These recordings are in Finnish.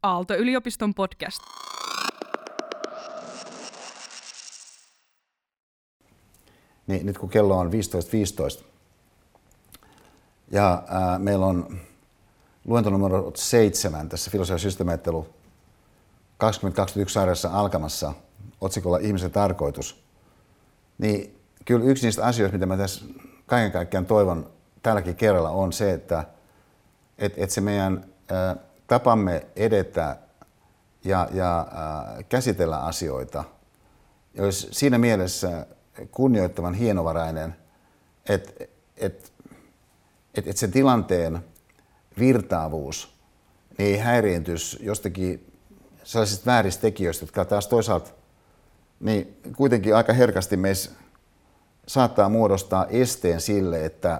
Aalto-yliopiston podcast. Niin, nyt kun kello on 15.15 ja meillä on luento numero 7 tässä filosofia- ja systeemiajattelu 2021 sarjassa alkamassa otsikolla Ihmisen tarkoitus, niin kyllä yksi niistä asioista, mitä mä tässä kaiken kaikkiaan toivon tälläkin kerralla, on se, että se meidän tapamme edetä ja käsitellä asioita olisi siinä mielessä kunnioittavan hienovarainen, että sen tilanteen virtaavuus niin ei häiriintyisi jostakin sellaisista vääristä tekijöistä, jotka taas toisaalta niin kuitenkin aika herkästi meissä saattaa muodostaa esteen sille, että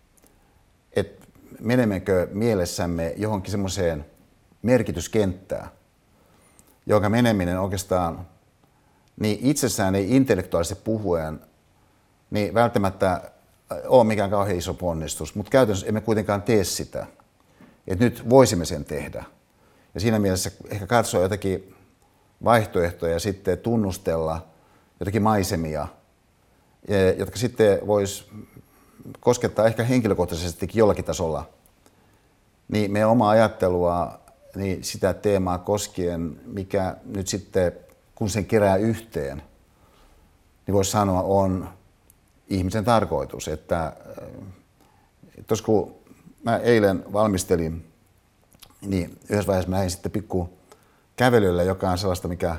menemmekö mielessämme johonkin semmoiseen merkityskenttään, jonka meneminen oikeastaan niin itsessään ei intellektuaalisesti puhuen niin välttämättä ole mikään kauhean iso ponnistus, mutta käytännössä emme kuitenkaan tee sitä. Että nyt voisimme sen tehdä. Ja siinä mielessä ehkä katsoa jotakin vaihtoehtoja ja sitten tunnustella jotakin maisemia, jotka sitten vois koskettaa ehkä henkilökohtaisestikin jollakin tasolla niin meidän omaa ajattelua, niin sitä teemaa koskien, mikä nyt sitten, kun sen kerää yhteen, niin voisi sanoa on ihmisen tarkoitus. Että tuossa kun mä eilen valmistelin, niin yhdessä vaiheessa mä lähdin sitten pikku kävelylle, joka on sellaista, mikä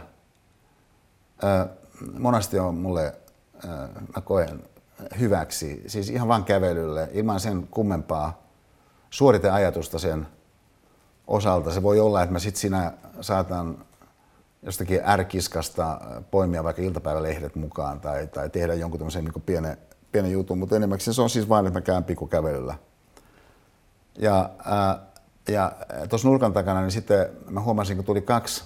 monasti on mulle, mä koen hyväksi. Siis ihan vaan kävelylle, ilman sen kummempaa suoriteajatusta sen osalta. Se voi olla, että mä sitten siinä saatan jostakin ärkiskasta poimia vaikka iltapäivälehdet mukaan tai tehdä jonkun tämmöisen niin pienen jutun, mutta enimmäkseen se on siis vain, että mä käyn pikkukävelyllä. Ja tuossa nurkan takana niin sitten mä huomasin, kun tuli kaksi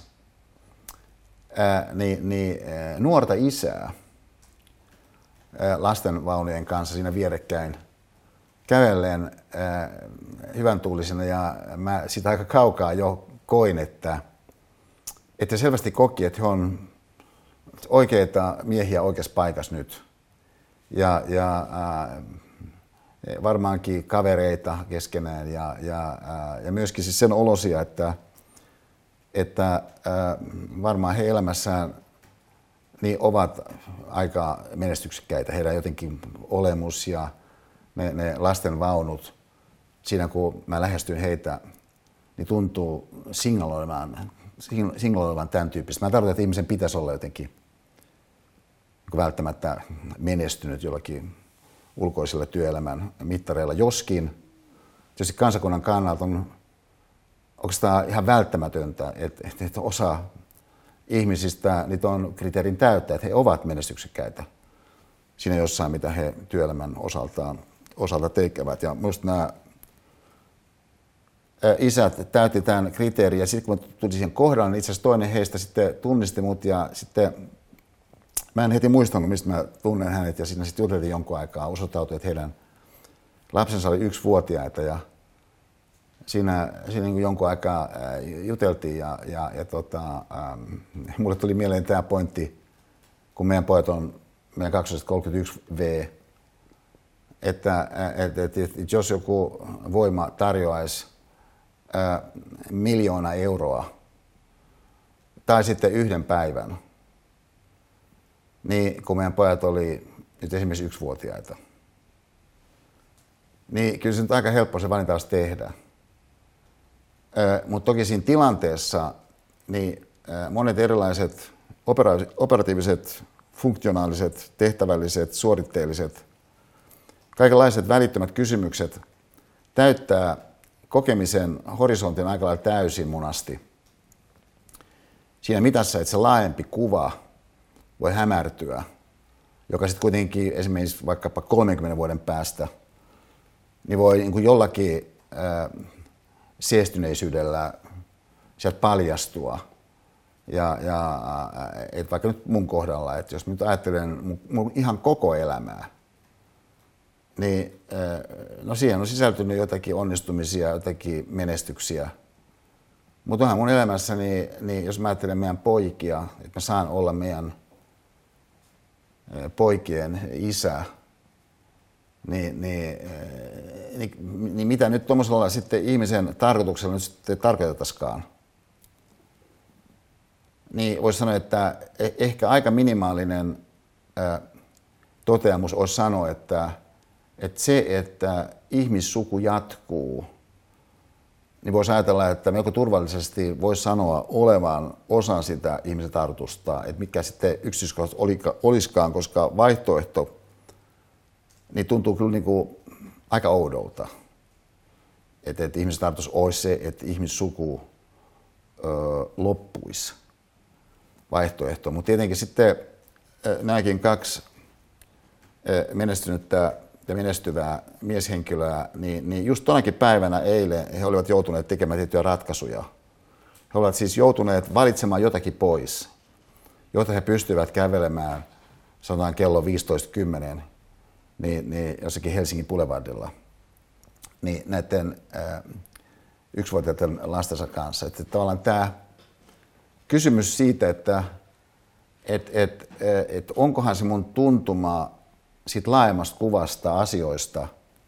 nuorta isää lastenvaunujen kanssa siinä vierekkäin kävellen hyvän tuulisena, ja mä sitä aika kaukaa jo koin, että selvästi koki, että he on oikeita miehiä oikeassa paikassa nyt. Ja varmaankin kavereita keskenään ja myöskin siis sen olosia, että varmaan he elämässään niin ovat aika menestyksekkäitä. Heidän jotenkin olemus ja ne lastenvaunut, siinä kun mä lähestyn heitä, niin tuntuu signaloivan tämän tyyppistä. Mä tarkoitan, että ihmisen pitäisi olla jotenkin välttämättä menestynyt jollakin ulkoisilla työelämän mittareilla, joskin tietysti kansakunnan kannalta on oikeastaan ihan välttämätöntä, että osa ihmisistä niitä on kriteerin täyttää, että he ovat menestyksekkäitä siinä jossain, mitä he työelämän osalta tekevät. Ja minusta nämä isät täytti tämän kriteerin, ja sitten kun tuli siihen kohdalle, niin itse asiassa toinen heistä sitten tunnisti mut, ja sitten mä en heti muistanut, mistä mä tunnen hänet, ja siinä sitten juteltiin jonkun aikaa. Osoittautui, että heidän lapsensa oli 1-vuotiaita, ja siinä niin kuin jonkun aikaa juteltiin, ja mulle tuli mieleen tämä pointti, kun meidän pojat on meidän 231V, että jos joku voima tarjoaisi 1 miljoona euroa tai sitten 1 päivän, niin kun meidän pojat oli nyt esimerkiksi 1-vuotiaita, niin kyllä se nyt aika helppo se valinta olisi tehdä. Mutta toki siinä tilanteessa niin monet erilaiset operatiiviset, funktionaaliset, tehtävälliset, suoritteelliset, kaikenlaiset välittömät kysymykset täyttää kokemisen horisontin aika lailla täysin monasti. Siinä mitassa, että se laajempi kuva voi hämärtyä, joka sitten kuitenkin esimerkiksi vaikkapa 30 vuoden päästä niin voi niin kuin jollakin siestyneisyydellä sieltä paljastua. Et vaikka nyt mun kohdalla, että jos nyt ajattelen mun ihan koko elämää, niin no siihen on sisältynyt jotakin onnistumisia, jotakin menestyksiä, Mutta onhan mun elämässäni, niin jos mä ajattelen meidän poikia, että mä saan olla meidän poikien isä, niin mitä nyt tuommoisella sitten ihmisen tarkoituksella nyt sitten tarkoitetaisikaan? Niin voisi sanoa, että ehkä aika minimaalinen toteamus olisi sanoa, että se, että ihmissuku jatkuu, niin voisi ajatella, että melko turvallisesti voisi sanoa olevan osa sitä ihmisen tarkoitusta, että mikä sitten yksityiskohtaisesti olisikaan, koska vaihtoehto niin tuntuu kyllä niin kuin aika oudolta. Että ihmisen tarkoitus olisi se, että ihmissuku loppuisi vaihtoehto. Mutta tietenkin sitten nämäkin kaksi menestynyttä ja menestyvää mieshenkilöä, niin just tonakin päivänä eilen he olivat joutuneet tekemään tiettyjä ratkaisuja. He olivat siis joutuneet valitsemaan jotakin pois, jotta he pystyvät kävelemään, sanotaan kello 15.10, niin jossakin Helsingin Boulevardilla, niin näiden yksivuotiaiden lastensa kanssa. Että tavallaan tämä kysymys siitä, että onkohan se mun tuntuma siitä laajemmasta kuvasta asioista,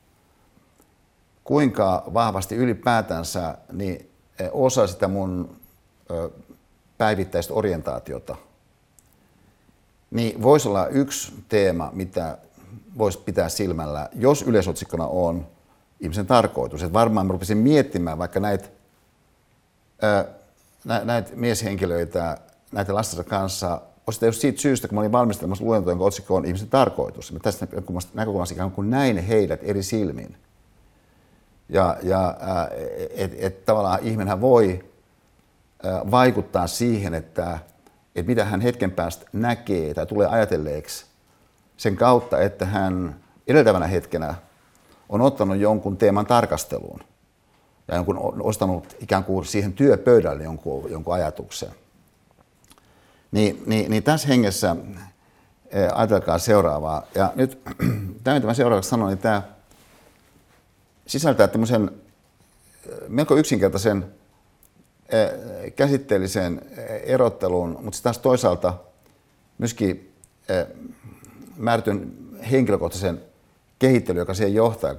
kuinka vahvasti ylipäätänsä niin osa sitä mun päivittäistä orientaatiota, niin voisi olla yksi teema, mitä voisi pitää silmällä, jos yleisotsikkona on ihmisen tarkoitus. Että varmaan mä rupesin miettimään vaikka näitä mieshenkilöitä näiden lastensa kanssa, osittain just siitä syystä, kun mä olin valmistelemassa luentoa, jonka otsikko on ihmisen tarkoitus. Mä tästä näkökulmasta ikään kuin näin heidät eri silmin. Ja tavallaan ihminenhän voi vaikuttaa siihen, että mitä hän hetken päästä näkee tai tulee ajatelleeksi sen kautta, että hän edeltävänä hetkenä on ottanut jonkun teeman tarkasteluun ja on ostanut ikään kuin siihen työpöydälle jonkun ajatuksen. Niin tässä hengessä ajatelkaa seuraavaa. Ja nyt tämä, mitä mä seuraavaksi sanon, niin tämä sisältää tämmöisen melko yksinkertaisen käsitteellisen erottelun, mutta sitten taas toisaalta myöskin määrätyn henkilökohtaisen kehittely, joka siihen johtaa,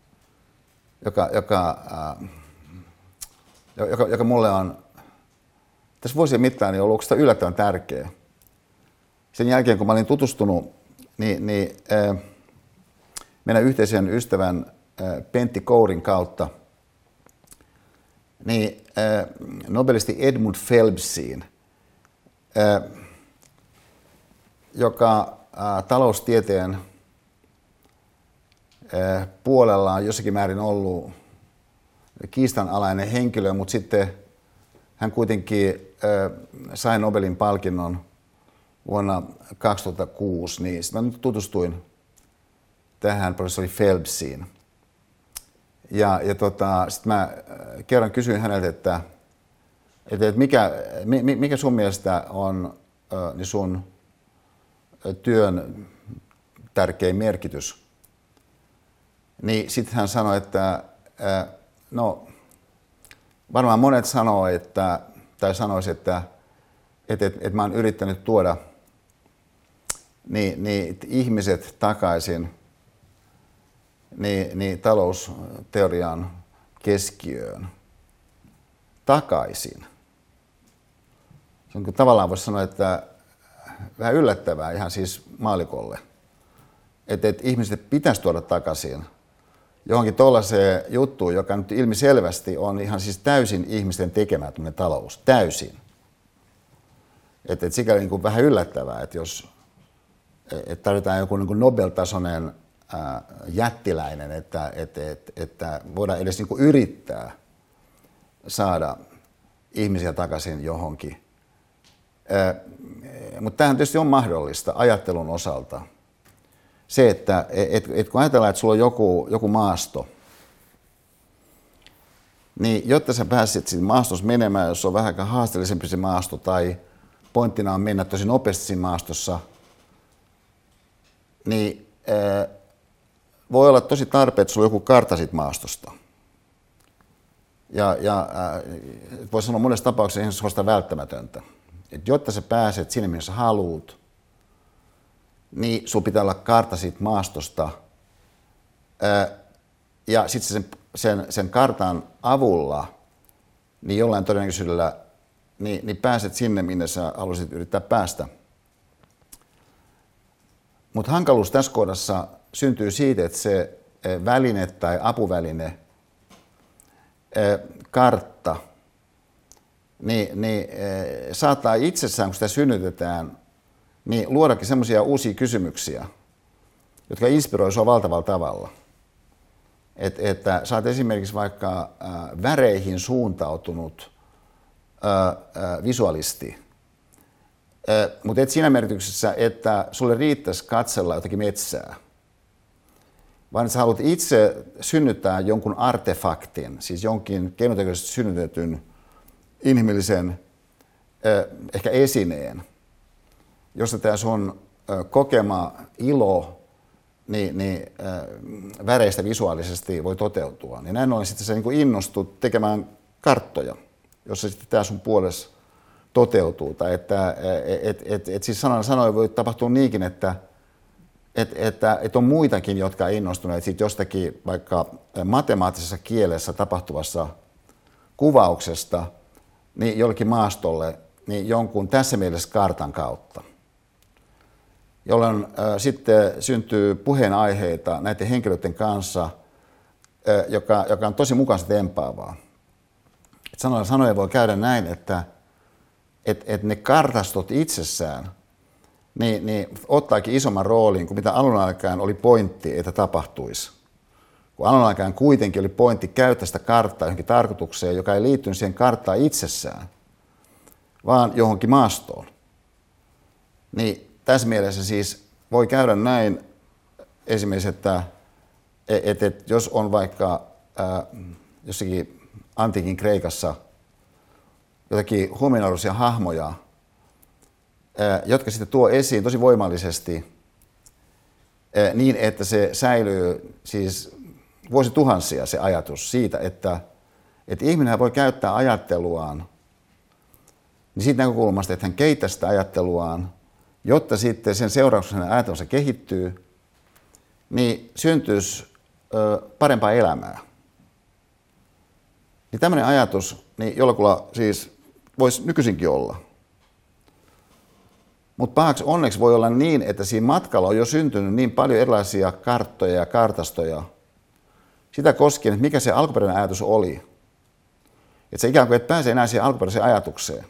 joka mulle on tässä vuosien mittaan niin ollut oikeastaan yllättävän tärkeä. Sen jälkeen, kun mä olin tutustunut meidän yhteisen ystävän Pentti Kourin kautta niin nobelisti Edmund Phelpsiin, joka taloustieteen puolella on jossakin määrin ollut kiistanalainen henkilö, mutta sitten hän kuitenkin sai Nobelin palkinnon vuonna 2006, niin sitten mä nyt tutustuin tähän professori Phelpsiin. Ja sitten mä kerran kysyin häneltä, että mikä sun mielestä on niin sun työn tärkein merkitys. Niin sitten hän sanoi, että no varmaan monet sanoisi, että mä oon yrittänyt tuoda niin ihmiset takaisin niin talousteorian keskiöön. Takaisin. Se on kuin tavallaan voisi sanoa, että vähän yllättävää ihan siis maalikolle, että ihmiset pitäisi tuoda takaisin johonkin tuollaiseen juttuun, joka nyt ilmiselvästi on ihan siis täysin ihmisten tekemä talous. Täysin. Että sikäli niin kuin vähän yllättävää, että jos tarvitaan joku niin kuin Nobel-tasoinen jättiläinen, että voidaan edes niin kuin yrittää saada ihmisiä takaisin johonkin. Mutta tämähän tietysti on mahdollista ajattelun osalta. Se, että kun ajatellaan, että sulla on joku maasto, niin jotta sä pääsit siinä maastossa menemään, jos on vähän haasteellisempi se maasto, tai pointtina on mennä tosi nopeasti siinä maastossa, niin voi olla tosi tarpeen, että sulla on joku kartta siitä maastosta. voisi sanoa monessa tapauksessa ihan suorastaan välttämätöntä. Et jotta sä pääset sinne, missä haluat, niin sulla pitää olla kartta siitä maastosta. Ja sitten sen kartan avulla, niin jollain todennäköisyydellä, niin pääset sinne, minne sä haluaisit yrittää päästä. Mutta hankaluus tässä kohdassa syntyy siitä, että se väline tai apuväline, kartta, niin saattaa itsessään, kun sitä synnytetään, niin luodakin semmoisia uusia kysymyksiä, jotka inspiroi sua valtavalla tavalla. Että sä oot esimerkiksi vaikka väreihin suuntautunut visualisti, mutta et siinä merkityksessä, että sulle riittäisi katsella jotakin metsää, vaan että sä haluat itse synnyttää jonkun artefaktin, siis jonkin keinotekoisesti synnytetyn inhimillisen ehkä esineen, josta tämä sun kokema ilo väreistä visuaalisesti voi toteutua. Niin näin ollen sitten sä niin innostut tekemään karttoja, jossa sitten tämä sun puolessa toteutuu. Tai että siis sanoen voi tapahtua niinkin, että on muitakin, jotka on innostuneet siitä jostakin vaikka matemaattisessa kielessä tapahtuvassa kuvauksesta niin jollekin maastolle niin jonkun tässä mielessä kartan kautta, jolloin sitten syntyy puheenaiheita näiden henkilöiden kanssa, joka on tosi mukaansa tempaavaa. Sanoja voi käydä näin, että ne kartastot itsessään niin ottaakin isomman roolin kuin mitä alun alkaen oli pointti, että tapahtuisi. Kun alun alkaen kuitenkin oli pointti käyttää sitä karttaa johonkin tarkoitukseen, joka ei liittynyt siihen karttaan itsessään, vaan johonkin maastoon. Niin tässä mielessä siis voi käydä näin esimerkiksi, että jos on vaikka jossakin antiikin Kreikassa jotakin huomionarvoisia hahmoja, jotka sitten tuo esiin tosi voimallisesti niin, että se säilyy siis vuosituhansia se ajatus siitä, että ihminen voi käyttää ajatteluaan niin siitä näkökulmasta, että hän kehittää sitä ajatteluaan, jotta sitten sen seurauksena hänen ajattelunsa kehittyy, niin syntyisi parempaa elämää. Niin tämmöinen ajatus, niin jollakulla siis voisi nykyisinkin olla. Mutta pahaksi onneksi voi olla niin, että siinä matkalla on jo syntynyt niin paljon erilaisia karttoja ja kartastoja sitä koskien, että mikä se alkuperäinen ajatus oli. Että se ikään kuin et pääse enää siihen alkuperäiseen ajatukseen.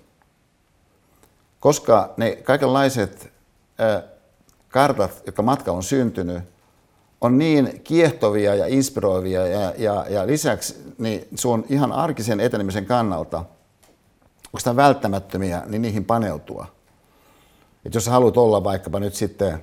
Koska ne kaikenlaiset kartat, jotka matkalla on syntynyt, on niin kiehtovia ja inspiroivia ja lisäksi niin sun ihan arkisen etenemisen kannalta, onko sitä välttämättömiä, niin niihin paneutua. Et jos sä haluat olla vaikkapa nyt sitten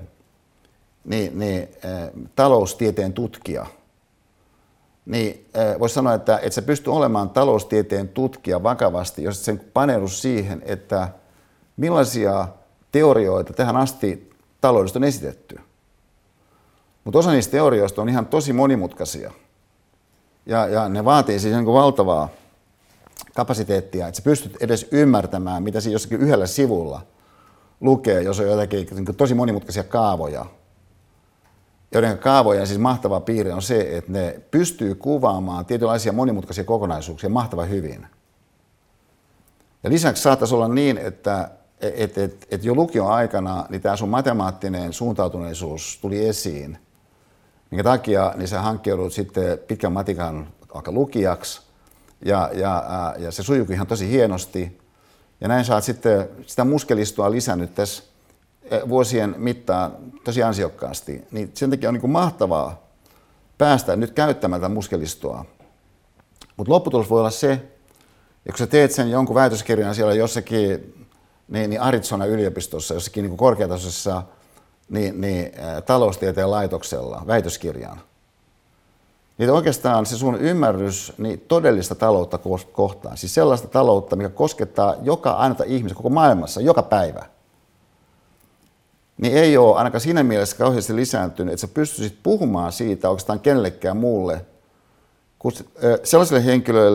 taloustieteen tutkija, niin voisi sanoa, että et sä pysty olemaan taloustieteen tutkija vakavasti, jos et sen paneudu siihen, että millaisia teorioita tähän asti taloudesta on esitetty. Mutta osa niistä teorioista on ihan tosi monimutkaisia. Ja ne vaatii siis niin kuin valtavaa kapasiteettia, että sä pystyt edes ymmärtämään, mitä siinä jossakin yhdellä sivulla lukee, jos on jotakin niin kuin tosi monimutkaisia kaavoja. Joiden kaavojen siis mahtava piirre on se, että ne pystyy kuvaamaan tietynlaisia monimutkaisia kokonaisuuksia mahtavan hyvin. Ja lisäksi saattaisi olla niin, että jo lukion aikana niin tämä sun matemaattinen suuntautuneisuus tuli esiin, minkä takia niin sä hankkiudut sitten pitkän matikan lukijaksi ja se sujuukin ihan tosi hienosti. Ja näin sä oot sitten sitä muskelistoa lisännyt tässä vuosien mittaan tosi ansiokkaasti. Niin sen takia on niin kuin mahtavaa päästä nyt käyttämään tätä muskelistoa. Mutta lopputulos voi olla se, että kun sä teet sen jonkun väitöskirjan siellä jossakin niin Arizonan yliopistossa, jossakin niin kuin korkeatasoisessa taloustieteen laitoksella väitöskirjan, niin oikeastaan se sun ymmärrys niin todellista taloutta kohtaan, siis sellaista taloutta, mikä koskettaa joka ainoa ihmistä koko maailmassa, joka päivä, niin ei ole ainakaan siinä mielessä kauheasti lisääntynyt, että sä pystyisit puhumaan siitä oikeastaan kenellekään muulle kuin sellaisille henkilöille,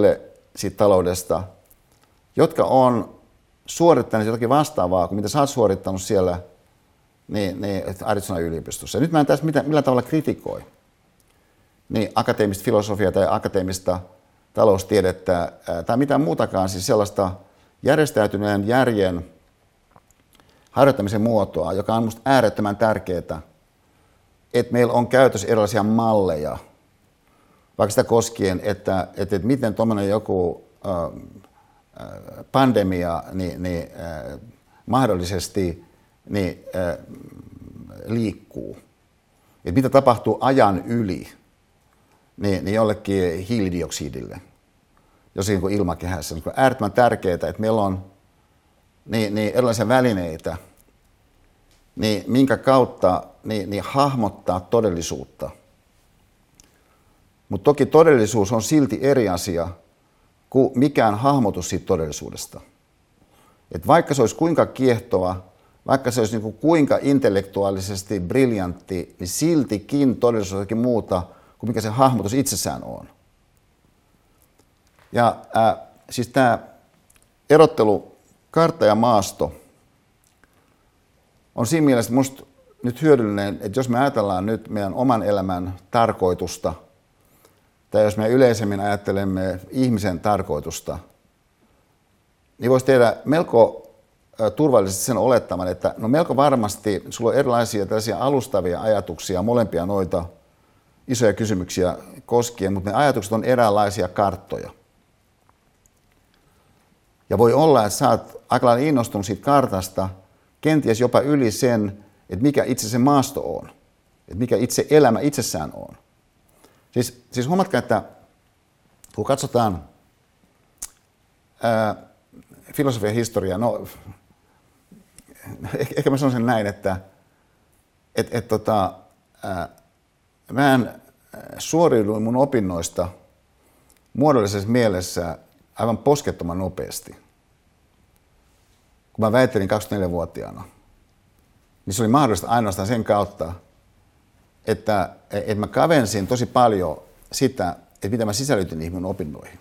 siitä taloudesta, jotka on suorittaneet jotakin vastaavaa kuin mitä sä oot suorittanut siellä Arizonan yliopistossa. Ja nyt mä en tässä millä tavalla kritikoi niin akateemista filosofiaa tai akateemista taloustiedettä tai mitään muutakaan, siis sellaista järjestäytyneen järjen harjoittamisen muotoa, joka on musta äärettömän tärkeää, että meillä on käytössä erilaisia malleja, vaikka sitä koskien, että miten tuommoinen joku pandemia mahdollisesti liikkuu. Että mitä tapahtuu ajan yli jollekin hiilidioksidille, jossakin kuin ilmakehässä. On äärettömän tärkeää, että meillä on erilaisia välineitä, minkä kautta hahmottaa todellisuutta. Mutta toki todellisuus on silti eri asia kuin mikään hahmotus siitä todellisuudesta. Et vaikka se olisi kuinka kiehtova, vaikka se olisi niin kuin kuinka intellektuaalisesti briljantti, niin siltikin todellisuus on jotakin muuta kuin mikä se hahmotus itsessään on. Ja siis tämä erottelu kartta ja maasto on siinä mielessä musta nyt hyödyllinen, että jos me ajatellaan nyt meidän oman elämän tarkoitusta, tai jos me yleisemmin ajattelemme ihmisen tarkoitusta, niin voisi tehdä melko turvallisesti sen olettaman, että no melko varmasti sulla on erilaisia tällaisia alustavia ajatuksia, molempia noita isoja kysymyksiä koskien, mutta ne ajatukset on eräänlaisia karttoja. Ja voi olla, että sä oot aika lailla innostunut siitä kartasta, kenties jopa yli sen, että mikä itse se maasto on, että mikä itse elämä itsessään on. Siis huomatkaa, että kun katsotaan filosofian historiaa, no ehkä mä sanon sen näin, että mä suoriuduin mun opinnoista muodollisessa mielessä aivan poskettoman nopeasti. Kun mä väittelin 24-vuotiaana, niin se oli mahdollista ainoastaan sen kautta, että mä kavensin tosi paljon sitä, että mitä mä sisällytin niihin mun opinnoihin.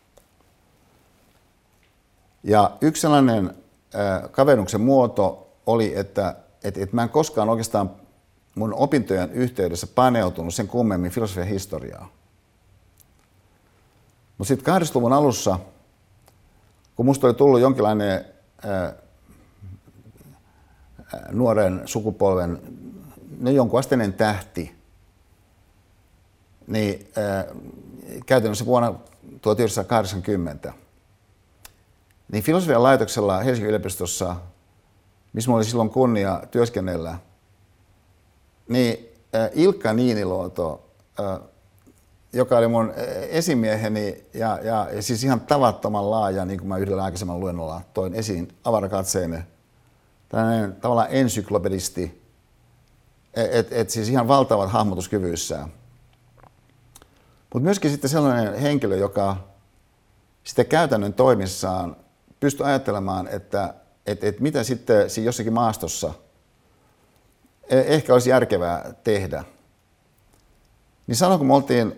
Ja yksi sellainen kavennuksen muoto oli, että mä en koskaan oikeastaan mun opintojen yhteydessä paneutunut sen kummemmin filosofian historiaa. Mutta sitten 80-luvun alussa, kun musta oli tullut jonkinlainen nuoren sukupolven jonkunasteinen tähti, niin käytännössä vuonna 1980, niin filosofian laitoksella Helsingin yliopistossa, missä minulla oli silloin kunnia työskennellä, niin Ilkka Niiniluoto, joka oli mun esimieheni ja siis ihan tavattoman laaja, niin kuin mä yhdellä aikaisemmalla luennolla toin esiin avarakatseinen, tällainen tavallaan ensyklopedisti, siis ihan valtavat hahmotuskyvyissään. Mutta myöskin sitten sellainen henkilö, joka sitten käytännön toimissaan pystyi ajattelemaan, että mitä sitten siinä jossakin maastossa ehkä olisi järkevää tehdä. Niin silloin kun me oltiin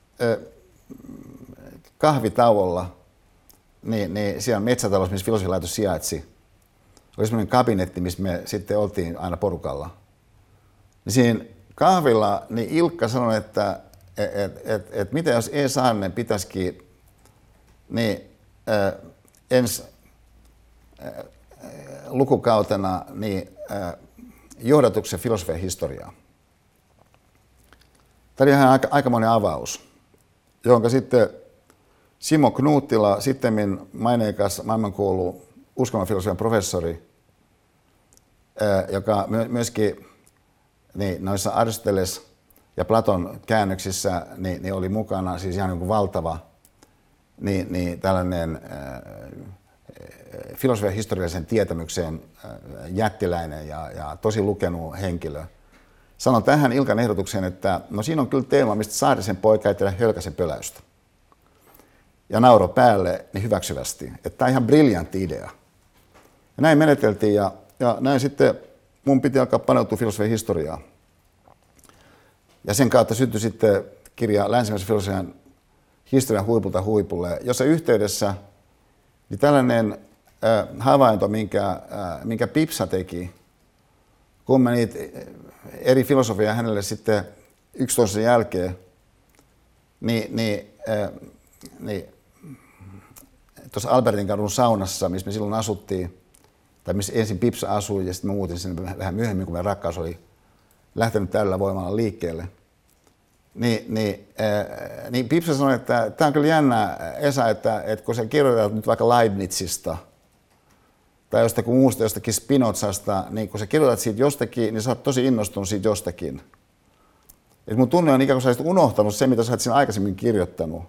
kahvitauolla, niin siellä metsätalossa, missä filosofialaitos sijaitsi, oli semmoinen kabinetti, missä me sitten oltiin aina porukalla. Niin siinä kahvilla niin Ilkka sanoi, että mitä jos Saarinen pitäisikin ensi lukukautena johdatuksen filosofian historiaa. Tämä oli ihan aikamoinen avaus, jonka sitten Simo Knuuttila, sittemmin maineikas maailmankuulu uskonnonfilosofian professori, joka myöskin noissa Aristoteles ja Platon käännöksissä niin oli mukana, siis ihan niin kuin valtava tällainen filosofian historiallisen tietämyksen jättiläinen ja tosi lukenut henkilö. Sanon tähän Ilkan ehdotukseen, että no siinä on kyllä teema, mistä Saarisen poika ei tehdä hölkäsen pöläystä. Ja nauro päälle niin hyväksyvästi, että tämä on ihan briljantti idea. Ja näin meneteltiin ja näin sitten mun piti alkaa paneutua filosofian historiaan. Ja sen kautta syntyi sitten kirja länsimaisen filosofian historian huipulta huipulle, jossa yhteydessä niin tällainen havainto, minkä Pipsa teki, kun mä niitä eri filosofia hänelle sitten yksi toisen jälkeen, niin tuossa Albertin kadun saunassa, missä me silloin asuttiin, tai missä ensin Pipsa asui ja sitten mä muutin sinne vähän myöhemmin, kun meidän rakkaus oli lähtenyt täydellä voimalla liikkeelle. Niin Pipsa sanoi, että tämä on kyllä jännä, Esa, että kun sä kirjoitat nyt vaikka Leibnizista tai jostakin muusta, jostakin Spinozasta, niin kun sä kirjoitat siitä jostakin, niin sä oot tosi innostunut siitä jostakin. Et mun tunne on ikään kuin sä olisit unohtanut se, mitä sä oot siinä aikaisemmin kirjoittanut.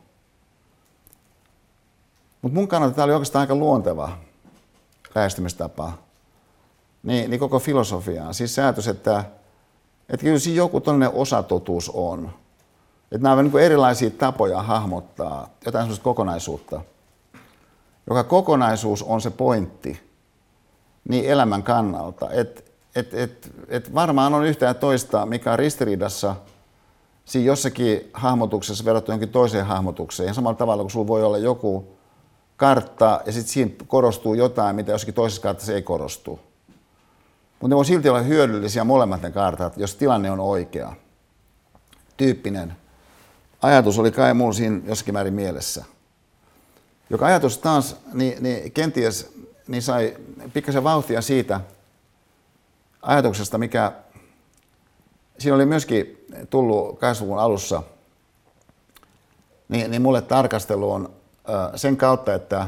Mutta mun kannalta tämä oli oikeastaan aika luonteva lähestymistapa niin koko filosofiaan. Siis se ajatus, että kyllä siinä joku tollainen osatotuus on. Että nämä on niin kuin erilaisia tapoja hahmottaa jotain sellaista kokonaisuutta, joka kokonaisuus on se pointti niin elämän kannalta. Et varmaan on yhtä ja toista, mikä on ristiriidassa siinä jossakin hahmotuksessa verrattuna johonkin toiseen hahmotukseen. Ja samalla tavalla, kun sulla voi olla joku kartta ja sitten siinä korostuu jotain, mitä jossakin toisessa kartassa ei korostu. Mutta ne voi silti olla hyödyllisiä molemmat ne kartat, jos tilanne on oikea. Tyyppinen ajatus oli kai mulla siinä jossakin määrin mielessä. Joka ajatus taas niin kenties niin sai pikkasen vauhtia siitä ajatuksesta, mikä siinä oli myöskin tullut 80-luvun alussa niin mulle tarkasteluun sen kautta, että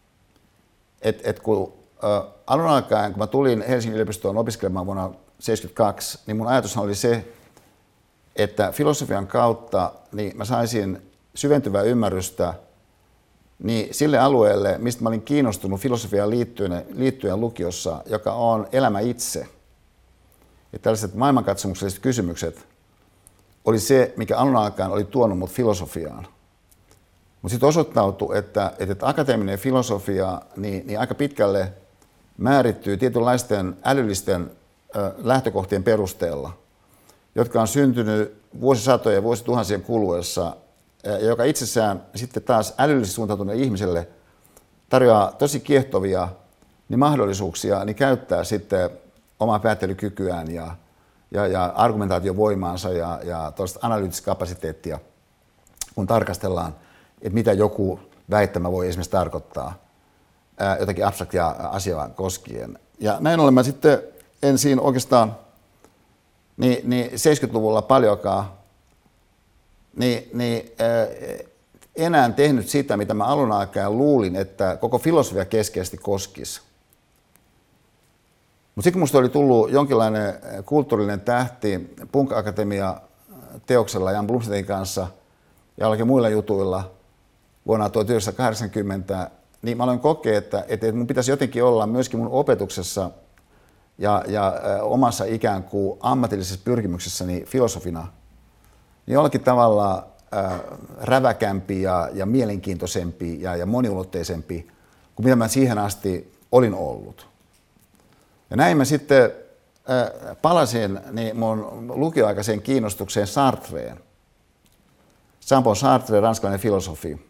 kun alun alkaen, kun mä tulin Helsingin yliopistoon opiskelemaan vuonna 1972, niin mun ajatushan oli se, että filosofian kautta niin mä saisin syventyvää ymmärrystä niin sille alueelle, mistä mä olin kiinnostunut filosofiaan liittyen lukiossa, joka on elämä itse. Ja tällaiset maailmankatsomukselliset kysymykset oli se, mikä alun alkaen oli tuonut mut filosofiaan. Mutta sitten osoittautui, että akateeminen filosofia niin aika pitkälle määrittyy tietynlaisten älyllisten lähtökohtien perusteella, jotka on syntynyt vuosisatojen ja vuosituhansien kuluessa, ja joka itsessään sitten taas älyllisesti suuntautuneelle ihmiselle tarjoaa tosi kiehtovia niin mahdollisuuksia niin käyttää sitten omaa päättelykykyään ja argumentaatiovoimaansa ja tuollaista analyyttistä kapasiteettia, kun tarkastellaan, että mitä joku väittämä voi esimerkiksi tarkoittaa jotakin abstraktia asiaa koskien. Ja näin ollen mä sitten en siinä oikeastaan niin 70-luvulla paljonkaan enää tehnyt sitä, mitä mä alun alkaen luulin, että koko filosofia keskeisesti koskisi. Mutta sitten musta oli tullut jonkinlainen kulttuurillinen tähti Punk-akatemia-teoksella Jan Blomstedtin kanssa ja jollakin muilla jutuilla vuonna 1980, niin mä aloin kokea, että mun pitäisi jotenkin olla myöskin mun opetuksessa ja omassa ikään kuin ammatillisessa pyrkimyksessäni filosofina niin jollakin tavalla räväkämpi ja mielenkiintoisempi ja moniulotteisempi kuin mitä mä siihen asti olin ollut. Ja näin mä sitten palasin niin mun lukioaikaiseen kiinnostukseen Sartreen. Jean-Paul Sartre, ranskalainen filosofi,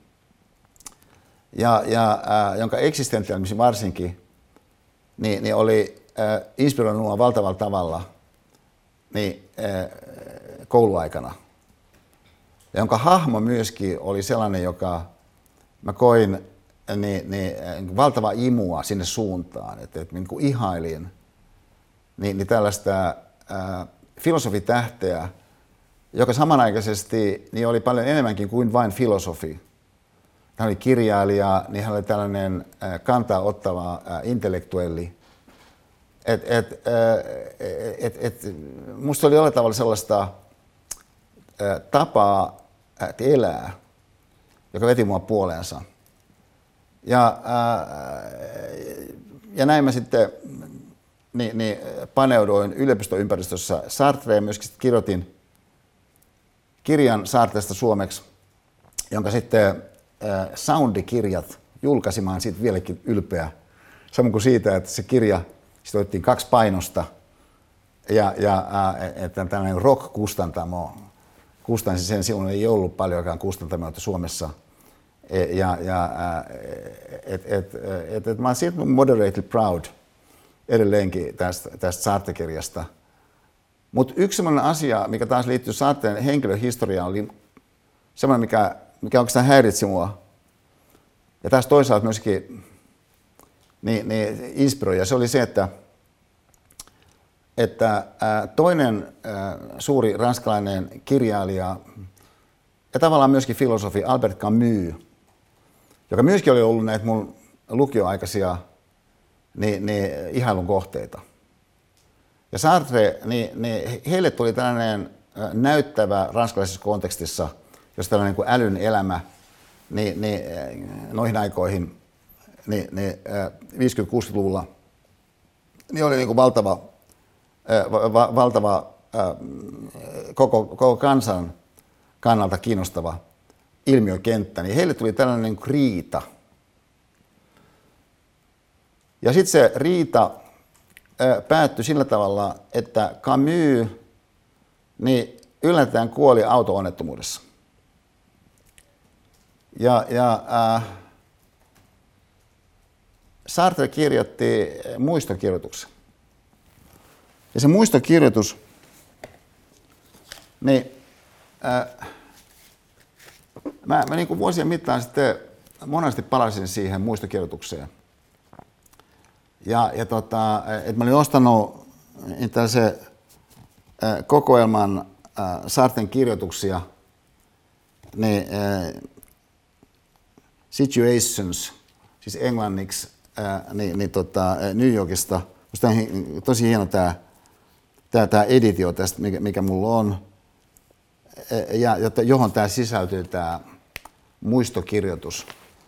jonka eksistentialismi varsinkin niin oli inspiroinut minua valtavalla tavalla niin, kouluaikana. Ja jonka hahmo myöskin oli sellainen, joka mä koin valtava imua sinne suuntaan, että niin kuin ihailin niin tällaista filosofitähteä, joka samanaikaisesti niin oli paljon enemmänkin kuin vain filosofi. Hän oli kirjailija, niin hän oli tällainen kantaa ottava intellektuelli. Musta oli jollain tavalla sellaista tapaa elää, joka veti mua puoleensa. Ja näin mä sitten paneuduin yliopistoympäristössä Sartreen, myöskin kirjoitin kirjan Sartresta suomeksi, jonka sitten Soundi-kirjat julkaisimaan siitä vieläkin ylpeä. Samoin kuin siitä, että se kirja sitten otettiin 2 painosta ja että tällainen rock-kustantamo kustansi sen. Silloin ei ollut paljonkaan kustantamoita Suomessa. Mä oon siitä moderately proud edelleenkin tästä Sartre-kirjasta. Mutta yksi sellainen asia, mikä taas liittyy Sartren henkilöhistoriaan, oli sellainen, mikä oikeastaan häiritsi mua. Ja taas toisaalta myöskin inspiroi. Ja se oli se, että toinen suuri ranskalainen kirjailija ja tavallaan myöskin filosofi Albert Camus, joka myöskin oli ollut näitä mun lukioaikaisia ihailun kohteita. Ja Sartre, heille tuli tällainen näyttävä ranskalaisessa kontekstissa, jos tällainen niin kuin älyn elämä noihin aikoihin, 50-60-luvulla, niin oli niin kuin valtava koko kansan kannalta kiinnostava ilmiökenttä, niin heille tuli tällainen niin kuin riita. Ja sitten se riita päättyi sillä tavalla, että Camus yllättäen kuoli auto-onnettomuudessa. Sartre kirjoitti muistokirjoituksen. Ja se muistokirjoitus, mä niin kuin vuosien mittaan sitten monesti palasin siihen muistokirjoitukseen. Että mä olin ostanut tällaisen kokoelman Sartren kirjoituksia, Situations, siis englanniksi, New Yorkista. Musta on tosi hieno tämä editio tästä, mikä mulla on, ja johon tämä sisältyy tämä muistokirjoitus.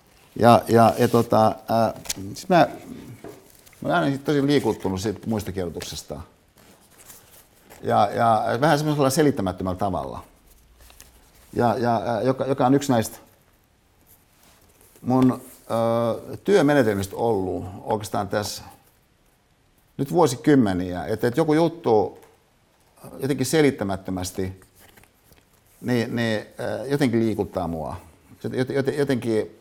Siis mä olen aina tosi liikuttunut siitä muistokirjoituksesta. Ja vähän semmoisella selittämättömällä tavalla. Joka on yksi näistä mun työmenetelmistä ollut oikeastaan tässä nyt vuosikymmeniä. Että joku juttu jotenkin selittämättömästi jotenkin liikuttaa mua. Jotenkin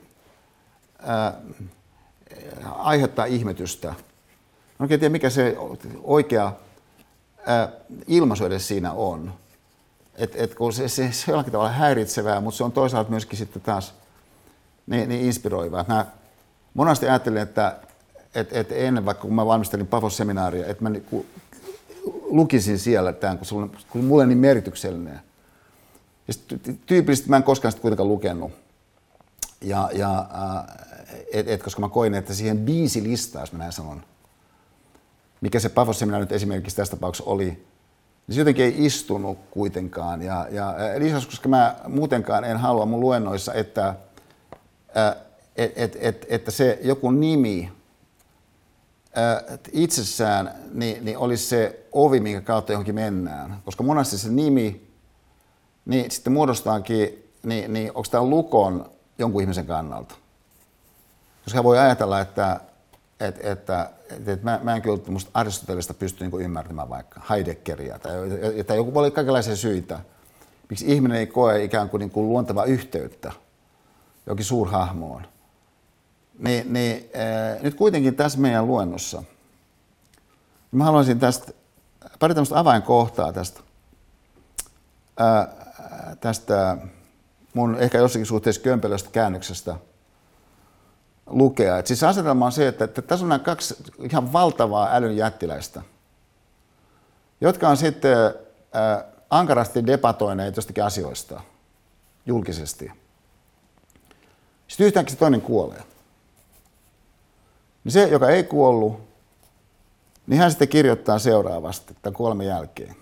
aiheuttaa ihmetystä. Mä oikein tiedä, mikä se oikea ilmaisu edes siinä on. Kun se on jollakin tavalla häiritsevää, mutta se on toisaalta myöskin sitten taas niin inspiroivaa. Mä monesti ajattelin, että ennen vaikka kun mä valmistelin Pafos-seminaaria, että mä lukisin siellä tämän, kun mulle on niin merkityksellinen. Ja tyypillisesti mä en koskaan sitä kuitenkaan lukenut. Koska mä koin, että siihen biisilistaan, jos mä näin sanon, mikä se Pafos-seminaari nyt esimerkiksi tässä tapauksessa oli, niin se jotenkin ei istunut kuitenkaan. Ja lisäksi, koska mä muutenkaan en halua mun luennoissa, että se joku nimi itsessään niin olisi se ovi, minkä kautta johonkin mennään. Koska monesti se nimi niin sitten muodostaakin, niin onko tämä lukon jonkun ihmisen kannalta. Koska voi ajatella, että mä en kyllä musta Aristotelesta pysty niin ymmärtämään vaikka Heideggeria tai joku voi olla kaikenlaisia syitä, miksi ihminen ei koe ikään kuin, luontevaa yhteyttä jokin suurhahmoon. Nyt kuitenkin tässä meidän luennossa, mä haluaisin tästä pari tämmöistä avainkohtaa tästä mun ehkä jossakin suhteessa kömpelöstä käännöksestä lukea. Siis asetelma on se, että tässä on nämä kaksi ihan valtavaa älyn jättiläistä, jotka on sitten ankarasti debatoineet jostakin asioista julkisesti. Sitten yhtäkkiä se toinen kuolee. Niin se, joka ei kuollut, niin hän sitten kirjoittaa seuraavasti tämän kuoleman jälkeen.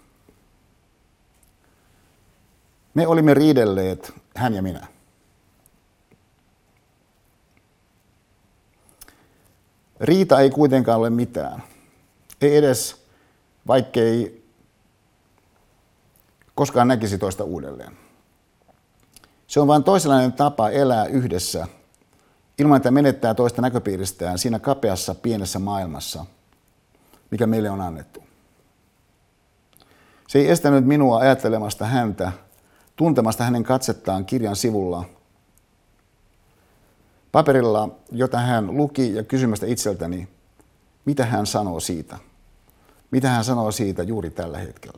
Me olimme riidelleet, hän ja minä. Riita ei kuitenkaan ole mitään. Ei edes, vaikkei koskaan näkisi toista uudelleen. Se on vain toisenlainen tapa elää yhdessä, ilman että menettää toista näköpiiristään siinä kapeassa pienessä maailmassa, mikä meille on annettu. Se ei estänyt minua ajattelemasta häntä, tuntemasta hänen katsettaan kirjan sivulla, paperilla, jota hän luki ja kysymästä itseltäni, mitä hän sanoo siitä. Mitä hän sanoo siitä juuri tällä hetkellä.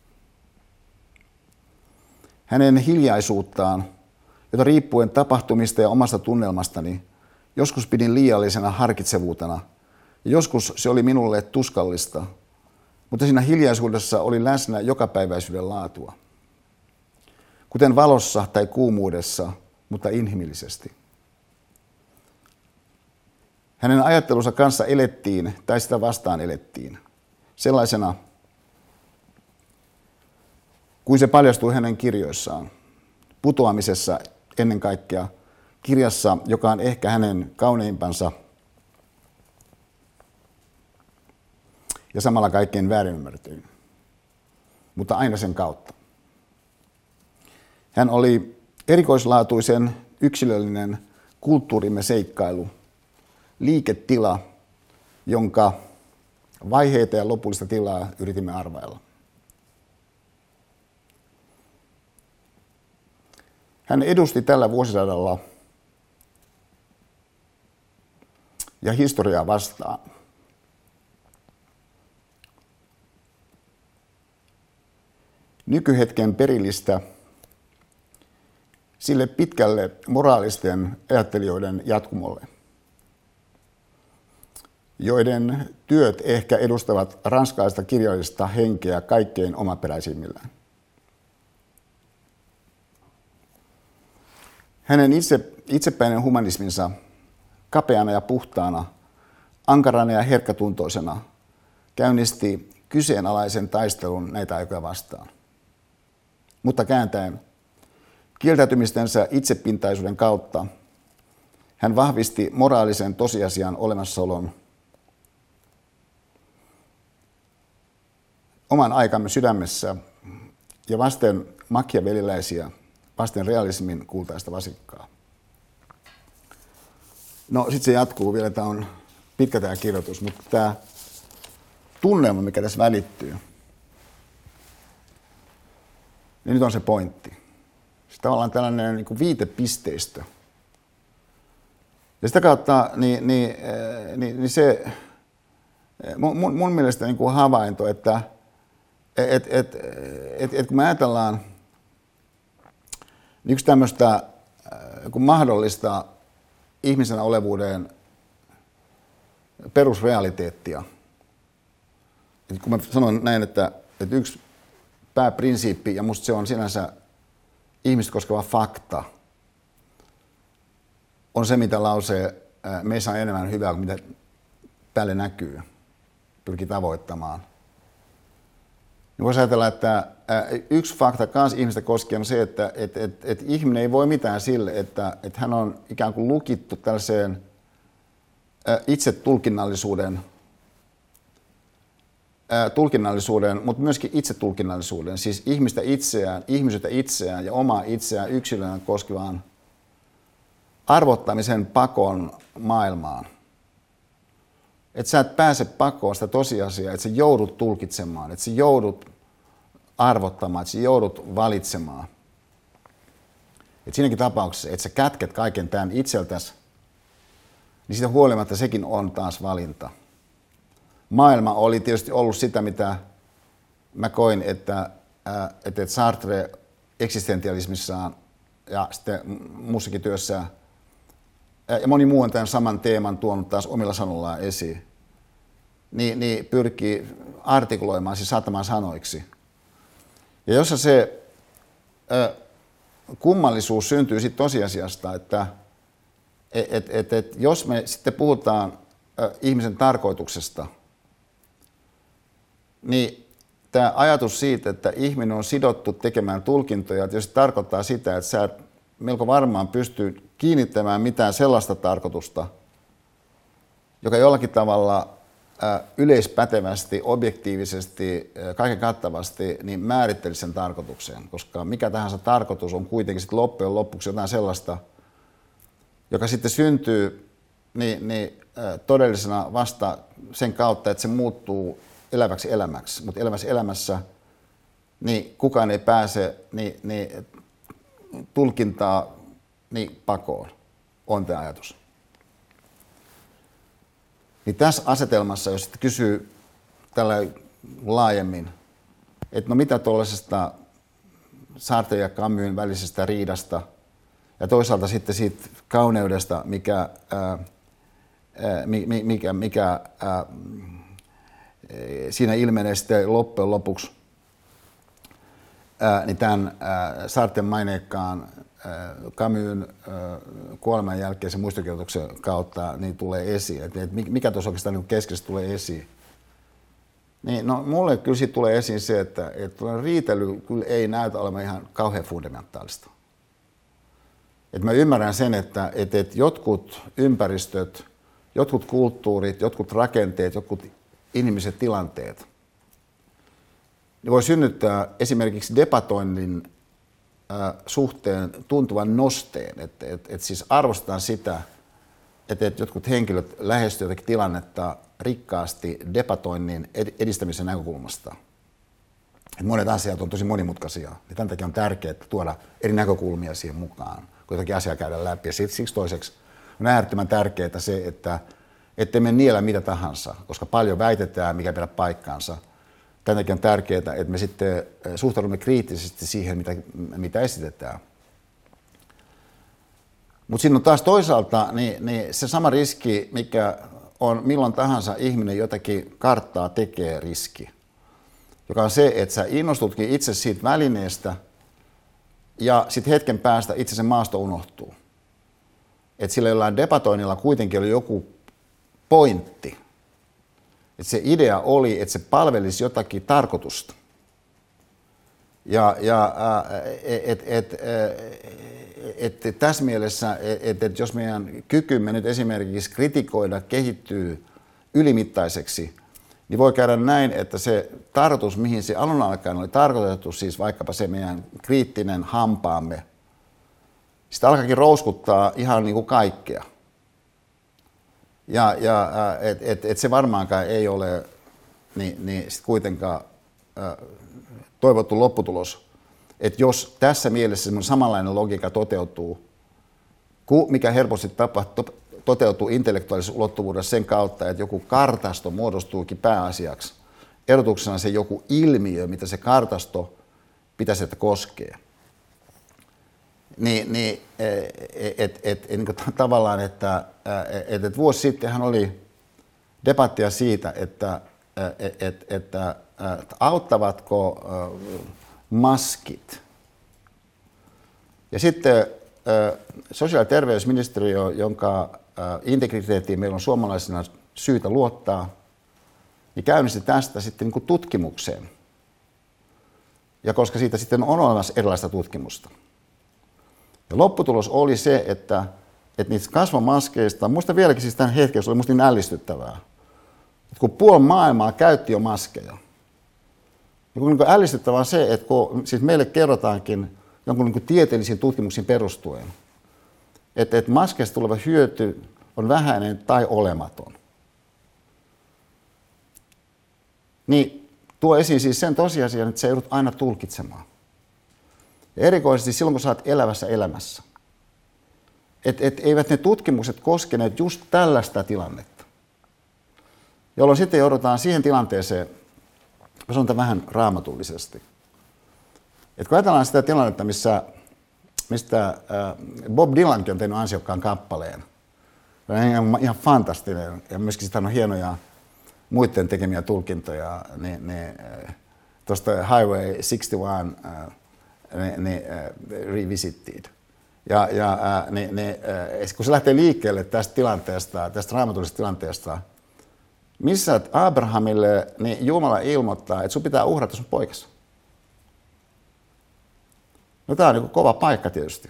Hänen hiljaisuuttaan, jota riippuen tapahtumista ja omasta tunnelmastani, joskus pidin liiallisena harkitsevuutena, ja joskus se oli minulle tuskallista, mutta siinä hiljaisuudessa oli läsnä jokapäiväisyyden laatua. Kuten valossa tai kuumuudessa, mutta inhimillisesti. Hänen ajattelunsa kanssa elettiin tai sitä vastaan elettiin. Sellaisena, kuin se paljastui hänen kirjoissaan. Putoamisessa ennen kaikkea, kirjassa, joka on ehkä hänen kauneimpansa ja samalla kaikkein väärinymmärretyin, mutta aina sen kautta. Hän oli erikoislaatuisen yksilöllinen kulttuurimme seikkailu, liiketila, jonka vaiheita ja lopullista tilaa yritimme arvailla. Hän edusti tällä vuosisadalla ja historiaa vastaan nykyhetken perillistä sille pitkälle moraalisten ajattelijoiden jatkumolle, joiden työt ehkä edustavat ranskalaista kirjallista henkeä kaikkein omaperäisimmillään. Hänen itsepäinen humanisminsa kapeana ja puhtaana, ankarana ja herkkätuntoisena käynnisti kyseenalaisen taistelun näitä aikoja vastaan. Mutta kääntäen kieltäytymistensä itsepintaisuuden kautta hän vahvisti moraalisen tosiasian olemassaolon oman aikamme sydämessä ja vasten machiavelliläisiä, vasten realismin kultaista vasikkaa. No sitten se jatkuu vielä, tämä on pitkä tämä kirjoitus, mutta tämä tunnelma, mikä tässä välittyy, niin nyt on se pointti. Se tavallaan tällainen niin kuin viitepisteistö. Ja sitä kautta niin se mun mielestä niin kuin havainto, että kun me ajatellaan yksi tämmöistä kun mahdollista ihmisen olevuuden perusrealiteettia. Et kun mä sanon näin, että yksi pääprinsiippi, ja musta se on sinänsä ihmistä koskeva fakta, on se, mitä lause meissä on enemmän hyvää kuin mitä päälle näkyy, pyrkii tavoittamaan. Niin voisi ajatella, että yksi fakta kans ihmistä koskien on se, että ihminen ei voi mitään sille, että hän on ikään kuin lukittu tällaiseen itsetulkinnallisuuden, mutta myöskin itsetulkinnallisuuden, siis ihmistä itseään, ihmisyyttä itseään ja omaa itseään yksilönä koskevaan arvottamisen pakon maailmaan. Että sä et pääse pakoon sitä tosiasiaa, että sä joudut tulkitsemaan, että sä joudut arvottamaan, että sä joudut valitsemaan. Että siinäkin tapauksessa, että sä kätket kaiken tämän itseltäsi, niin siitä huolimatta sekin on taas valinta. Maailma oli tietysti ollut sitä, mitä mä koin, että Sartre eksistentialismissaan ja sitten muussakin työssään ja moni muu on tämän saman teeman tuonut taas omilla sanollaan esiin, niin pyrkii artikuloimaan, siis saattamaan sanoiksi. Ja jossa se kummallisuus syntyy sitten tosiasiasta, että jos me sitten puhutaan ihmisen tarkoituksesta, niin tämä ajatus siitä, että ihminen on sidottu tekemään tulkintoja, tietysti tarkoittaa sitä, että sä melko varmaan pystyy kiinnittämään mitään sellaista tarkoitusta, joka jollakin tavalla yleispätevästi, objektiivisesti, kaiken kattavasti niin määrittelisi sen tarkoituksen, koska mikä tahansa tarkoitus on kuitenkin sitten loppujen lopuksi jotain sellaista, joka sitten syntyy todellisena vasta sen kautta, että se muuttuu eläväksi elämäksi, mutta elävässä elämässä niin kukaan ei pääse tulkintaa pakoon, on tämä ajatus. Niin tässä asetelmassa, jos sitten kysyy tällä laajemmin, että no mitä tuollaisesta Sartren ja Camusin välisestä riidasta ja toisaalta sitten siitä kauneudesta, mikä siinä ilmenee sitten loppujen lopuksi, niin tämän Sartren maineikkaan Camusin kuoleman jälkeisen muistokirjoituksen kautta niin tulee esiin. Et mikä tuossa oikeastaan niin keskeisesti tulee esiin? Niin, no, mulle kyllä siitä tulee esiin se, että riitely kyllä ei näytä olevan ihan kauhean fundamentaalista. Et mä ymmärrän sen, että jotkut ympäristöt, jotkut kulttuurit, jotkut rakenteet, jotkut inhimilliset tilanteet niin voi synnyttää esimerkiksi debatoinnin suhteen tuntuvan nosteen. Et siis arvostetaan sitä, että jotkut henkilöt lähestyvät jotakin tilannetta rikkaasti debatoinnin edistämisen näkökulmasta. Et monet asiat on tosi monimutkaisia, ja tämän takia on tärkeää tuoda eri näkökulmia siihen mukaan, kun jotakin asiaa käydään läpi. Ja siksi toiseksi on äärettömän tärkeää se, että emme niellä mitä tahansa, koska paljon väitetään, mikä pidä paikkaansa. Tämän takia on tärkeää, että me sitten suhtaudumme kriittisesti siihen, mitä esitetään. Mutta siinä on taas toisaalta niin se sama riski, mikä on milloin tahansa ihminen jotakin karttaa tekee riski, joka on se, että sä innostutkin itse siitä välineestä ja sitten hetken päästä itse se maasto unohtuu. Että sillä jollain debatoinnilla kuitenkin oli joku pointti. Että se idea oli, että se palvelisi jotakin tarkoitusta. Ja tässä mielessä, että jos meidän kykymme nyt esimerkiksi kritikoida kehittyy ylimittaiseksi, niin voi käydä näin, että se tarkoitus, mihin se alun alkaen oli tarkoitettu, siis vaikkapa se meidän kriittinen hampaamme, sitä alkaakin rouskuttaa ihan niin kuin kaikkea. Ja se varmaankaan ei ole niin sit kuitenkaan toivottu lopputulos. Että jos tässä mielessä samanlainen logiikka toteutuu, mikä helposti toteutuu intellektuaalisessa ulottuvuudessa sen kautta, että joku kartasto muodostuukin pääasiaksi, erotuksena se joku ilmiö, mitä se kartasto pitäisi, että koskee. Niin tavallaan, että vuosi sittenhän oli debattia siitä, että auttavatko maskit. Ja sitten sosiaali- ja terveysministeriö, jonka integriteettiin meillä on suomalaisina syytä luottaa, niin käynnisti tästä sitten niin kuin tutkimukseen. Ja koska siitä sitten on olemassa erilaista tutkimusta. Ja lopputulos oli se, että niistä kasvomaskeista, muista vieläkin siis tämän hetken, se oli musta niin ällistyttävää, että kun puoli maailmaa käytti jo maskeja, niin ällistyttävää on se, että kun siis meille kerrotaankin jonkun niin tieteellisiin tutkimuksiin perustuen, että maskeista tuleva hyöty on vähäinen tai olematon. Niin tuo esiin siis sen tosiasian, että sä joudut aina tulkitsemaan. Ja erikoisesti silloin, kun sä oot elävässä elämässä. Eivät ne tutkimukset koskeneet just tällaista tilannetta. Jolloin sitten joudutaan siihen tilanteeseen, mä sanon tämän vähän raamatullisesti. Et kun ajatellaan sitä tilannetta, mistä Bob Dylankin on tehnyt ansiokkaan kappaleen, ihan fantastinen, ja myöskin sitä on hienoja muiden tekemiä tulkintoja, tuosta Highway 61 Revisited. Kun se lähtee liikkeelle tästä tilanteesta, tästä raamatullisesta tilanteesta, missä Abrahamille niin Jumala ilmoittaa, että sun pitää uhrata sun poikas. No tämä on niin kova paikka tietysti.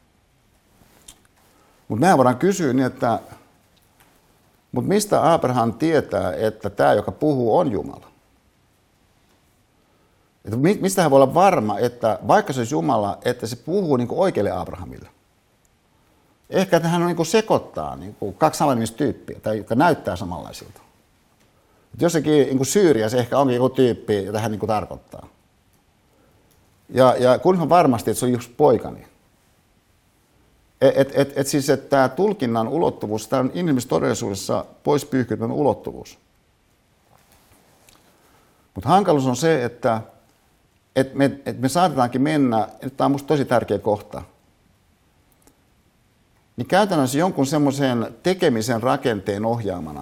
Mutta mehän voidaan kysyä niin, että mutta mistä Abraham tietää, että tämä, joka puhuu, on Jumala? Että mistä hän voi olla varma, että vaikka se olisi Jumala, että se puhuu niin kuin oikealle Abrahamille? Ehkä että hän on niin kuin sekoittaa niin kuin kaksi samanlaista tyyppiä, tai jotka näyttää samanlaisilta. Että jossakin niin kuin Syyriassa ehkä onkin joku tyyppi, jota hän niin kuin tarkoittaa. Ja kunhan varmasti, että se on just poikani. Siis, että tämä tulkinnan ulottuvuus, tämä on inhimillisessä todellisuudessa pois pyyhkytön ulottuvuus. Mutta hankaluus on se, että me saatetaankin mennä, tämä on minusta tosi tärkeä kohta, niin käytännössä jonkun semmoisen tekemisen rakenteen ohjaamana,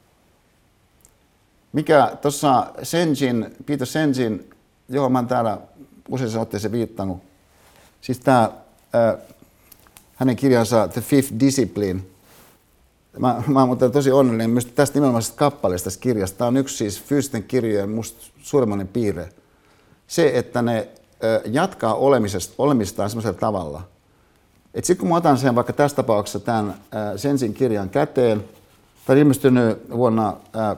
mikä tuossa Peter Senjin, johon mä täällä usein otteeseen viittanut, siis tämä hänen kirjansa The Fifth Discipline. Mä oon muuten tosi onnellinen myös tästä nimenomaisesta kappaleesta tässä kirjasta. Tämä on yksi siis fyysisten kirjojen musta suuremmoinen piirre. Se, että ne jatkaa olemistaan semmoisella tavalla, että sitten kun mä otan sen vaikka tässä tapauksessa tämän Senjin kirjan käteen, tämä on ilmestynyt vuonna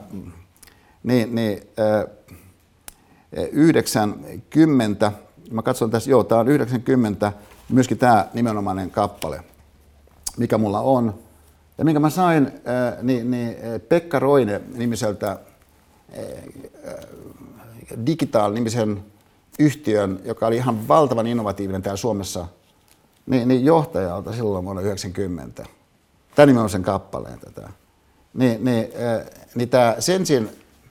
90, mä katson tässä, tämä on 90, myöskin tämä nimenomainen kappale, mikä mulla on. Ja minkä mä sain Pekka Roine nimiseltä Digital-nimisen yhtiön, joka oli ihan valtavan innovatiivinen täällä Suomessa, johtajalta silloin vuonna 90. Tämä nimenomaisen kappaleen tätä. Tämä Senjin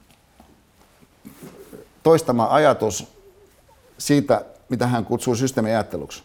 toistama ajatus siitä, mitä hän kutsuu systeemiajatteluksi,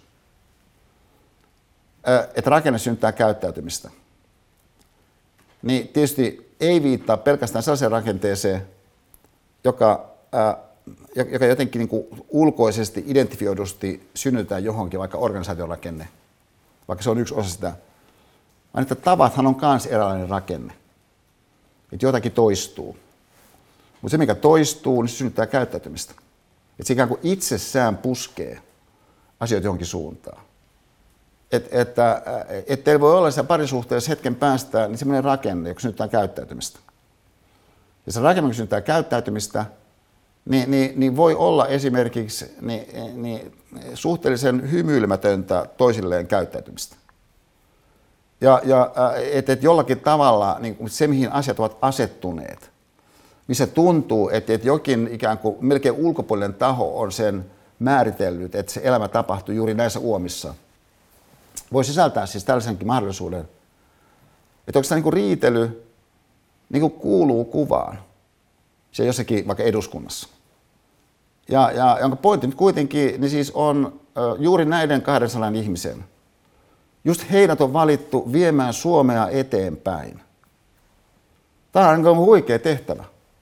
että rakenne synnyttää käyttäytymistä, niin tietysti ei viittaa pelkästään sellaiseen rakenteeseen, joka jotenkin niin kuin ulkoisesti identifioidusti synnytetään johonkin, vaikka organisaatiorakenne, vaikka se on yksi osa sitä, vaan että tavathan on myös erilainen rakenne, että jotakin toistuu. Mutta se, mikä toistuu, niin se synnyttää käyttäytymistä. Että se ikään kuin itsessään puskee asioita johonkin suuntaan. Että teillä voi olla siellä parisuhteessa hetken päästä niin sellainen rakenne, joka synnyttää käyttäytymistä. Ja se rakenne, joka synnyttää käyttäytymistä, niin voi olla esimerkiksi suhteellisen hymyilemätöntä toisilleen käyttäytymistä. Ja että jollakin tavalla niin se, mihin asiat ovat asettuneet, missä tuntuu, että jokin ikään kuin melkein ulkopuolinen taho on sen määritellyt, että se elämä tapahtuu juuri näissä uomissa, voi sisältää siis tällaisenkin mahdollisuuden, että onko tämä niin riitely niin kuuluu kuvaan se jossakin vaikka eduskunnassa. Ja jonka pointti nyt kuitenkin niin siis on juuri näiden 200 ihmisen. Just heidät on valittu viemään Suomea eteenpäin. Tämä on niin huikea tehtävä.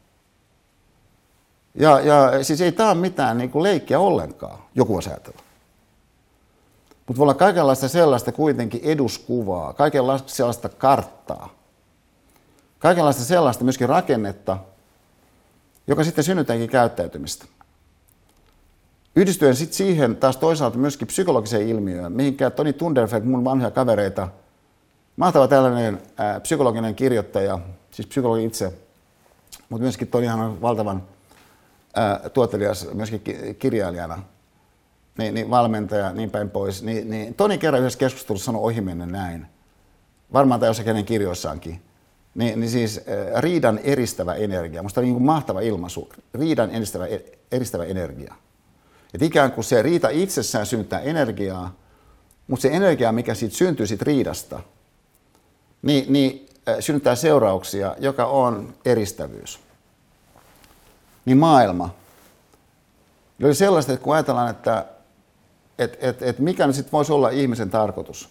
Ja siis ei tämä ole mitään niin kuin leikkiä ollenkaan, joku voisi ajatella. Mutta voi olla kaikenlaista sellaista kuitenkin eduskuvaa, kaikenlaista sellaista karttaa, kaikenlaista sellaista myöskin rakennetta, joka sitten synnyttääkin käyttäytymistä. Yhdistyen sitten siihen taas toisaalta myöskin psykologiseen ilmiöön, mihinkä Toni Thunderfeld, mun vanhoja kavereita, mahtava tällainen psykologinen kirjoittaja, siis psykologi itse, mutta myöskin Tonihan on valtavan tuottelias myöskin kirjailijana, niin valmentaja, niin päin pois. Niin Toni kerran yhdessä keskustelussa sanoi ohimennen näin, varmaan tai jossakin hänen kirjoissaankin, niin siis riidan eristävä energia. Musta on niin kuin mahtava ilmaisu, riidan eristävä energia. Että ikään kuin se riita itsessään synnyttää energiaa, mutta se energia, mikä siitä syntyy siitä riidasta, niin synnyttää seurauksia, joka on eristävyys. Niin maailma. Oli sellaista, että kun ajatellaan, että mikä nyt sitten voisi olla ihmisen tarkoitus,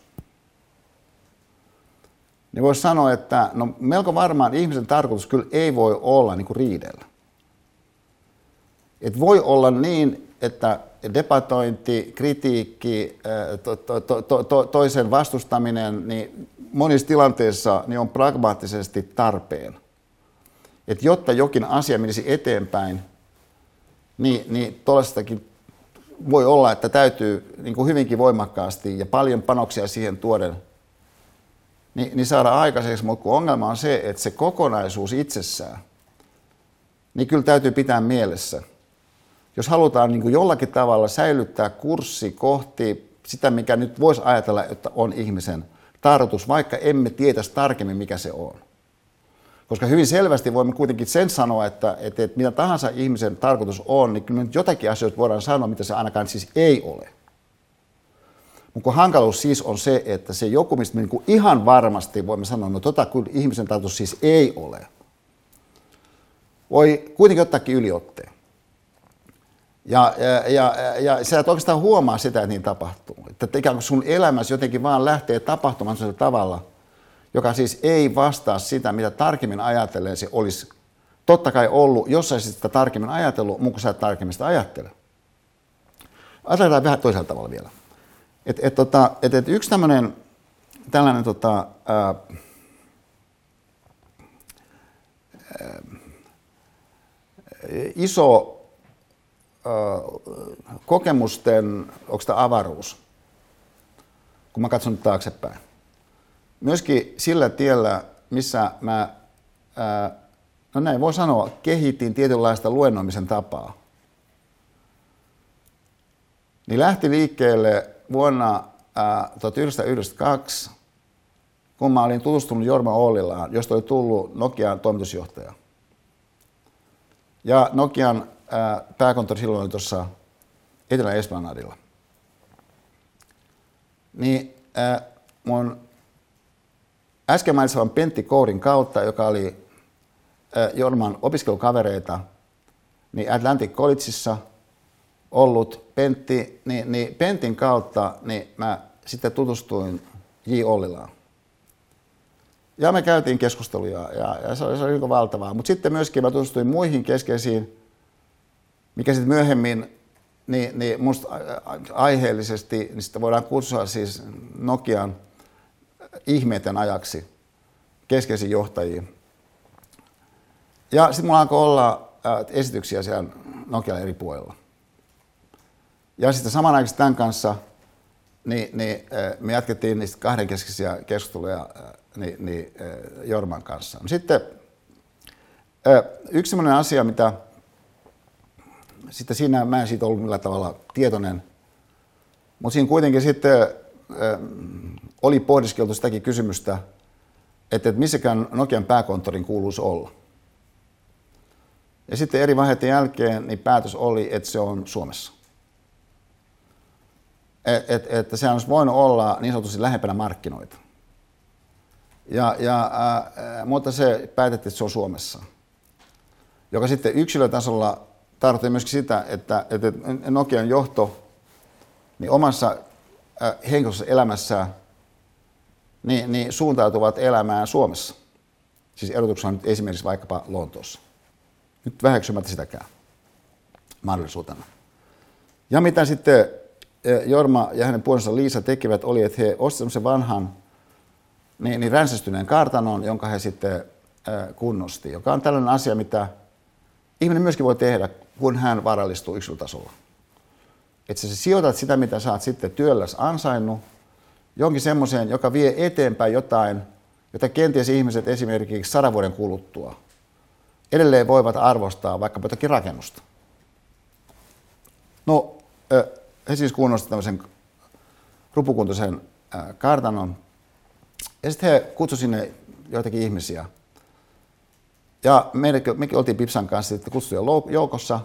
niin voisi sanoa, että no melko varmaan ihmisen tarkoitus kyllä ei voi olla niin kuin riidellä. Et voi olla niin, että debatointi, kritiikki, toisen vastustaminen, niin monissa tilanteissa niin on pragmaattisesti tarpeen. Että jotta jokin asia menisi eteenpäin, niin tuollaistakin voi olla, että täytyy niin kuin hyvinkin voimakkaasti ja paljon panoksia siihen tuoden, niin saada aikaiseksi, mutta kun ongelma on se, että se kokonaisuus itsessään, niin kyllä täytyy pitää mielessä. Jos halutaan niin kuin jollakin tavalla säilyttää kurssi kohti sitä, mikä nyt voisi ajatella, että on ihmisen tarkoitus, vaikka emme tietäisi tarkemmin, mikä se on. Koska hyvin selvästi voimme kuitenkin sen sanoa, että mitä tahansa ihmisen tarkoitus on, niin kyllä nyt jotakin asioita voidaan sanoa, mitä se ainakaan siis ei ole. Mutta hankaluus siis on se, että se joku, mistä me niin kuin ihan varmasti voimme sanoa, no kyllä ihmisen tarkoitus siis ei ole, voi kuitenkin ottaakin yliotteen. Ja sä et oikeastaan huomaa sitä, että niin tapahtuu. Että ikään kuin sun elämäsi jotenkin vaan lähtee tapahtumaan sellaisella tavalla, joka siis ei vastaa sitä, mitä tarkemmin ajatellen se olisi totta kai ollut, jos sä sitä tarkemmin ajatellut, mutta kun sä et tarkemmin sitä ajattele. Ajatellaan vähän toisella tavalla vielä. Yksi tällainen iso kokemusten, onko tämä avaruus, kun mä katson taaksepäin. Myöskin sillä tiellä, missä mä, no näin voi sanoa, kehitin tietynlaista luennoimisen tapaa. Niin lähti liikkeelle vuonna 1992, kun mä olin tutustunut Jorma Ollilaan, josta oli tullut Nokian toimitusjohtaja. Ja Nokian pääkonttori silloin oli tuossa Etelä-Esplanadilla. Niin mun äsken mainitsevan Pentti Kourin kautta, joka oli Jorman opiskelukavereita, niin Atlantic Collegeissa ollut Pentti, niin Pentin kautta niin mä sitten tutustuin J. Ollilaan. Ja me käytiin keskusteluja ja se oli niin valtavaa. Mutta sitten myöskin mä tutustuin muihin keskeisiin, mikä sitten myöhemmin, niin musta aiheellisesti, niin sitä voidaan kutsua siis Nokian ihmeiden ajaksi keskeisiin johtajiin. Ja sitten mulla alkoi olla esityksiä siellä Nokialla eri puolilla. Ja sitten samanaikaisesti tämän kanssa niin me jatkettiin niistä kahdenkeskisiä keskusteluja Jorman kanssa. Sitten yksi sellainen asia, mitä sitten siinä mä en siitä ollut millään tavalla tietoinen, mutta siinä kuitenkin sitten oli pohdiskeltu sitäkin kysymystä, että missäkään Nokian pääkonttorin kuuluisi olla. Ja sitten eri vaiheiden jälkeen niin päätös oli, että se on Suomessa. Että se olisi voinut olla niin sanotusti lähempänä markkinoita. Mutta se päätettiin, että se on Suomessa. Joka sitten yksilötasolla tarkoitti myöskin sitä, että Nokian johto niin omassa henkilössä elämässään niin suuntautuvat elämään Suomessa. Siis erotuksena nyt esimerkiksi vaikkapa Lontoossa. Nyt väheksymättä sitäkään mahdollisuutena. Ja mitä sitten Jorma ja hänen puolensa Liisa tekivät oli, että he ostivat semmoisen vanhan niin ränsästyneen kartanon, jonka he sitten kunnosti, joka on tällainen asia, mitä ihminen myöskin voi tehdä, kun hän varallistuu yksilötasolla. Että sä sijoitat sitä, mitä sä oot sitten työlläs ansainnut, jonkin semmoiseen, joka vie eteenpäin jotain, jota kenties ihmiset esimerkiksi 100 vuoden kuluttua edelleen voivat arvostaa vaikkapa jotakin rakennusta. No, he siis kunnostivat tämmöisen rupukuntoisen kartanon. Ja sitten he kutsuivat sinne joitakin ihmisiä. Ja mekin oltiin Pipsan kanssa sitten kutsujen joukossa.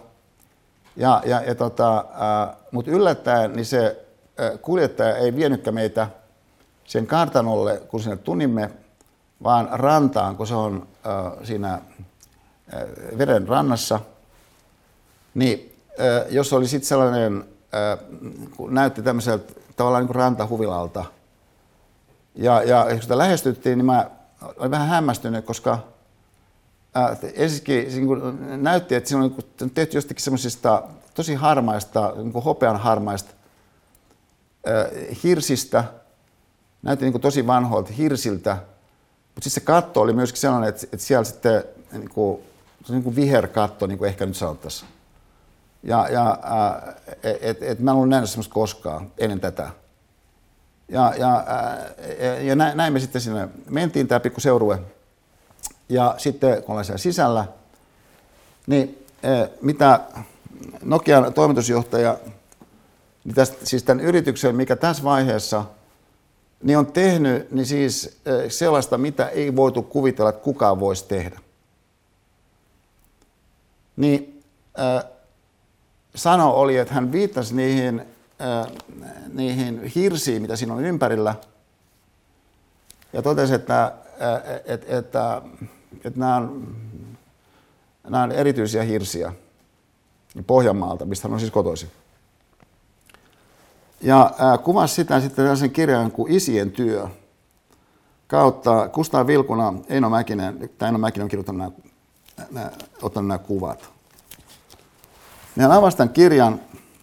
Mutta yllättäen niin se kuljettaja ei vienytkään meitä sen kartanolle, kun sinne tunnimme, vaan rantaan, kun se on siinä veden rannassa. Niin, jos oli sitten sellainen, näytti tämmöiseltä tavallaan niin kuin rantahuvilalta. Ja kun sitä lähestyttiin, niin mä olin vähän hämmästynyt, koska ensinnäkin näytti, että siinä on tehty jostakin semmoisista tosi harmaista, niin kuin hopeanharmaista hirsistä. Näytti niin kuin tosi vanhoilta hirsiltä, mutta sitten se katto oli myöskin sellainen, että siellä sitten niin kuin viherkatto, niin kuin ehkä nyt sanottaisiin. Mä en ollut nähnyt semmoista koskaan ennen tätä. Ja näin me sitten sinne mentiin, tämä pikku seurue. Ja sitten kun ollaan siellä sisällä, niin mitä Nokian toimitusjohtaja, niin siis tämän yrityksen, mikä tässä vaiheessa niin on tehnyt, niin siis sellaista, mitä ei voitu kuvitella, että kukaan voisi tehdä. Niin sano oli, että hän viittasi niihin niihin hirsiin, mitä siinä on ympärillä, ja totesi, että nämä on erityisiä hirsiä Pohjanmaalta, mistä hän on siis kotoisin. Ja kuvasi sitä sitten tällaisen kirjan kuin Isien työ kautta Kustaa Vilkuna, Eino Mäkinen on kirjoittanut ottanut nämä kuvat. Hän avasi tämän kirjan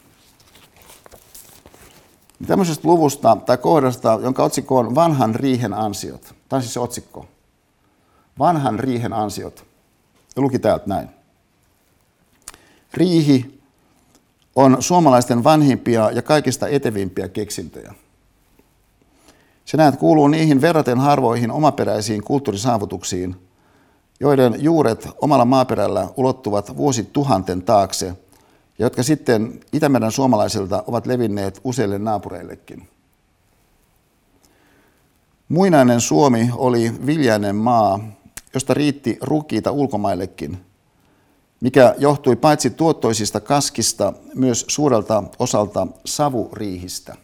tämmöisestä luvusta tai kohdasta, jonka otsikko on Vanhan riihen ansiot. Tämä on siis se otsikko. Vanhan riihen ansiot. Ja luki täältä näin. Riihi on suomalaisten vanhimpia ja kaikista etevimpiä keksintöjä. Se näet kuuluu niihin verraten harvoihin omaperäisiin kulttuurisaavutuksiin, joiden juuret omalla maaperällä ulottuvat vuosituhanten taakse, ja jotka sitten Itämeren suomalaisilta ovat levinneet useille naapureillekin. Muinainen Suomi oli viljainen maa, josta riitti rukiita ulkomaillekin, mikä johtui paitsi tuottoisista kaskista, myös suurelta osalta savuriihistä.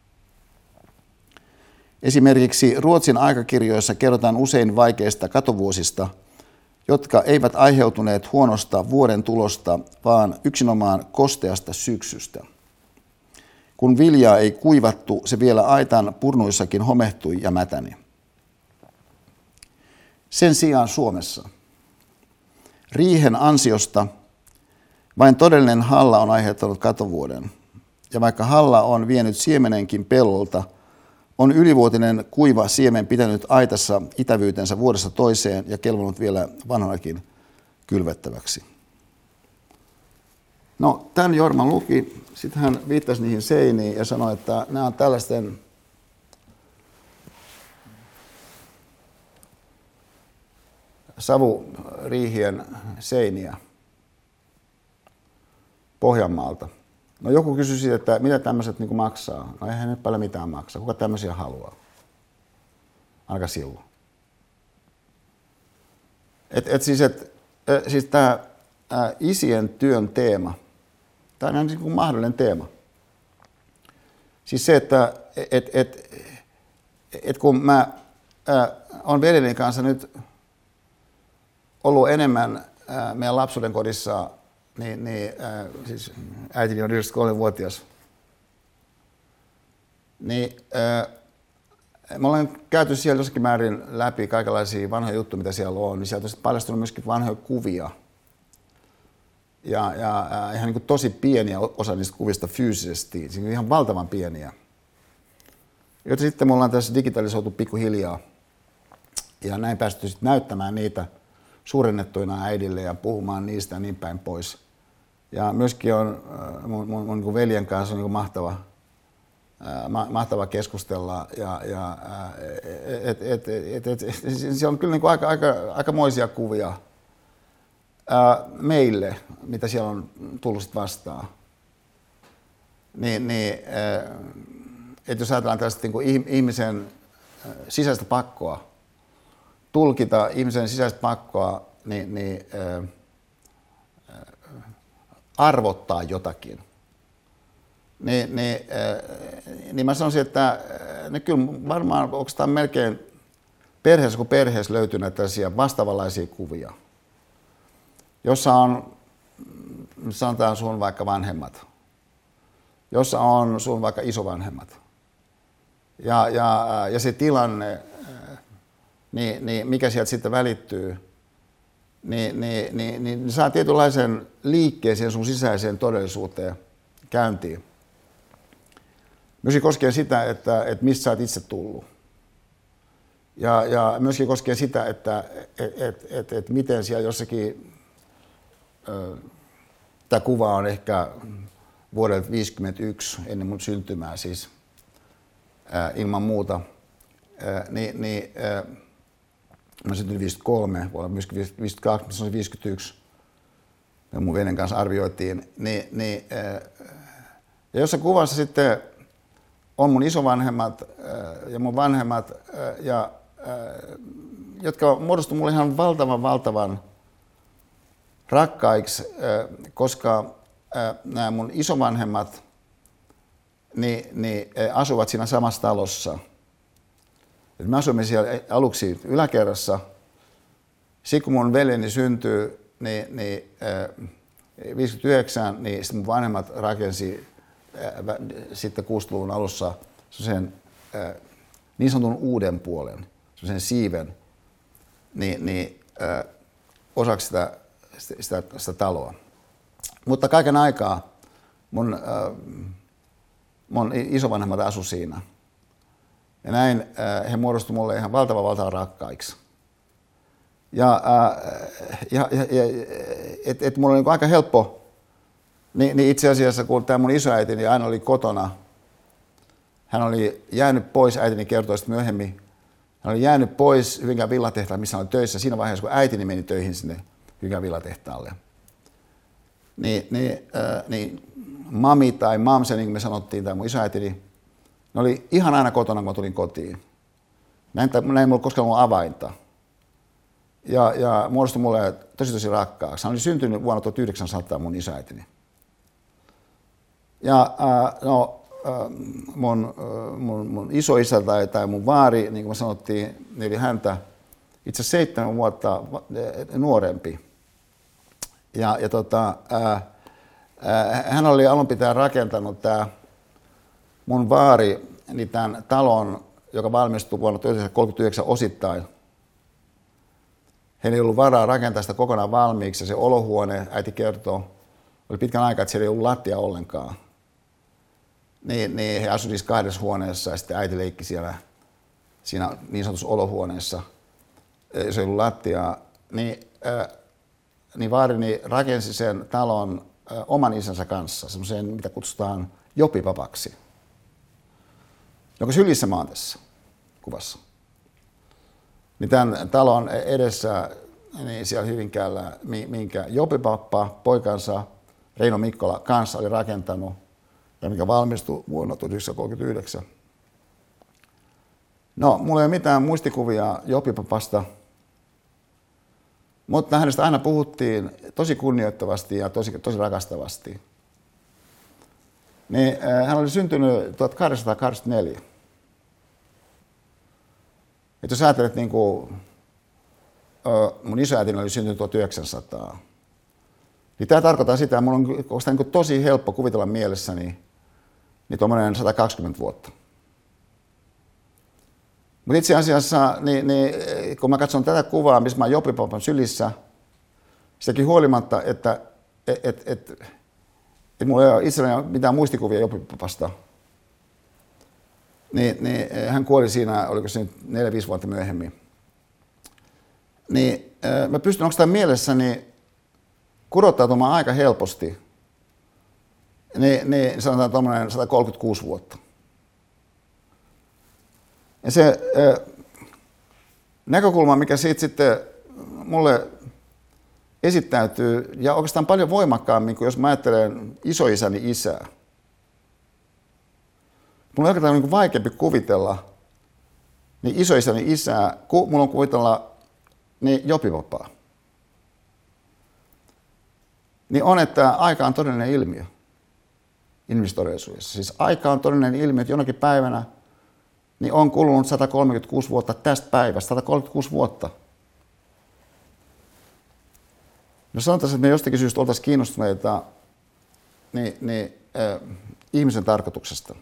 Esimerkiksi Ruotsin aikakirjoissa kerrotaan usein vaikeista katovuosista, jotka eivät aiheutuneet huonosta vuoden tulosta, vaan yksinomaan kosteasta syksystä. Kun viljaa ei kuivattu, se vielä aitan purnuissakin homehtui ja mätäni. Sen sijaan Suomessa riihen ansiosta vain todellinen halla on aiheuttanut katovuoden. Ja vaikka halla on vienyt siemenenkin pellolta, on ylivuotinen kuiva siemen pitänyt aitassa itävyytensä vuodesta toiseen ja kelvannut vielä vanhanakin kylvettäväksi. No, tämän Jorma luki. Sitten hän viittasi niihin seiniin ja sanoi, että nämä on tällaisten savuriihien seiniä Pohjanmaalta. No joku kysyi siitä, että mitä tämmöiset niin kuin maksaa. No eihän nyt paljon mitään maksaa. Kuka tämmöisiä haluaa? Aika silloin. Siis tämä isien työn teema, tämä on niin kuin mahdollinen teema. Siis se, että kun mä olen veljeni kanssa nyt ollut enemmän meidän lapsuuden kodissa, siis äitini on 93-vuotias, niin me ollaan käyty siellä jossakin määrin läpi kaikenlaisia vanhoja juttuja, mitä siellä on, niin sieltä on paljastunut myöskin vanhoja kuvia. Ja ihan niin kuin tosi pieniä osa niistä kuvista fyysisesti, siis ihan valtavan pieniä. Joita sitten me ollaan tässä digitalisoitu pikkuhiljaa ja näin päästy sitten näyttämään niitä suurennettuina äidille ja puhumaan niistä ja niin päin pois. Ja myöskin on mun niin veljen kanssa on niin mahtava keskustella. Se on kyllä niin kuin aikamoisia kuvia meille, mitä siellä on tullut sit vastaan. Että jos ajatellaan tällaista niin kuin ihmisen sisäistä pakkoa, tulkita ihmisen sisäistä pakkoa, niin arvottaa jotakin. Niin mä sanoisin, että ne kyllä varmaan oikeastaan melkein perheessä kuin perheessä löytyy näitä tällaisia vastaavanlaisia kuvia, jossa on, sanotaan sun vaikka vanhemmat, jossa on sun vaikka isovanhemmat. Ja se tilanne, niin mikä sieltä sitten välittyy, niin saa tietynlaisen liikkeeseen sun sisäiseen todellisuuteen käyntiin. Myöskin koskee sitä, että mistä sä oot itse tullut. Ja myöskin koskee sitä, että miten siellä jossakin, tämä kuva on ehkä vuodelta 1951 ennen mun syntymää siis ilman muuta, mä syntyin 53, voi olla myöskin 52, mutta se on 51, ja mun veljen kanssa arvioitiin, ja jossain kuvassa sitten on mun isovanhemmat ja mun vanhemmat, jotka muodostuivat mulle ihan valtavan rakkaiksi, koska nämä mun isovanhemmat asuvat siinä samassa talossa. Et me asuimme siellä aluksi yläkerrassa. Sitten kun mun veljeni syntyi, 59, niin sitten mun vanhemmat rakensi sitten 60-luvun alussa sen niin sanotun uuden puolen, sen siiven, osaksi sitä taloa. Mutta kaiken aikaa mun isovanhemmat asu siinä. Ja näin he muodostuivat mulle ihan valtavan rakkaiksi. Et mulla oli niin aika helppo, niin itse asiassa kun tämä mun isoäitini aina oli kotona, hän oli jäänyt pois, äitini kertoi sitten myöhemmin, hän oli jäänyt pois Hyvinkään villatehtaalle, missä hän oli töissä siinä vaiheessa, kun äitini meni töihin sinne Hyvinkään villatehtaalle. Niin mami tai mamse, niin kuin me sanottiin, tai mun isoäitini, ne oli ihan aina kotona, kun mä tulin kotiin. Näin ei mulla koskaan ollut avainta. Ja muodostui mulle tosi rakkaaksi. Hän oli syntynyt vuonna 1900 mun isoäitini. Ja mun isoisä tai mun vaari, niin kuin me sanottiin, niin oli häntä itse 7 vuotta nuorempi. Hän oli alun pitäen rakentanut tämä mun vaari niin tämän talon, joka valmistui vuonna 1939 osittain. Heillä ei ollut varaa rakentaa sitä kokonaan valmiiksi ja se olohuone, äiti kertoo, oli pitkän aikaa, että siellä ei ollut lattia ollenkaan. Niin he asuivat siis 2 huoneessa ja sitten äiti leikki siinä niin sanotussa olohuoneessa. Se ei ollut lattiaa. Niin vaarini rakensi sen talon oman isänsä kanssa, semmoisen mitä kutsutaan jopipapaksi, joka sylissä maan tässä kuvassa. Niin tämän talon edessä niin siellä Hyvinkäällä, minkä jopipappa poikansa Reino Mikkola kanssa oli rakentanut ja mikä valmistui vuonna 1939. No, mulla ei ole mitään muistikuvia jopipapasta, mutta hänestä aina puhuttiin tosi kunnioittavasti ja tosi rakastavasti. Niin, hän oli syntynyt 1884. Et jos ajattelet, niin kuin mun isoäitini oli syntynyt 1900, niin tämä tarkoittaa sitä, että mun on niin tosi helppo kuvitella mielessäni niin tuommoinen 120 vuotta. Mutta itse asiassa, kun mä katson tätä kuvaa, missä mä oon jopipapan sylissä, sitäkin huolimatta, että mulla ei ole itselläni mitään muistikuvia jopipapasta, niin hän kuoli siinä, oliko se nyt 4-5 vuotta myöhemmin. Niin mä pystyn oikeastaan mielessäni kurottautumaan aika helposti, niin sanotaan tuommoinen 136 vuotta. Ja se näkökulma, mikä siitä sitten mulle esittäytyy, ja oikeastaan paljon voimakkaammin kuin jos mä ajattelen isoisäni isää. Mulla on oikeastaan niin vaikeampi kuvitella niin isoisäni isää, kun mulla on kuvitella niin jopipapaa. Niin on, että aika on todellinen ilmiö ihmistodellisuudessa. Siis aika on todellinen ilmiö, että jonakin päivänä niin on kulunut 136 vuotta tästä päivästä, 136 vuotta. No sanotaan, että me jostakin syystä oltaisiin kiinnostuneita ihmisen tarkoituksesta.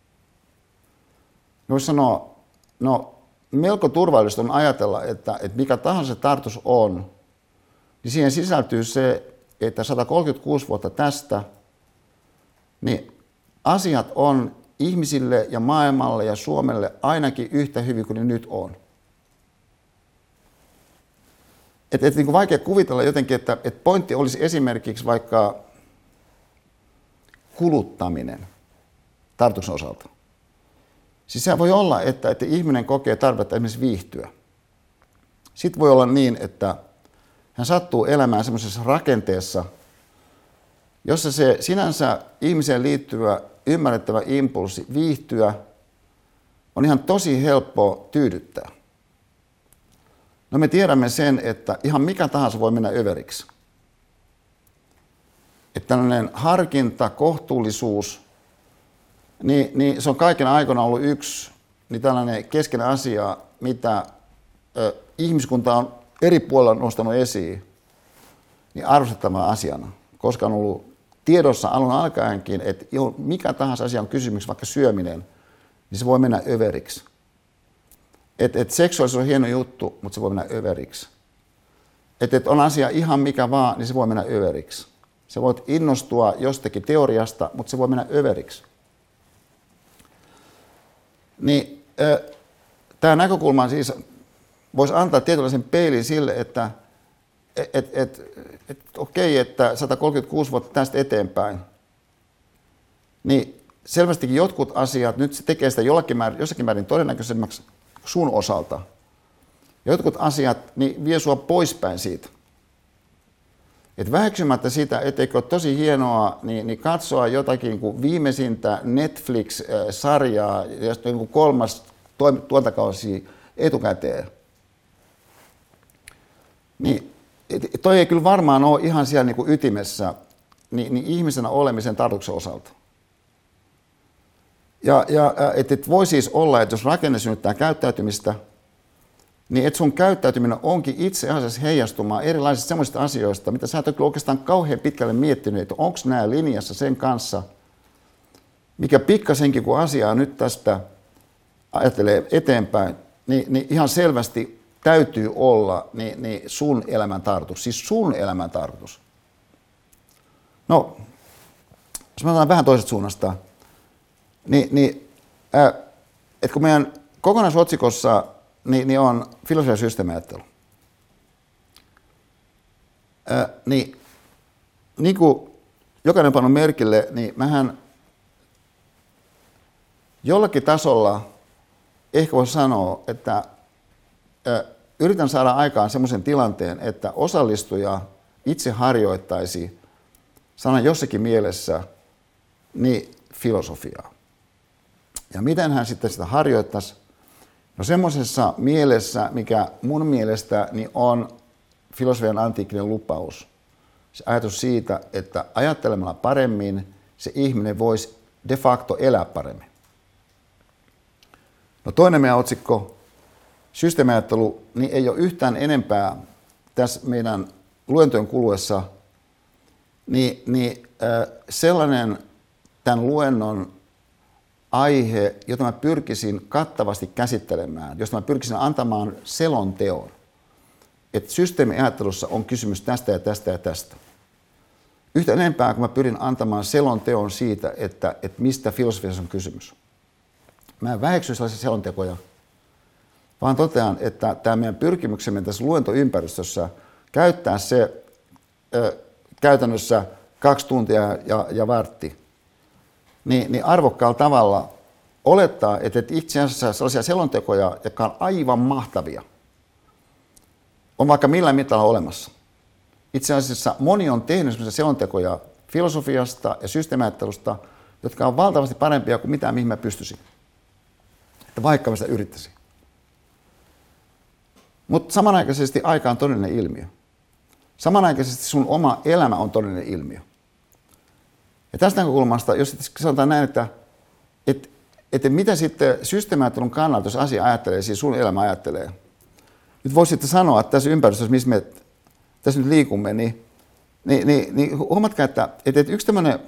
Voisi sanoa, no melko turvallista on ajatella, että mikä tahansa se tarkoitus on, niin siihen sisältyy se, että 136 vuotta tästä, niin asiat on ihmisille ja maailmalle ja Suomelle ainakin yhtä hyvin kuin ne nyt on. Niin kuin vaikea kuvitella jotenkin, että pointti olisi esimerkiksi vaikka kuluttaminen tarkoituksen osalta. Siis se voi olla, että ihminen kokee tarvetta esimerkiksi viihtyä. Sitten voi olla niin, että hän sattuu elämään semmoisessa rakenteessa, jossa se sinänsä ihmiseen liittyvä ymmärrettävä impulssi viihtyä on ihan tosi helppo tyydyttää. No me tiedämme sen, että ihan mikä tahansa voi mennä överiksi. Että tällainen harkinta, kohtuullisuus niin se on kaiken aikana ollut yksi niin tällainen keskeinen asia, mitä ihmiskunta on eri puolilla nostanut esiin niin arvostettavana asiana, koska on ollut tiedossa alun alkaenkin, että mikä tahansa asia on kysymys, vaikka syöminen, niin se voi mennä överiksi. Et seksuaalisuus on hieno juttu, mutta se voi mennä överiksi. Et on asia ihan mikä vaan, niin se voi mennä överiksi. Se voit innostua jostakin teoriasta, mutta se voi mennä överiksi. Niin, tämä näkökulma siis voisi antaa tietynlaisen peilin sille, että okei, että 136 vuotta tästä eteenpäin, niin selvästikin jotkut asiat, nyt se tekee sitä jossakin määrin todennäköisemmäksi sun osalta. Jotkut asiat niin vie sua poispäin siitä. Et väheksymättä sitä, etteikö ole tosi hienoa niin katsoa jotakin niin kuin viimeisintä Netflix-sarjaa, josta niin kuin 3. tuotantokausi etukäteen. Niin, toi ei kyllä varmaan ole ihan siellä niin kuin ytimessä niin ihmisenä olemisen tarkoituksen osalta. Ja et voi siis olla, että jos rakenne synnyttää käyttäytymistä, niin että sun käyttäytyminen onkin itse asiassa heijastumaan erilaisista sellaisista asioista, mitä sä et ole kyllä oikeastaan kauhean pitkälle miettinyt, että onko nämä linjassa sen kanssa, mikä pikkasenkin kun asiaa nyt tästä ajattelee eteenpäin, niin ihan selvästi täytyy olla niin sun elämän tarkoitus, siis sun elämän tarkoitus. No, jos me otetaan vähän toisesta suunnasta, että kun meidän kokonaisotsikossa niin on filosofia ja systeemiajattelu. Niin kuin jokainen pannut merkille, niin mähän jollakin tasolla ehkä voisi sanoa, että yritän saada aikaan semmoisen tilanteen, että osallistuja itse harjoittaisi sanan jossakin mielessä niin filosofiaa. Ja miten hän sitten sitä harjoittaisi? No semmoisessa mielessä, mikä mun mielestä niin on filosofian antiikkinen lupaus. Se ajatus siitä, että ajattelemalla paremmin se ihminen voisi de facto elää paremmin. No toinen meidän otsikko, systeemiajattelu, niin ei ole yhtään enempää tässä meidän luentojen kuluessa sellainen tämän luennon aihe, jota mä pyrkisin kattavasti käsittelemään, josta mä pyrkisin antamaan selonteon, että systeemiajattelussa on kysymys tästä ja tästä ja tästä. Yhtä enempää, kun mä pyrin antamaan selonteon siitä, että mistä filosofiassa on kysymys. Mä en väheksy sellaisia selontekoja, vaan totean, että tämä meidän pyrkimyksemme tässä luentoympäristössä käyttää se käytännössä 2 tuntia ja vartti, niin arvokkaalla tavalla olettaa, että itse asiassa sellaisia selontekoja, jotka on aivan mahtavia, on vaikka millään mitalla olemassa. Itse asiassa moni on tehnyt sellaisia selontekoja filosofiasta ja systeemiajattelusta, jotka on valtavasti parempia kuin mitään, mihin mä pystyisin. Että vaikka mä sitä yrittäisin. Mutta samanaikaisesti aika on todellinen ilmiö. Samanaikaisesti sun oma elämä on todellinen ilmiö. Ja tästä näkökulmasta, jos sanotaan näin, että mitä sitten systeemiajattelun kannalta, jos asia ajattelee, siis sun elämä ajattelee. Nyt voisi sitten sanoa, että tässä ympäristössä, missä me tässä nyt liikumme, niin huomatkaa, että yksi tämmöinen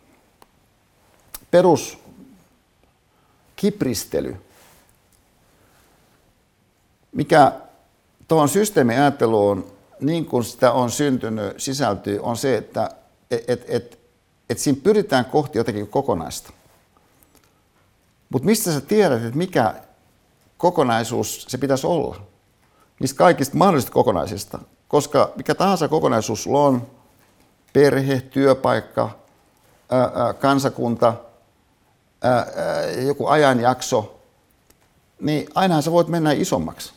peruskipristely, mikä tuohon systeemiajatteluun, niin kuin sitä on syntynyt, sisältyy, on se, että siinä pyritään kohti jotakin kokonaista. Mutta mistä sä tiedät, että mikä kokonaisuus se pitäisi olla? Niistä kaikista mahdollisista kokonaisista. Koska mikä tahansa kokonaisuus sulla on, perhe, työpaikka, kansakunta, joku ajanjakso, niin ainahan sä voit mennä isommaksi.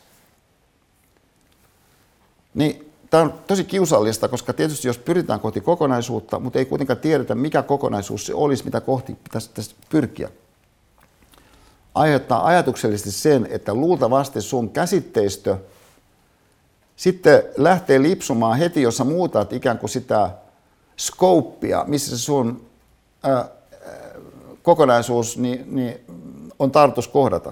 Niin tämä on tosi kiusallista, koska tietysti jos pyritään kohti kokonaisuutta, mutta ei kuitenkaan tiedetä, mikä kokonaisuus se olisi, mitä kohti pitäisi pyrkiä. Aiheuttaa ajatuksellisesti sen, että luultavasti sun käsitteistö sitten lähtee lipsumaan heti, jos sä muutat ikään kuin sitä skouppia, missä se sun kokonaisuus niin on tarkoitus kohdata.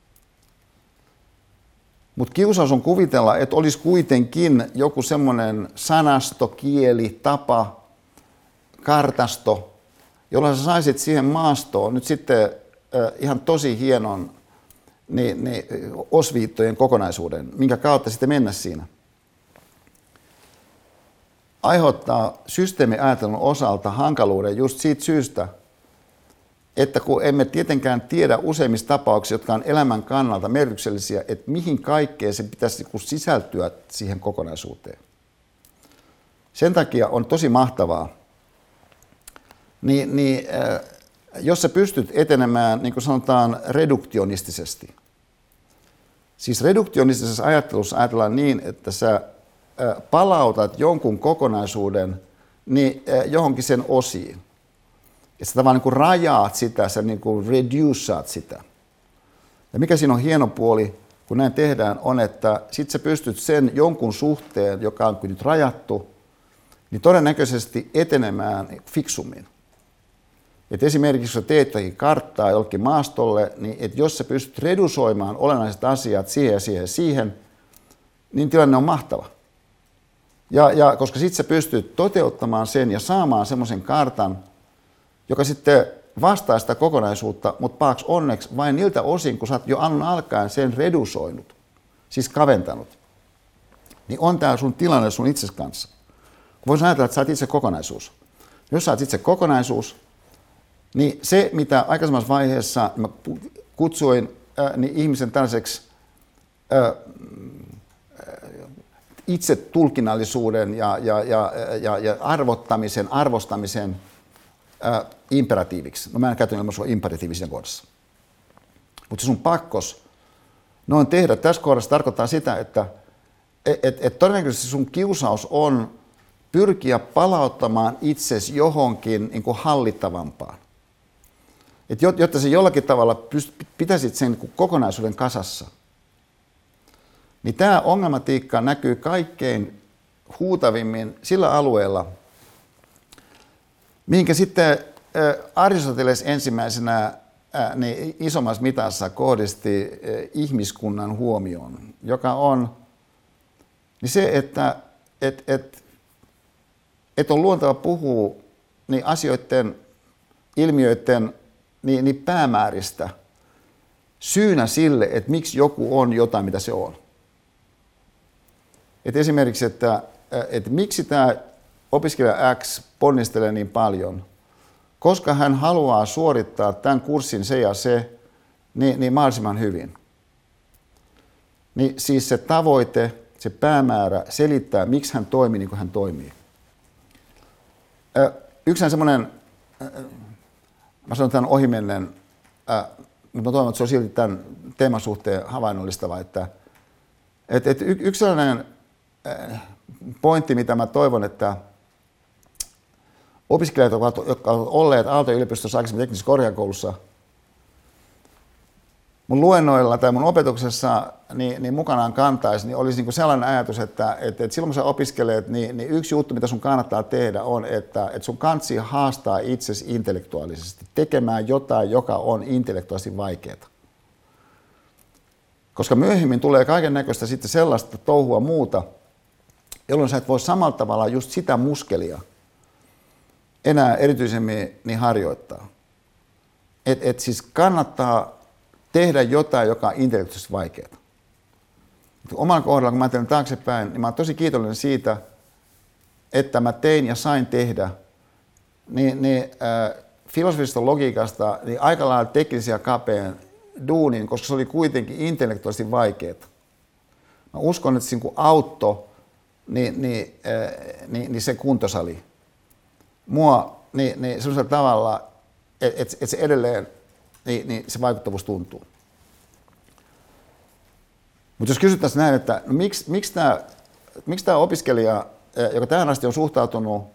Mutta kiusaus on kuvitella, että olisi kuitenkin joku semmoinen sanasto, kieli, tapa, kartasto, jolla sä saisit siihen maastoon nyt sitten ihan tosi hienon osviittojen kokonaisuuden, minkä kautta sitten mennä siinä. Aiheuttaa systeemiajattelun osalta hankaluuden just siitä syystä, että kun emme tietenkään tiedä useimmissa tapauksissa, jotka on elämän kannalta merkityksellisiä, että mihin kaikkeen se pitäisi sisältyä siihen kokonaisuuteen. Sen takia on tosi mahtavaa, jos sä pystyt etenemään, niin kuin sanotaan, reduktionistisesti. Siis reduktionistisessa ajattelussa ajatellaan niin, että sä palautat jonkun kokonaisuuden johonkin sen osiin. Ja sä tavallaan niin kuin rajaat sitä, sä niin kuin reduceat sitä. Ja mikä siinä on hieno puoli, kun näin tehdään, on, että sit sä pystyt sen jonkun suhteen, joka on nyt rajattu, niin todennäköisesti etenemään fiksummin. Et esimerkiksi jos teet jotakin karttaa jollekin maastolle, niin että jos sä pystyt redusoimaan olennaiset asiat siihen ja siihen ja siihen, niin tilanne on mahtava. Ja koska sitten sä pystyt toteuttamaan sen ja saamaan semmoisen kartan, joka sitten vastaa sitä kokonaisuutta, mutta paaks onneksi vain niiltä osin, kun sä oot jo alun alkaen sen redusoinut, siis kaventanut, niin on tää sun tilanne sun itses kanssa. Voisi ajatella, että sä oot itse kokonaisuus. Jos sä oot itse kokonaisuus, niin se, mitä aikaisemmassa vaiheessa mä kutsuin niin ihmisen tällaiseksi itse tulkinnallisuuden ja arvostamisen imperatiiviksi. No mä en käytä ilmaisua imperatiivisen kohdassa. Mutta se sun pakkos noin tehdä tässä kohdassa tarkoittaa sitä, että todennäköisesti sun kiusaus on pyrkiä palauttamaan itsesi johonkin niin kuin hallittavampaan. Jotta se jollakin tavalla pitäisit sen kokonaisuuden kasassa. Niin tämä ongelmatiikka näkyy kaikkein huutavimmin sillä alueella, mihinkä sitten Aristoteles ensimmäisenä niin isommassa mitassa kohdisti ihmiskunnan huomioon, joka on niin se, että on luonteva puhua niin asioiden, ilmiöiden niin päämääristä syynä sille, että miksi joku on jotain, mitä se on. Et esimerkiksi, että miksi tämä opiskelija X ponnistelee niin paljon, koska hän haluaa suorittaa tämän kurssin se ja se niin mahdollisimman hyvin. Niin siis se tavoite, se päämäärä selittää, miksi hän toimii niin kuin hän toimii. Yksi semmoinen, mä sanon tämän ohimennen, mutta mä toivon, että se on silti tämän teeman suhteen havainnollistava, että yksi sellainen pointti, mitä mä toivon, että opiskelijat, jotka ovat olleet Aalto-yliopistossa aikaisemmin teknisessä korkeakoulussa, mun luennoilla tai mun opetuksessa niin mukanaan kantaisi, niin olisi niin kuin sellainen ajatus, että silloin kun sä opiskelet, niin yksi juttu, mitä sun kannattaa tehdä, on, että sun kansi haastaa itsesi intellektuaalisesti tekemään jotain, joka on intellektuaalisesti vaikeaa. Koska myöhemmin tulee kaiken näköistä sitten sellaista touhua muuta, jolloin sä et voi samalla tavalla just sitä muskelia enää erityisemmin niin harjoittaa. Et siis kannattaa tehdä jotain, joka on intellektuaalisesti vaikeaa. Omalla kohdalla, kun mä ajattelen taaksepäin, niin mä oon tosi kiitollinen siitä, että mä tein ja sain tehdä filosofisesta logiikasta niin aika lailla teknisiä kapeen duunin, koska se oli kuitenkin intellektuaalisesti vaikeaa. Mä uskon, että se auttoi se kuntosali mua sellaisella tavalla, että se edelleen se vaikuttavuus tuntuu. Mutta jos kysyttäisiin näin, että no miksi tämä opiskelija, joka tähän asti on suhtautunut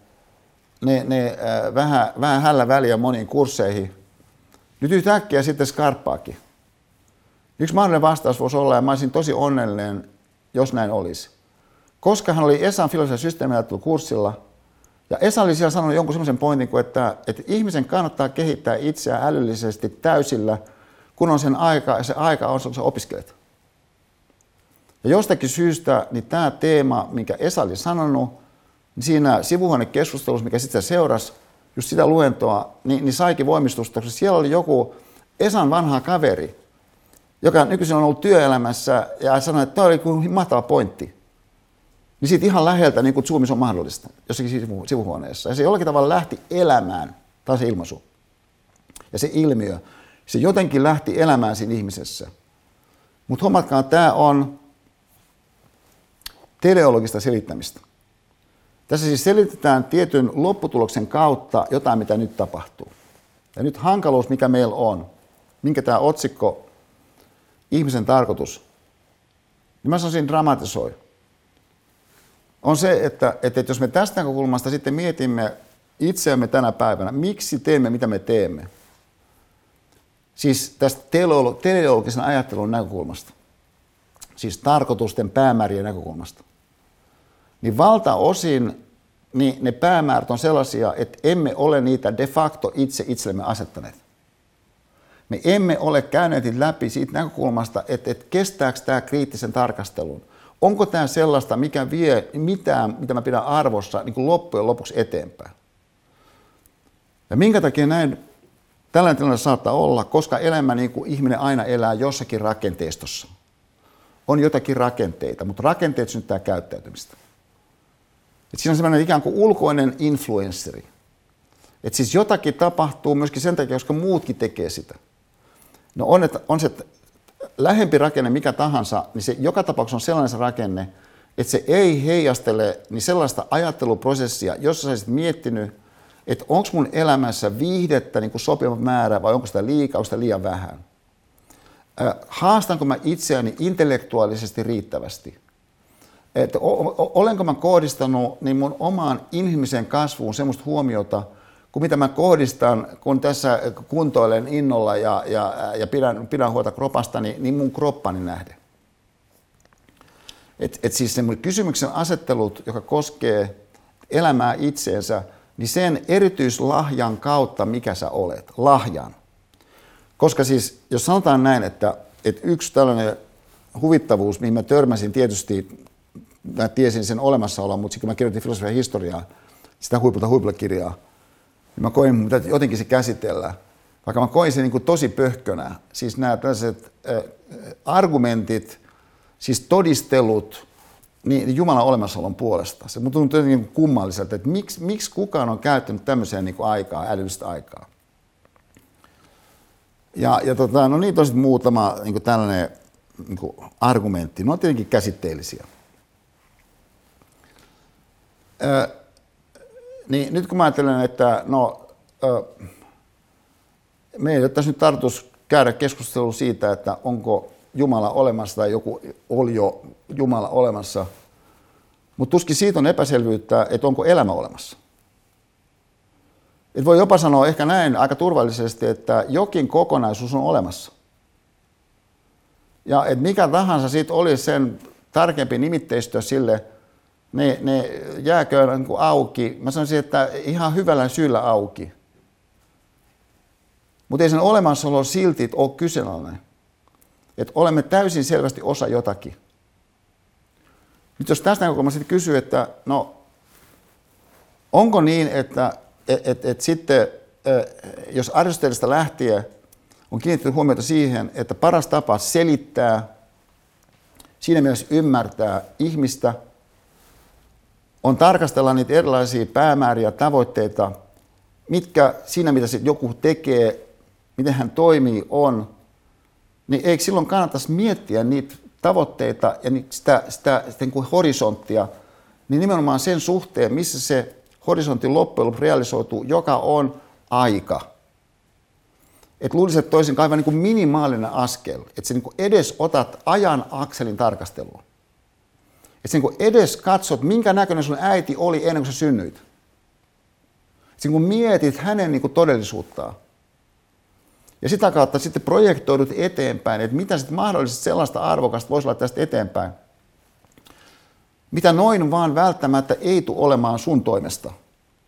vähän hällä väliä moniin kursseihin, nyt yhtäkkiä sitten skarppaakin. Yksi mahdollinen vastaus voisi olla, ja mä olisin tosi onnellinen, jos näin olisi. Koska hän oli ESAn filosofian systeemiajattelukurssilla, Ja Esa oli siellä sanonut jonkun semmoisen pointin, että ihmisen kannattaa kehittää itseään älyllisesti täysillä, kun on sen aika, ja se aika on, kun sä opiskelet. Ja jostakin syystä niin tämä teema, minkä Esa oli sanonut, niin siinä sivuhuonekeskustelussa, mikä sitten seurasi, just sitä luentoa, niin saikin voimistusta, koska siellä oli joku Esan vanha kaveri, joka nykyisin on ollut työelämässä ja sanoi, että tämä oli mahtava pointti. Niin siitä ihan läheltä, niin kuin Zoomissa on mahdollista, jossakin sivuhuoneessa. Ja se jollakin tavalla lähti elämään, taas se ilmaisu. Ja se ilmiö, se jotenkin lähti elämään siinä ihmisessä. Mutta huomatkaa, tämä on teleologista selittämistä. Tässä siis selitetään tietyn lopputuloksen kautta jotain, mitä nyt tapahtuu. Ja nyt hankaluus, mikä meillä on, minkä tämä otsikko, ihmisen tarkoitus, niin mä sanoisin dramatisoi. On se, että jos me tästä näkökulmasta sitten mietimme itseämme tänä päivänä, miksi teemme, mitä me teemme, siis tästä teleologisen ajattelun näkökulmasta, siis tarkoitusten päämäärien näkökulmasta, niin valtaosin niin ne päämäärät on sellaisia, että emme ole niitä de facto itse itsellemme asettaneet. Me emme ole käyneet läpi siitä näkökulmasta, että kestääkö tämä kriittisen tarkastelun. Onko tämä sellaista, mikä vie mitään, mitä mä pidän arvossa niin kuin loppujen lopuksi eteenpäin? Ja minkä takia tällainen tilanne saattaa olla, koska elämä, niin kuin ihminen aina elää jossakin rakenteistossa. On jotakin rakenteita, mutta rakenteet synnyttää käyttäytymistä. Et siinä on sellainen ikään kuin ulkoinen influensseri. Että siis jotakin tapahtuu myöskin sen takia, koska muutkin tekee sitä. No on se lähempi rakenne mikä tahansa, niin se joka tapauksessa on sellainen se rakenne, että se ei heijastele niin sellaista ajatteluprosessia, jossa sä olisit miettinyt, että onko mun elämässä viihdettä niin kuin sopiva määrä vai onko sitä liikaa, onko sitä liian vähän. Haastanko mä itseäni intellektuaalisesti riittävästi? Että olenko mä kohdistanut niin mun omaan inhimilliseen kasvuun semmoista huomiota, kuin mitä mä kohdistan, kun tässä kuntoilen innolla ja pidän huolta kropastani, niin mun kroppani nähden. Et siis semmoinen kysymyksen asettelut, joka koskee elämää itseensä, niin sen erityislahjan kautta, mikä sä olet, lahjan. Koska siis, jos sanotaan näin, että yksi tällainen huvittavuus, mihin mä törmäsin tietysti, mä tiesin sen olemassaolon, mutta kun mä kirjoitin filosofian historiaa, sitä huipulla kirjaa, niin mä koin, että jotenkin se käsitellään. Vaikka mä koin sen niin kuin tosi pöhkönä, siis nämä tällaiset argumentit, siis todistelut, niin Jumalan olemassaolon puolesta. Se tuntuu jotenkin kummalliselta, että miksi kukaan on käyttänyt tämmöiseen niin kuin aikaa, älyllistä aikaa. No niitä on sitten muutama niin kuin tällainen niin kuin argumentti. Ne on tietenkin käsitteellisiä. Niin nyt kun mä ajattelen, että meidän ei ole tässä nyt tarkoitus käydä keskustelua siitä, että onko Jumala olemassa tai joku oli jo Jumala olemassa, mutta tuskin siitä on epäselvyyttä, että onko elämä olemassa. Et voi jopa sanoa ehkä näin aika turvallisesti, että jokin kokonaisuus on olemassa. Ja että mikä tahansa siitä olisi sen tarkempi nimitteistö sille, ne jääköön auki. Mä sanoisin, että ihan hyvällä syyllä auki. Mutta ei sen olemassaolo silti ole kyseenalainen. Että olemme täysin selvästi osa jotakin. Nyt jos tästä näkökulmasta kysyy, että onko niin, että sitten jos Aristotelesta lähtien on kiinnitetty huomiota siihen, että paras tapa selittää, siinä mielessä ymmärtää ihmistä, on tarkastella niitä erilaisia päämääriä, tavoitteita, mitkä siinä, mitä joku tekee, miten hän toimii, on, niin eikö silloin kannattaisi miettiä niitä tavoitteita ja sitä kuin horisonttia, niin nimenomaan sen suhteen, missä se horisontin loppujen lopuksi realisoituu, joka on aika. Et luulisin, että toisin aivan niin kuin minimaalinen askel, että sä niin kuin edes otat ajan akselin tarkasteluun. Että sä niin kuin edes katsot, minkä näköinen sun äiti oli ennen kuin sä synnyit. Että sä niin kuin mietit hänen niin kuin todellisuuttaan. Ja sitä kautta sitten projektoidut eteenpäin, että mitä sitten mahdollisesti sellaista arvokasta voisi olla tästä eteenpäin, mitä noin vaan välttämättä ei tule olemaan sun toimesta.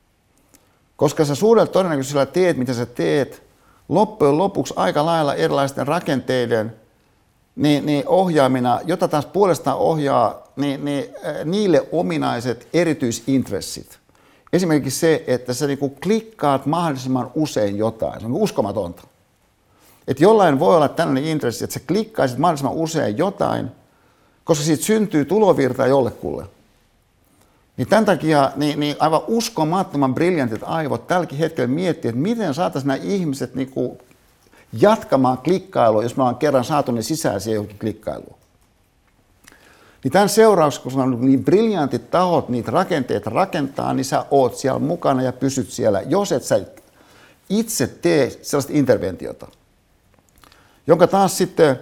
Koska sä suurella todennäköisyydellä teet, mitä sä teet, loppujen lopuksi aika lailla erilaisten rakenteiden ohjaamina, jota taas puolestaan ohjaa niille ominaiset erityisintressit. Esimerkiksi se, että sä niinku klikkaat mahdollisimman usein jotain. Se on uskomatonta. Että jollain voi olla tällainen intressi, että sä klikkaisit mahdollisimman usein jotain, koska siitä syntyy tulovirtaa jollekulle. Niin tämän takia aivan uskomattoman briljantit aivot tälläkin hetkellä miettii, että miten saataisiin nämä ihmiset niinku jatkamaan klikkailua, jos me ollaan kerran saatu ne sisään siihen johonkin klikkailuun. Niin tämän seurauksena, kun on niin briljantit tahot niitä rakenteita rakentaa, niin sä oot siellä mukana ja pysyt siellä, jos et sä itse tee sellaista interventiota, jonka taas sitten,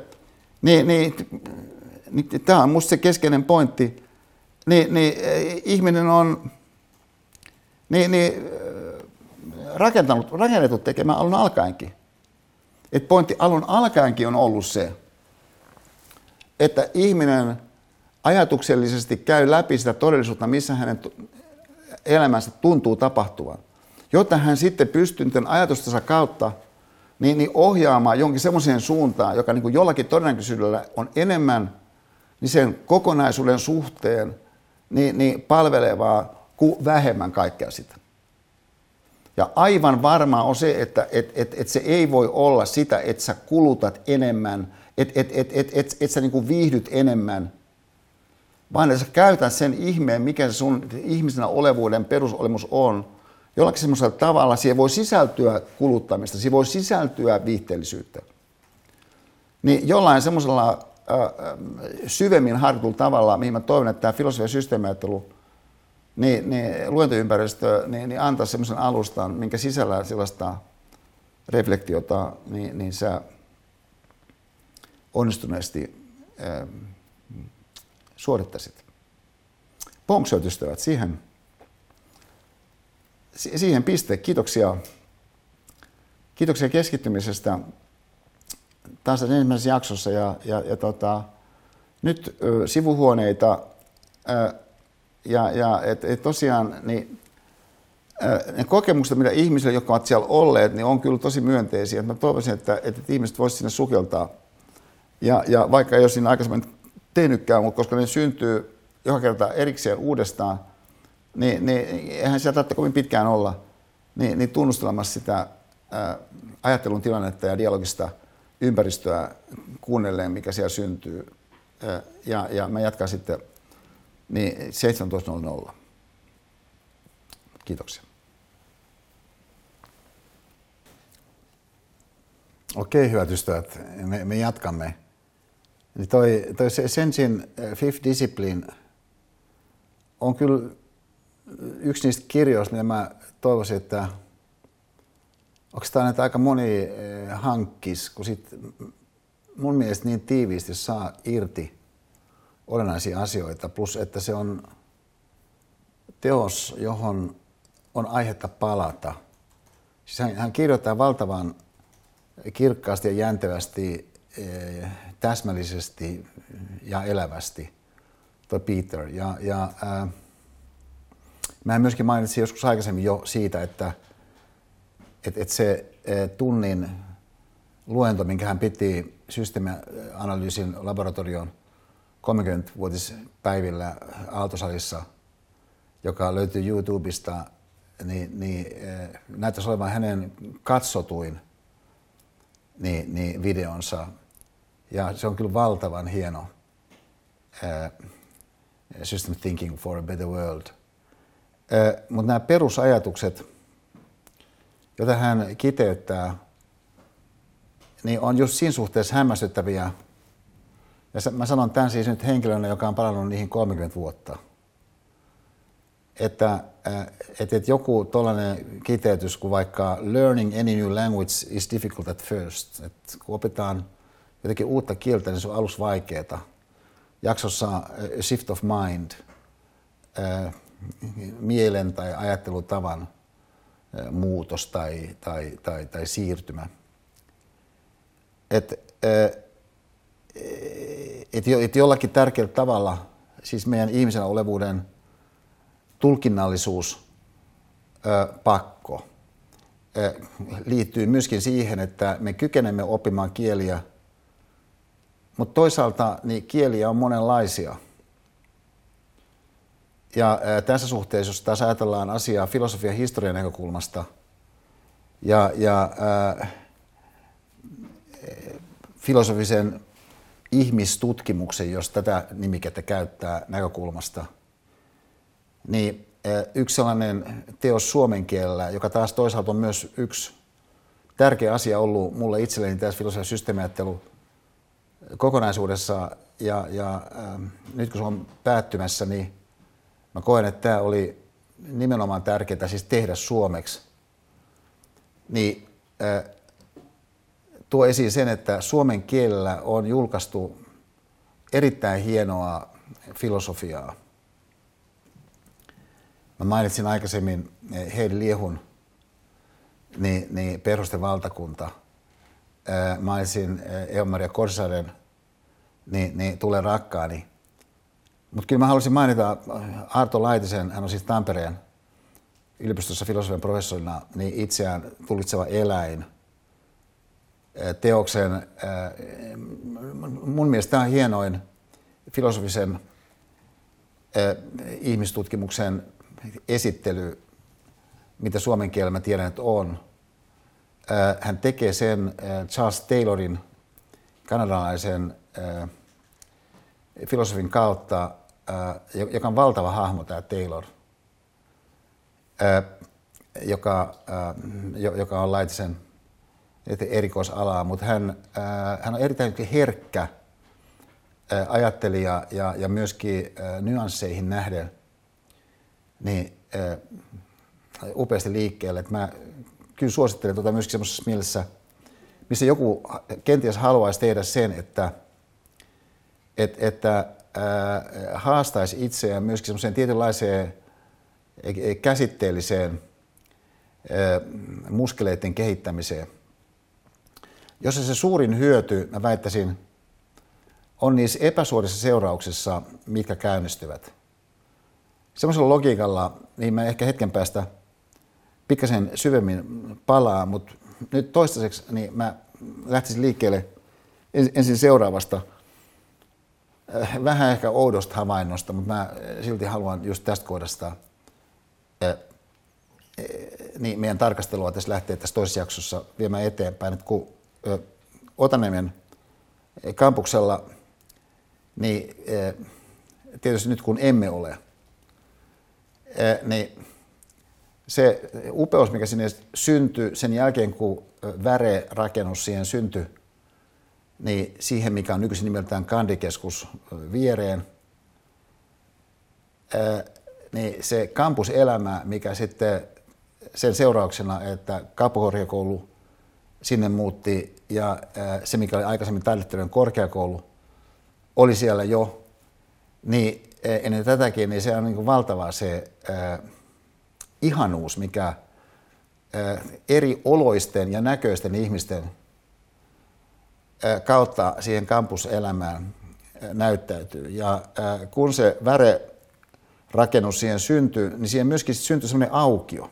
tämä on musta se keskeinen pointti, ihminen on rakennettu tekemään alun alkaenkin. Et pointti alun alkaenkin on ollut se, että ihminen ajatuksellisesti käy läpi sitä todellisuutta, missä hänen elämänsä tuntuu tapahtuvan, jotta hän sitten pystyy ajatustensa kautta ohjaamaan jonkin semmoiseen suuntaan, joka niin kuin jollakin todennäköisyydellä on enemmän sen kokonaisuuden suhteen palvelevaa kuin vähemmän kaikkea sitä. Ja aivan varmaa on se, että se ei voi olla sitä, että sä kulutat enemmän, että sä niin kuin viihdyt enemmän, vaan että sä käytät sen ihmeen, mikä se sun ihmisenä olevuuden perusolemus on, jollakin semmoisella tavalla siihen voi sisältyä kuluttamista, siihen voi sisältyä viihteellisyyttä. Niin jollain semmoisella syvemmin harkitulla tavalla, mihin mä toivon, että tämä filosofia- ja systeemiajattelu, luentoympäristö, antaa semmoisen alustan, minkä sisällä sellaista reflektiota, niin sä onnistuneesti suorittaisit. Bonkshot ystävät, siihen piste. Kiitoksia keskittymisestä taas ensimmäisessä jaksossa. Nyt sivuhuoneita tosiaan ne kokemukset, mitä ihmisille, jotka ovat siellä olleet, niin on kyllä tosi myönteisiä. Mä toivoisin, että ihmiset voisivat sinne sukeltaa. Ja vaikka ei ole siinä aikaisemmin tehnytkään, mutta koska ne syntyy joka kerta erikseen uudestaan, niin eihän siellä tarvitse kovin pitkään olla niin tunnustelemassa sitä ajattelun tilannetta ja dialogista ympäristöä kuunnelleen, mikä siellä syntyy. Ja mä jatkan sitten 17.00. Kiitoksia. Okei, hyvät ystävät, me jatkamme. Toi Sensin Fifth Discipline on kyllä yksi niistä kirjoista, mitä mä toivoisin, että onko tämä nyt aika moni hankkis, kun sit mun mielestä niin tiiviisti saa irti olennaisia asioita, plus että se on teos, johon on aihetta palata. Siis hän kirjoittaa valtavan kirkkaasti ja jäntevästi, täsmällisesti ja elävästi, toi Peter. Mä myöskin mainitsin joskus aikaisemmin jo siitä, että se tunnin luento, minkä hän piti systeemianalyysin laboratorion 30-vuotispäivillä Aaltosalissa, joka löytyy YouTubesta, niin näyttäisi olevan hänen katsotuin videonsa. Ja se on kyllä valtavan hieno System Thinking for a Better World. Mutta nämä perusajatukset, joita hän kiteyttää, niin on just siinä suhteessa hämmästyttäviä. Ja mä sanon tämän siis nyt henkilönä, joka on palannut niihin 30 vuotta. Että joku tollainen kiteytys kuin vaikka learning any new language is difficult at first. Että kun opitaan jotenkin uutta kieltä, niin se on alussa vaikeaa. Jaksossa shift of mind, mielen tai ajattelutavan muutos tai siirtymä. Että jollakin tärkeällä tavalla, siis meidän ihmisen olevuuden tulkinnallisuus pakko liittyy myöskin siihen, että me kykenemme oppimaan kieliä, mutta toisaalta niin kieliä on monenlaisia. Ja tässä suhteessa, jos taas ajatellaan asiaa filosofian historian näkökulmasta ja filosofisen ihmistutkimuksen, jos tätä nimikettä käyttää näkökulmasta, niin yksi sellainen teos suomen kielellä, joka taas toisaalta on myös yksi tärkeä asia ollut mulle itselleni tässä filosofian systeemiajattelu kokonaisuudessa ja nyt kun se on päättymässä, niin mä koen, että tämä oli nimenomaan tärkeää siis tehdä suomeksi. Niin tuo esiin sen, että suomen kielellä on julkaistu erittäin hienoa filosofiaa. Mä mainitsin aikaisemmin Heidi Liehun niin Perhosten-valtakunta. Mainitsin Eeva-Maria Korsaaren niin Tule rakkaani. Mutta kyllä mä haluaisin mainita Arto Laitisen, hän on siis Tampereen yliopistossa filosofian professorina, niin itseään tulkitseva eläin. Teoksen, mun mielestä tämä on hienoin filosofisen ihmistutkimuksen esittely, mitä suomen kielellä mä tiedän, että on. Hän tekee sen Charles Taylorin, kanadalaisen filosofin kautta, joka on valtava hahmo, tämä Taylor, joka on Laitisen erikoisalaa, mutta hän on erittäin herkkä ajattelija ja myöskin nyansseihin nähden niin upeasti liikkeelle. Että mä kyllä suosittelen myöskin semmoisessa mielessä, missä joku kenties haluaisi tehdä sen, että haastaisi itseään myöskin semmoiseen tietynlaiseen käsitteelliseen muskeleiden kehittämiseen. Jossa se suurin hyöty, mä väittäisin, on niissä epäsuorissa seurauksissa, mitkä käynnistyvät. Semmoisella logiikalla, niin mä ehkä hetken päästä pikkasen syvemmin palaan, mutta nyt toistaiseksi niin mä lähtisin liikkeelle ensin seuraavasta vähän ehkä oudosta havainnosta, mutta mä silti haluan just tästä kohdasta niin meidän tarkastelua tässä lähtee tässä toisessa jaksossa viemään eteenpäin, että kun Otaniemen kampuksella, niin tietysti nyt kun emme ole, niin se upeus, mikä sinne syntyi sen jälkeen, kun Väre-rakennus siihen syntyi, niin siihen, mikä on nykyisin nimeltään Kandikeskus viereen, niin se kampuselämä, mikä sitten sen seurauksena, että kauppakorkeakoulu sinne muutti ja se, mikä oli aikaisemmin taideteollisuuden korkeakoulu, oli siellä jo, niin ennen tätäkin, niin se on niin kuin valtava se ihanuus, mikä eri oloisten ja näköisten ihmisten kautta siihen kampuselämään näyttäytyy. Ja kun se Väre-rakennus siihen syntyi, niin siihen myöskin syntyi sellainen aukio.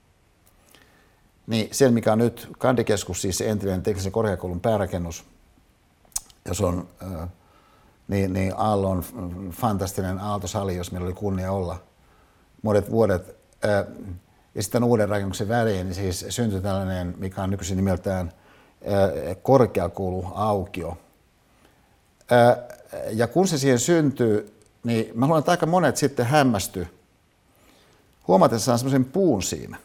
Niin sen, mikä on nyt Kandikeskus, siis se entinen teknisen korkeakoulun päärakennus, jos on niin Aallon fantastinen Aalto-sali, jos meillä oli kunnia olla monet vuodet. Ja sitten uuden rakennuksen väliin, niin siis syntyi tällainen, mikä on nykyisin nimeltään korkeakouluaukio. Ja kun se siihen syntyi, niin mä luulen, että aika monet sitten hämmästyi huomatessaan semmoisen puun siinä.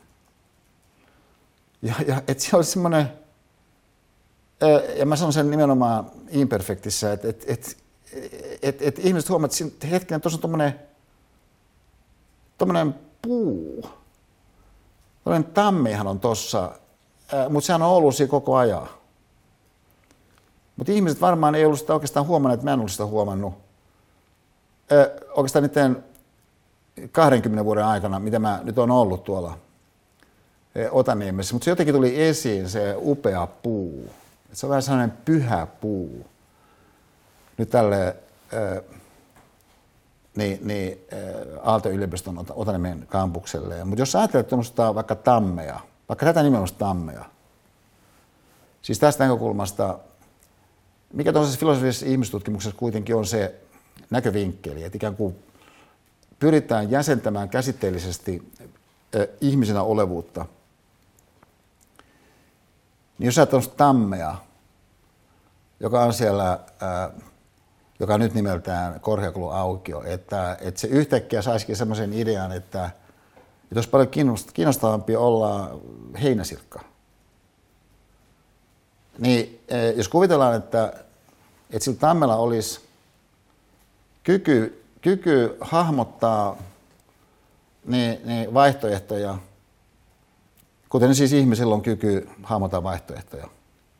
Ja että siellä oli semmoinen, ja mä sanon sen nimenomaan imperfektissä, että ihmiset huomasivat, että hetkinen, tuossa on tommoinen puu. Toinen tammihan on tossa, mutta sehän on ollut siinä koko ajan. Mutta ihmiset varmaan ei ollut sitä oikeastaan huomannut, että mä en ollut sitä huomannut. Oikeastaan niiden 20 vuoden aikana, mitä mä nyt on ollut tuolla Otaniemessä. Mutta se jotenkin tuli esiin, se upea puu. Se on vähän sellainen pyhä puu. Nyt tälle Aalto-yliopiston Otaniemen kampukselle. Mutta jos ajattelet tuommoista vaikka tammea, vaikka tätä nimenomaan tammea, siis tästä näkökulmasta, mikä tuollaisessa filosofisessa ihmistutkimuksessa kuitenkin on se näkövinkkeli, että ikään kuin pyritään jäsentämään käsitteellisesti ihmisenä olevuutta, niin jos ajattelet tuollaista tammea, joka on siellä, joka on nyt nimeltään Korkeakoulun aukio, että se yhtäkkiä saisikin semmoisen idean, että olisi paljon kiinnostavampi olla heinäsirkka. Niin jos kuvitellaan, että sillä tammella olisi kyky hahmottaa niin vaihtoehtoja, kuten siis ihmisillä on kyky hahmottaa vaihtoehtoja,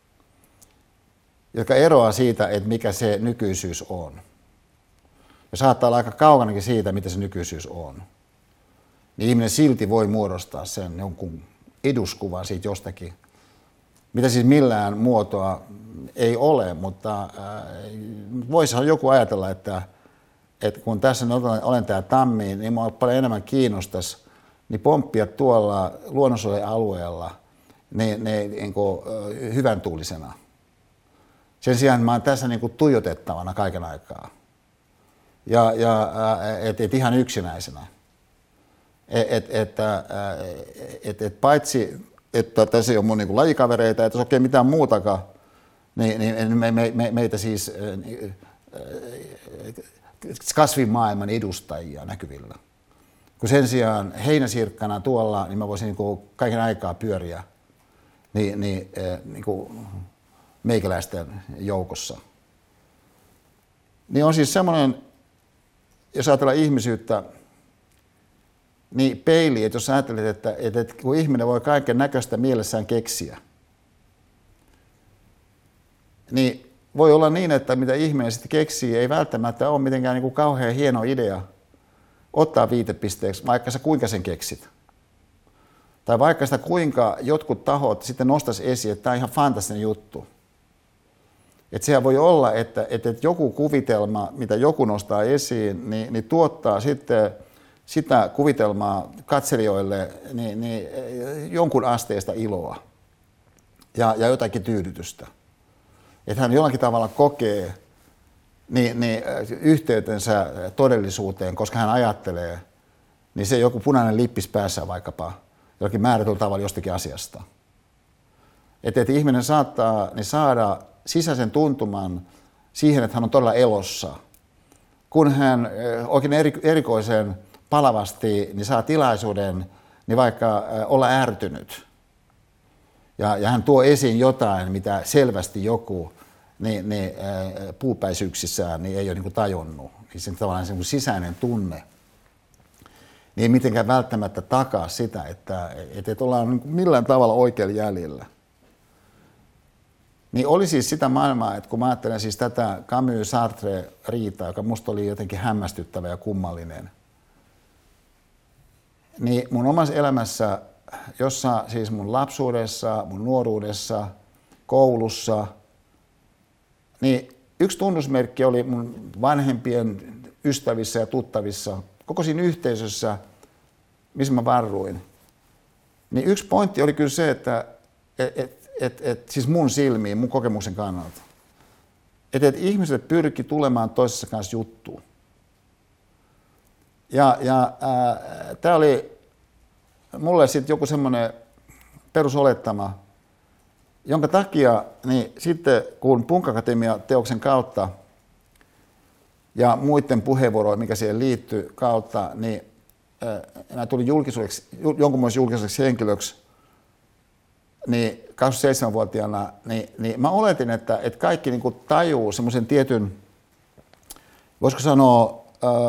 jotka eroaa siitä, että mikä se nykyisyys on. Ja saattaa olla aika kaukanakin siitä, mitä se nykyisyys on. Niin ihminen silti voi muodostaa sen jonkun eduskuvan siitä jostakin, mitä siis millään muotoa ei ole, mutta voisihan joku ajatella, että kun tässä olen tämä tammi, niin minua paljon enemmän kiinnostaisi niin pomppia tuolla luonnonsuojelualueella niin hyvän tuulisena. Sen sijaan mä oon tässä niin kuin tuijotettavana kaiken aikaa. Ja et ihan yksinäisenä. Paitsi, että tässä ei ole mun niin kuin lajikavereita, että jos oikein mitään muutakaan, niin meitä siis kasvimaailman edustajia näkyvillä. Kun sen sijaan heinäsirkkana tuolla, niin mä voisin niin kuin kaiken aikaa pyöriä niin kuin meikäläisten joukossa. Niin on siis semmoinen, jos ajatellaan ihmisyyttä, niin peili, että jos ajattelet, että kun ihminen voi kaiken näköistä mielessään keksiä, niin voi olla niin, että mitä ihminen sitten keksii, ei välttämättä ole mitenkään niin kuin kauhean hieno idea ottaa viitepisteeksi, vaikka sä kuinka sen keksit. Tai vaikka sitä kuinka jotkut tahot sitten nostaisi esiin, että tämä on ihan fantastinen juttu. Että sehän voi olla, että joku kuvitelma, mitä joku nostaa esiin, niin tuottaa sitten sitä kuvitelmaa katselijoille niin jonkun asteesta iloa ja jotakin tyydytystä. Että hän jollakin tavalla kokee yhteytensä todellisuuteen, koska hän ajattelee, niin se joku punainen lippis päässä vaikkapa jollakin määrätyllä tavalla jostakin asiasta. Että ihminen saattaa saada sisäisen tuntuman siihen, että hän on todella elossa, kun hän oikein erikoisen palavasti niin saa tilaisuuden niin vaikka olla ärtynyt. Ja hän tuo esiin jotain, mitä selvästi joku puupäisyyksissään niin ei ole niin kuin tajunnut. Niin se tavallaan se sisäinen tunne niin ei mitenkään välttämättä takaa sitä, että ollaan niin kuin millään tavalla oikealla jäljellä. Niin oli siis sitä maailmaa, että kun mä ajattelen siis tätä Camus-Sartre-riitaa, joka musta oli jotenkin hämmästyttävä ja kummallinen, niin mun omassa elämässä, jossa siis mun lapsuudessa, mun nuoruudessa, koulussa, niin yksi tunnusmerkki oli mun vanhempien ystävissä ja tuttavissa, koko siinä yhteisössä, missä mä varruin. Niin yksi pointti oli kyllä se, että siis mun silmiin, mun kokemuksen kannalta, että ihmiset pyrki tulemaan toisessa kanssa juttuun. Ja tämä oli mulle sitten joku semmoinen perusolettama, jonka takia niin sitten kun Punk-Akatemia-teoksen kautta ja muiden puheenvuoroja, mikä siihen liittyy kautta, niin mä tulin jonkunmoisen julkisuudeksi henkilöksi, niin 27-vuotiaana, niin mä oletin, että kaikki niin kuin tajuu semmoisen tietyn, voisiko sanoa,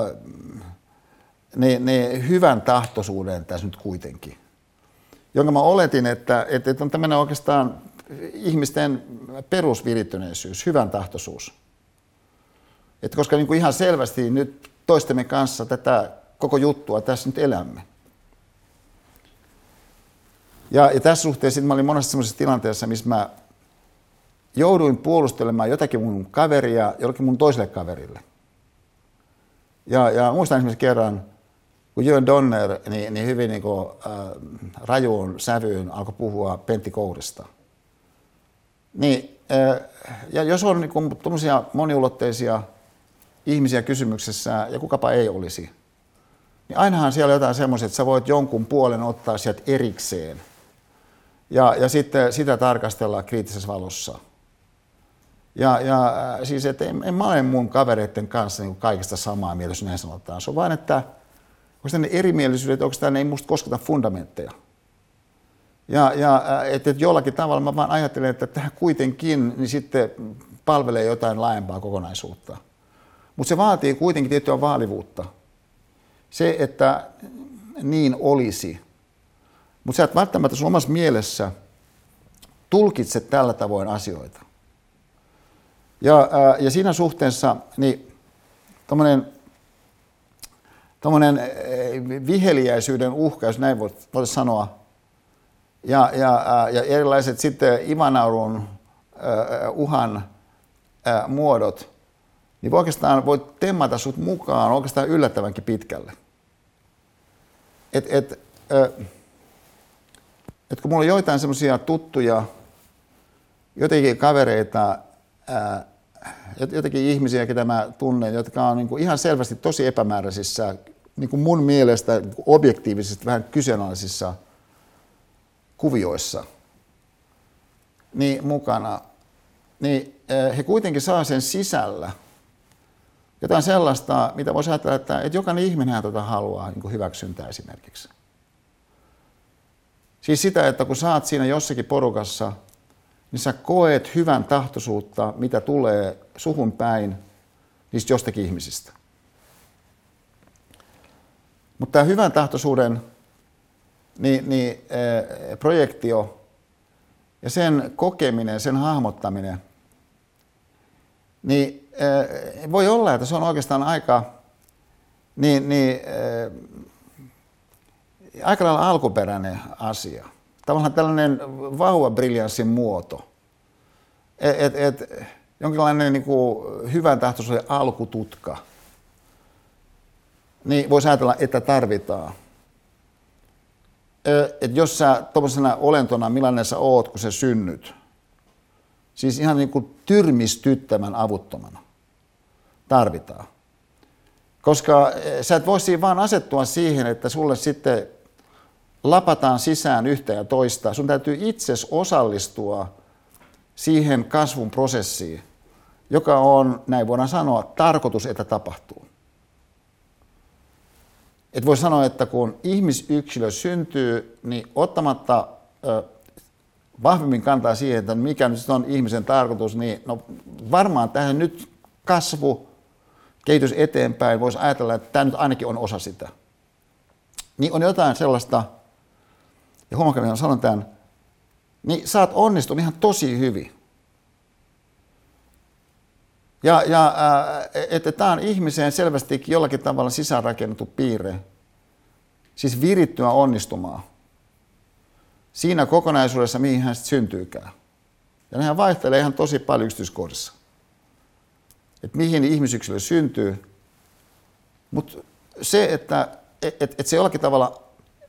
hyvän tahtoisuuden tässä nyt kuitenkin. Jonka mä oletin, että on tämmöinen oikeastaan ihmisten perusvirittyneisyys, hyvän tahtoisuus. Että koska niin kuin ihan selvästi nyt toistemme kanssa tätä koko juttua tässä nyt elämme. Ja tässä suhteessa mä olin monesti semmoisessa tilanteessa, missä mä jouduin puolustelemaan jotakin mun kaveria jollekin mun toiselle kaverille. Ja muistan esimerkiksi kerran, kun Jörn Donner niin hyvin niin kuin, rajuun sävyyn alkoi puhua Pentti Kourista. Niin, ja jos on niin tuommoisia moniulotteisia ihmisiä kysymyksessä, ja kukapa ei olisi, niin ainahan siellä on jotain semmoisia, että sä voit jonkun puolen ottaa sieltä erikseen ja sitten sitä tarkastella kriittisessä valossa. Ja siis, että en mä ole mun kavereiden kanssa niin kaikista samaa mieltä, jos näin sanotaan. Se on vain, että onko ne erimielisyydet, onko tämä ei musta kosketa fundamentteja. Ja että jollakin tavalla mä vaan ajattelen, että tähän kuitenkin niin sitten palvelee jotain laajempaa kokonaisuutta. Mutta se vaatii kuitenkin tiettyä vaalivuutta. Se, että niin olisi. Mutta sä et välttämättä sun omassa mielessä tulkitse tällä tavoin asioita. Ja siinä suhteessa niin tommonen viheliäisyyden uhka, jos näin voisi sanoa, ja erilaiset sitten ivanaurun uhan muodot, niin oikeastaan voit temmata sut mukaan oikeastaan yllättävänkin pitkälle. Kun mulla on joitain semmoisia tuttuja, jotenkin kavereita, jotenkin ihmisiä, ketä mä tunnen, jotka on niin kuin ihan selvästi tosi epämääräisissä, niin kuin mun mielestä objektiivisesti vähän kyseenalaisissa kuvioissa niin mukana, niin he kuitenkin saa sen sisällä jotain sellaista, mitä voisi ajatella, että jokainen ihminenhän haluaa niin kuin hyväksyntää esimerkiksi. Siis sitä, että kun sä oot siinä jossakin porukassa, niin sä koet hyvän tahtoisuutta, mitä tulee suhun päin niistä jostakin ihmisistä. Mutta tämä hyvän tahtoisuuden projektio ja sen kokeminen, sen hahmottaminen, niin voi olla, että se on oikeastaan aika lailla alkuperäinen asia. Tavallaan tällainen vauvabrillanssin muoto. Jonkinlainen niin kuin hyvän tahtoisuuden alkututka. Niin voisi ajatella, että tarvitaan. Jos sä tuollaisena olentona, millainen sä oot, kun sä synnyt, siis ihan niin kuin tyrmistyttävän avuttomana, tarvitaan. Koska sä et voi siinä vaan asettua siihen, että sulle sitten lapataan sisään yhtä ja toista. Sun täytyy itse osallistua siihen kasvun prosessiin, joka on, näin voidaan sanoa, tarkoitus, että tapahtuu. Et voi sanoa, että kun ihmisyksilö syntyy, niin ottamatta vahvemmin kantaa siihen, että mikä nyt on ihmisen tarkoitus, niin no varmaan tähän nyt kasvu, kehitys eteenpäin, voisi ajatella, että tämä nyt ainakin on osa sitä. Niin on jotain sellaista, ja huomakaa, minä sanon tämän, niin sä oot onnistunut ihan tosi hyvin. Että tämä on ihmiseen selvästikin jollakin tavalla sisäänrakennettu piirre, siis virittyä onnistumaan siinä kokonaisuudessa, mihin hän sitten syntyykään. Ja nehän vaihtelee ihan tosi paljon yksityiskohdissa, että mihin ihmisyksilö syntyy, mutta se, että se jollakin tavalla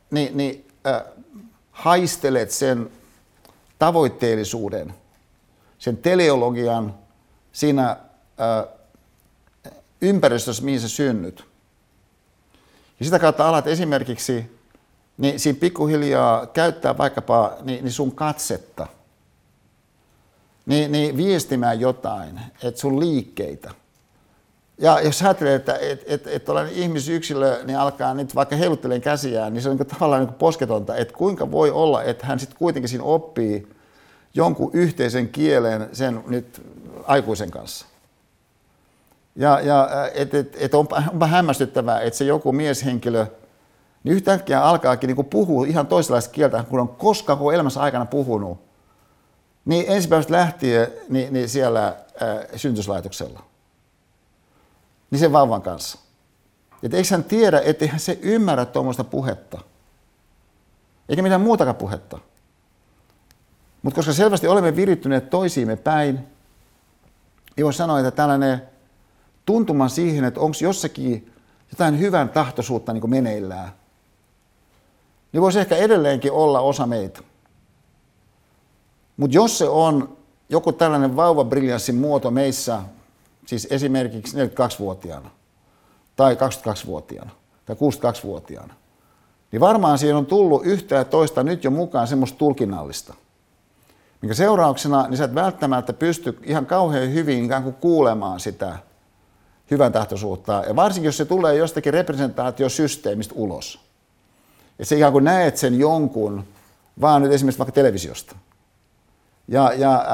haistelet sen tavoitteellisuuden, sen teleologian siinä ympäristössä, mihin sä synnyt. Ja sitä kautta alat esimerkiksi niin siinä pikkuhiljaa käyttää vaikkapa niin sun katsetta niin viestimään jotain, että sun liikkeitä. Ja jos ajattelee, että tällainen ihmisyksilö niin alkaa nyt vaikka heiluttelemaan käsiään, niin se on niin tavallaan niin posketonta, että kuinka voi olla, että hän sitten kuitenkin siinä oppii jonkun yhteisen kielen sen nyt aikuisen kanssa. Että onpa hämmästyttävää, että se joku mieshenkilö niin yhtäkkiä alkaakin niin puhua ihan toisenlaista kieltä, kun on koskaan koko elämänsä aikana puhunut. Niin ensipäivästä lähtien niin siellä synnytyslaitoksella. Niin sen vauvan kanssa. Että eikö hän tiedä, ettei se ymmärrä tuommoista puhetta. Eikä mitään muutakaan puhetta. Mutta koska selvästi olemme virittyneet toisiimme päin, niin voisi sanoa, että tällainen tuntuma siihen, että onko jossakin jotain hyvän tahtoisuutta niin kuin meneillään, niin voisi ehkä edelleenkin olla osa meitä. Mutta jos se on joku tällainen vauvabrillanssin muoto meissä, siis esimerkiksi 42-vuotiaana tai 22-vuotiaana tai 62-vuotiaana, niin varmaan siihen on tullut yhtä ja toista nyt jo mukaan semmoista tulkinnallista, minkä seurauksena niin sä et välttämättä pysty ihan kauhean hyvin ikään kuin kuulemaan sitä hyvän tahtoisuutta, ja varsinkin jos se tulee jostakin representaatiosysteemistä ulos. Että sä ikään kuin näet sen jonkun vaan nyt esimerkiksi vaikka televisiosta. Ja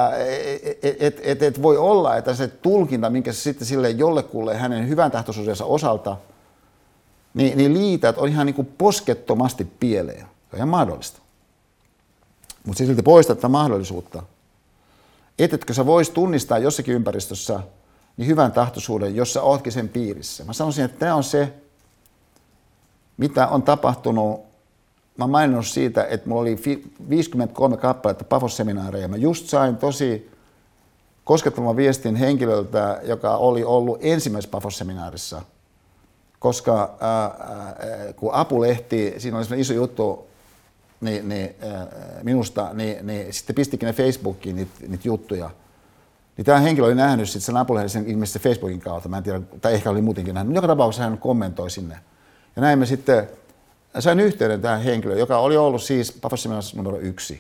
et voi olla, että se tulkinta, minkä sä sitten sille jollekulle hänen hyvän tahtoisuudensa osalta, niin liität on ihan niin kuin poskettomasti pieleen. Se on ihan mahdollista. Mutta se silti poistaa tätä mahdollisuutta. Etkö sä vois tunnistaa jossakin ympäristössä niin hyvän tahtoisuuden, jos sä ootkin sen piirissä. Mä sanoisin, että tämä on se, mitä on tapahtunut. Mä maininnut siitä, että mulla oli 53 kappaletta Pafos-seminaareja. Mä just sain tosi koskettavan viestin henkilöltä, joka oli ollut ensimmäisessä Pafos-seminaarissa. Koska kun Apulehti, siinä oli sellainen iso juttu minusta, niin sitten pistikin ne Facebookiin niitä juttuja. Niin tämä henkilö oli nähnyt sitten sen Apulehden ilmeisesti Facebookin kautta, mä en tiedä, tai ehkä oli muutenkin nähnyt, mutta joka tapauksessa hän kommentoi sinne. Ja näin me sitten sain yhteyden tähän henkilöön, joka oli ollut siis Pafos-seminaarissa numero 1.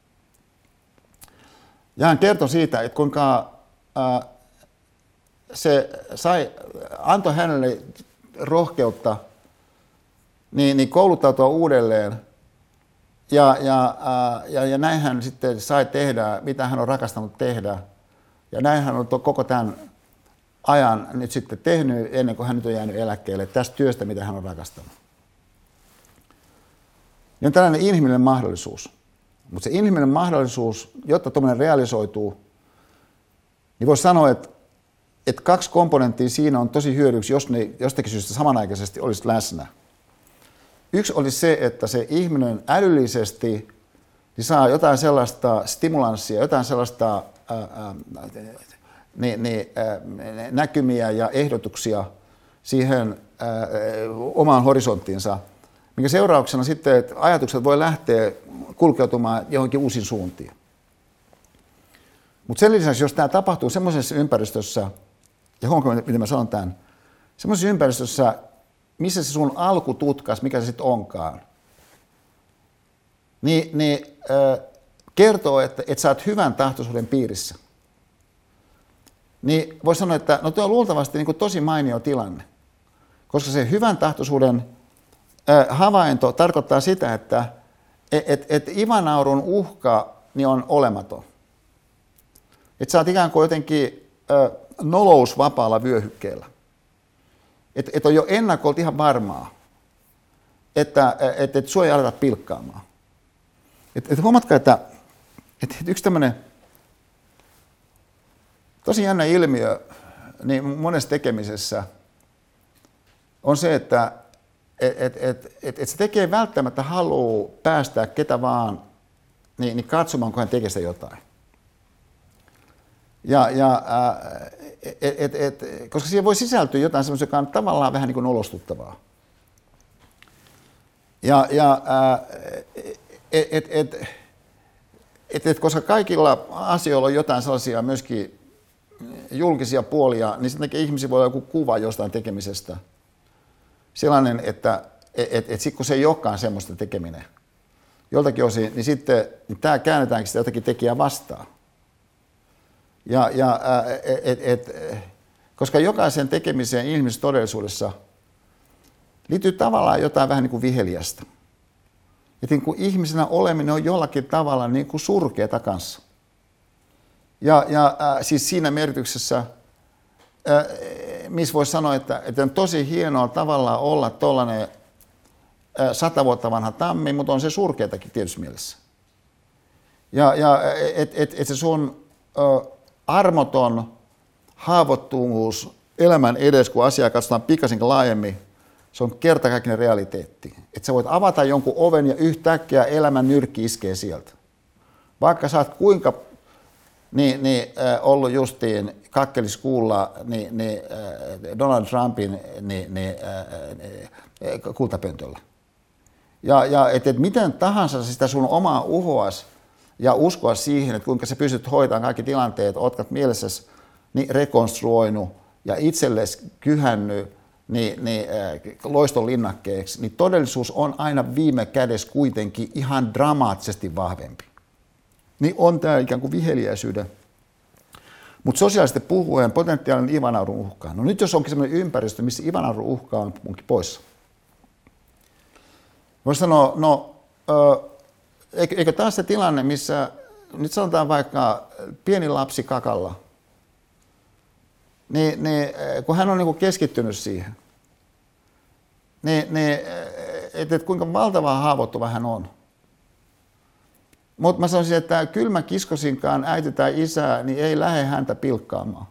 Ja hän kertoi siitä, että kuinka se antoi hänelle rohkeutta niin kouluttautua uudelleen. Ja näin hän sitten sai tehdä, mitä hän on rakastanut tehdä. Ja näin hän on koko tämän ajan nyt sitten tehnyt, ennen kuin hän nyt on jäänyt eläkkeelle, tästä työstä, mitä hän on rakastanut. Ja on tällainen inhimillinen mahdollisuus. Mutta se inhimillinen mahdollisuus, jotta tuommoinen realisoituu, niin voisi sanoa, että 2 komponenttia siinä on tosi hyödyksi, jos ne jostakin syystä samanaikaisesti olisi läsnä. Yksi olisi se, että se ihminen älyllisesti niin saa jotain sellaista stimulanssia, jotain sellaista näkymiä ja ehdotuksia siihen omaan horisonttiinsa, minkä seurauksena sitten että ajatukset voi lähteä kulkeutumaan johonkin uusiin suuntiin. Mutta sen lisäksi, jos tämä tapahtuu semmoisessa ympäristössä, ja huomaa, miten mä sanon tämän, semmoisessa ympäristössä, missä se sun alkututkas, mikä se sitten onkaan, niin kertoo, että sä oot hyvän tahtoisuuden piirissä. Niin voi sanoa, että no tuo on luultavasti niin kuin tosi mainio tilanne, koska se hyvän tahtoisuuden havainto tarkoittaa sitä, että ivanaurun uhka niin on olematon. Että sä oot ikään kuin jotenkin nolousvapaalla vyöhykkeellä. Että on jo ennakolta ihan varmaa, että sua ei aleta pilkkaamaan. Huomatkaa, että yksi tämmöinen tosi jännä ilmiö niin monessa tekemisessä on se, että se tekee välttämättä halua päästää ketä vaan niin katsomaan, kun hän tekee sitä jotain. Koska siihen voi sisältyä jotain semmoista, joka on tavallaan vähän niin kuin olostuttavaa. Koska kaikilla asioilla on jotain sellaisia myöskin julkisia puolia, niin sitten ihmisiä voi olla joku kuva jostain tekemisestä. Sellainen, että sitten kun se ei olekaan semmoista tekeminen joltakin osin, niin sitten tämä käännetäänkin sitä jotakin tekijää vastaan. Koska jokaisen tekemiseen ihmisessä todellisuudessa liittyy tavallaan jotain vähän niin kuin viheliästä. Että niin kuin ihmisenä oleminen on jollakin tavalla niin kuin surkeata kanssa. Siis siinä merkityksessä, missä voisi sanoa, että on tosi hienoa tavallaan olla tuollainen 100 vuotta vanha tammi, mutta on se surkeatakin tietysti mielessä. Että se sun armoton haavoittuvuus elämän edessä, kun asiaa katsotaan pikkasen laajemmin, se on kertakaikkinen realiteetti. Että sä voit avata jonkun oven ja yhtäkkiä elämän nyrkki iskee sieltä. Vaikka sä oot kuinka ollut justiin kakkeliskuulla Donald Trumpin kultapöntöllä. Ja että miten tahansa sitä sun omaa uhoas ja uskoa siihen, että kuinka sä pystyt hoitamaan kaikki tilanteet, ootkat mielessäsi rekonstruoinut ja itsellesi kyhännyt loiston linnakkeeksi, niin todellisuus on aina viime kädessä kuitenkin ihan dramaattisesti vahvempi. Niin on tämä ikään kuin viheliäisyyden. Mutta sosiaalisesti puhuen potentiaalinen Ivanaudun uhka. No nyt jos onkin sellainen ympäristö, missä Ivanaudun uhka onkin poissa. Voisi sanoa, eikö taas se tilanne, missä nyt sanotaan vaikka pieni lapsi kakalla, kun hän on niin kuin keskittynyt siihen, että kuinka valtavan haavoittuva hän on. Mutta mä sanoisin, että kylmä kiskosinkaan äiti tai isä, niin ei lähde häntä pilkkaamaan.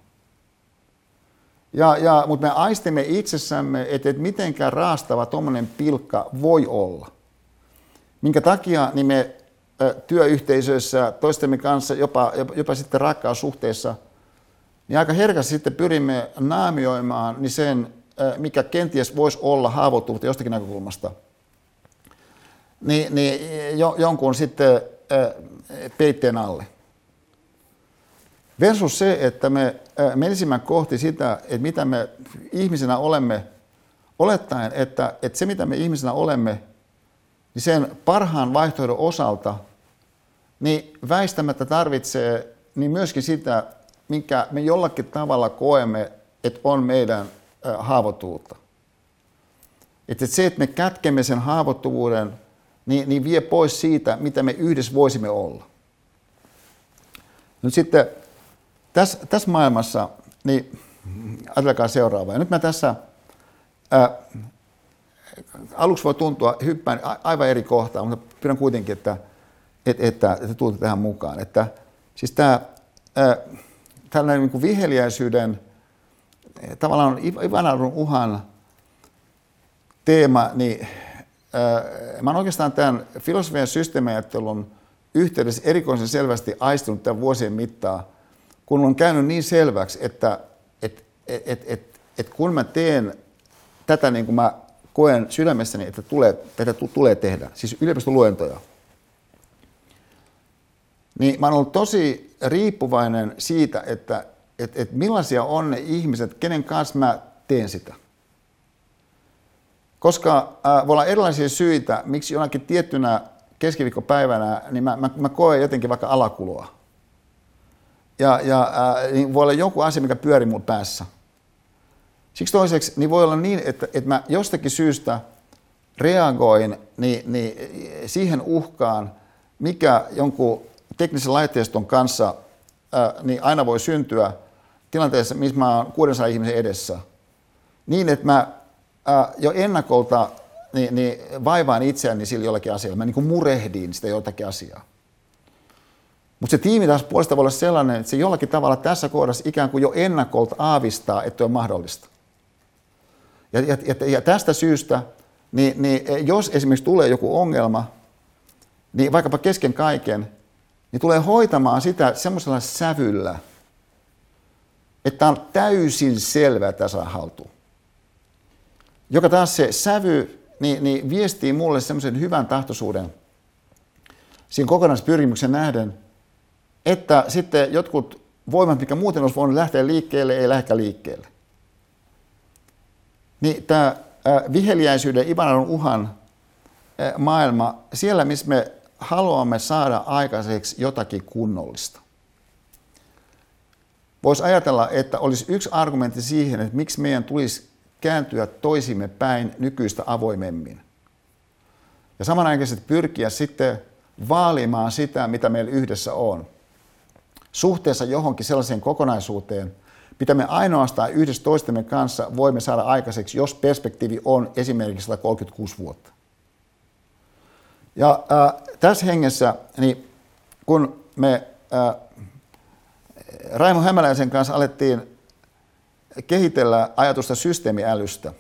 Mutta me aistimme itsessämme, että mitenkään raastava tuommoinen pilkka voi olla. Minkä takia niin me työyhteisöissä toistemme kanssa, jopa sitten rakkaussuhteissa, niin aika herkästi sitten pyrimme naamioimaan niin sen, mikä kenties voisi olla haavoittuvuutta jostakin näkökulmasta, jonkun sitten peitteen alle. Versus se, että me menisimme kohti sitä, että mitä me ihmisenä olemme, olettaen, että se mitä me ihmisenä olemme, niin sen parhaan vaihtoehdon osalta, niin väistämättä tarvitsee niin myöskin sitä, minkä me jollakin tavalla koemme, että on meidän haavoittuvuutta. Että se, että me kätkemme sen haavoittuvuuden, niin vie pois siitä, mitä me yhdessä voisimme olla. Nyt sitten tässä maailmassa, niin ajatelkaa seuraavaa. Ja nyt mä tässä aluksi voi tuntua hyppään aivan eri kohtaan, mutta pyydän kuitenkin, että tulette tähän mukaan. Että siis tällainen niin kuin viheliäisyyden, tavallaan Ivanaudun uhan teema, niin mä oon oikeastaan tämän filosofian systeemiajattelun yhteydessä erikoisen selvästi aistunut tämän vuosien mittaan, kun on käynyt niin selväksi, että kun mä teen tätä niin kuin mä koen sydämessäni, että tätä tulee tehdä, siis yliopistoluentoja, niin mä oon ollut tosi riippuvainen siitä, että millaisia on ne ihmiset, kenen kanssa mä teen sitä. Koska voi olla erilaisia syitä, miksi jonakin tiettynä keskiviikkopäivänä niin mä koen jotenkin vaikka alakuloa. Niin voi olla joku asia, mikä pyörii mun päässä. Siksi toiseksi niin voi olla niin, että mä jostakin syystä reagoin siihen uhkaan, mikä jonkun teknisen laitteiston kanssa niin aina voi syntyä tilanteessa, missä mä oon 600 ihmisen edessä. Niin, että mä jo ennakolta niin vaivaan itseäni sillä jollakin asialla. Mä niin kuin murehdin sitä jotakin asiaa. Mutta se tiimi taas puolesta voi olla sellainen, että se jollakin tavalla tässä kohdassa ikään kuin jo ennakolta aavistaa, että on mahdollista. Ja tästä syystä, niin jos esimerkiksi tulee joku ongelma, niin vaikkapa kesken kaiken, niin tulee hoitamaan sitä semmoisella sävyllä, että on täysin selvä, että saa haltuun. Joka taas se sävy niin viestii mulle semmoisen hyvän tahtoisuuden siinä kokonaispyrkimyksen nähden, että sitten jotkut voimat, mikä muuten olisi voinut lähteä liikkeelle, ei lähdekään liikkeelle. Niin tämä viheliäisyyden, Ivanaudun uhan maailma, siellä missä me haluamme saada aikaiseksi jotakin kunnollista. Voisi ajatella, että olisi yksi argumentti siihen, että miksi meidän tulisi kääntyä toisimme päin nykyistä avoimemmin. Ja samanaikaisesti pyrkiä sitten vaalimaan sitä, mitä meillä yhdessä on. Suhteessa johonkin sellaiseen kokonaisuuteen, mitä me ainoastaan yhdessä toistemme kanssa voimme saada aikaiseksi, jos perspektiivi on esimerkiksi 136 vuotta. Ja tässä hengessä, niin kun me Raimo Hämäläisen kanssa alettiin kehitellä ajatusta systeemiälystä,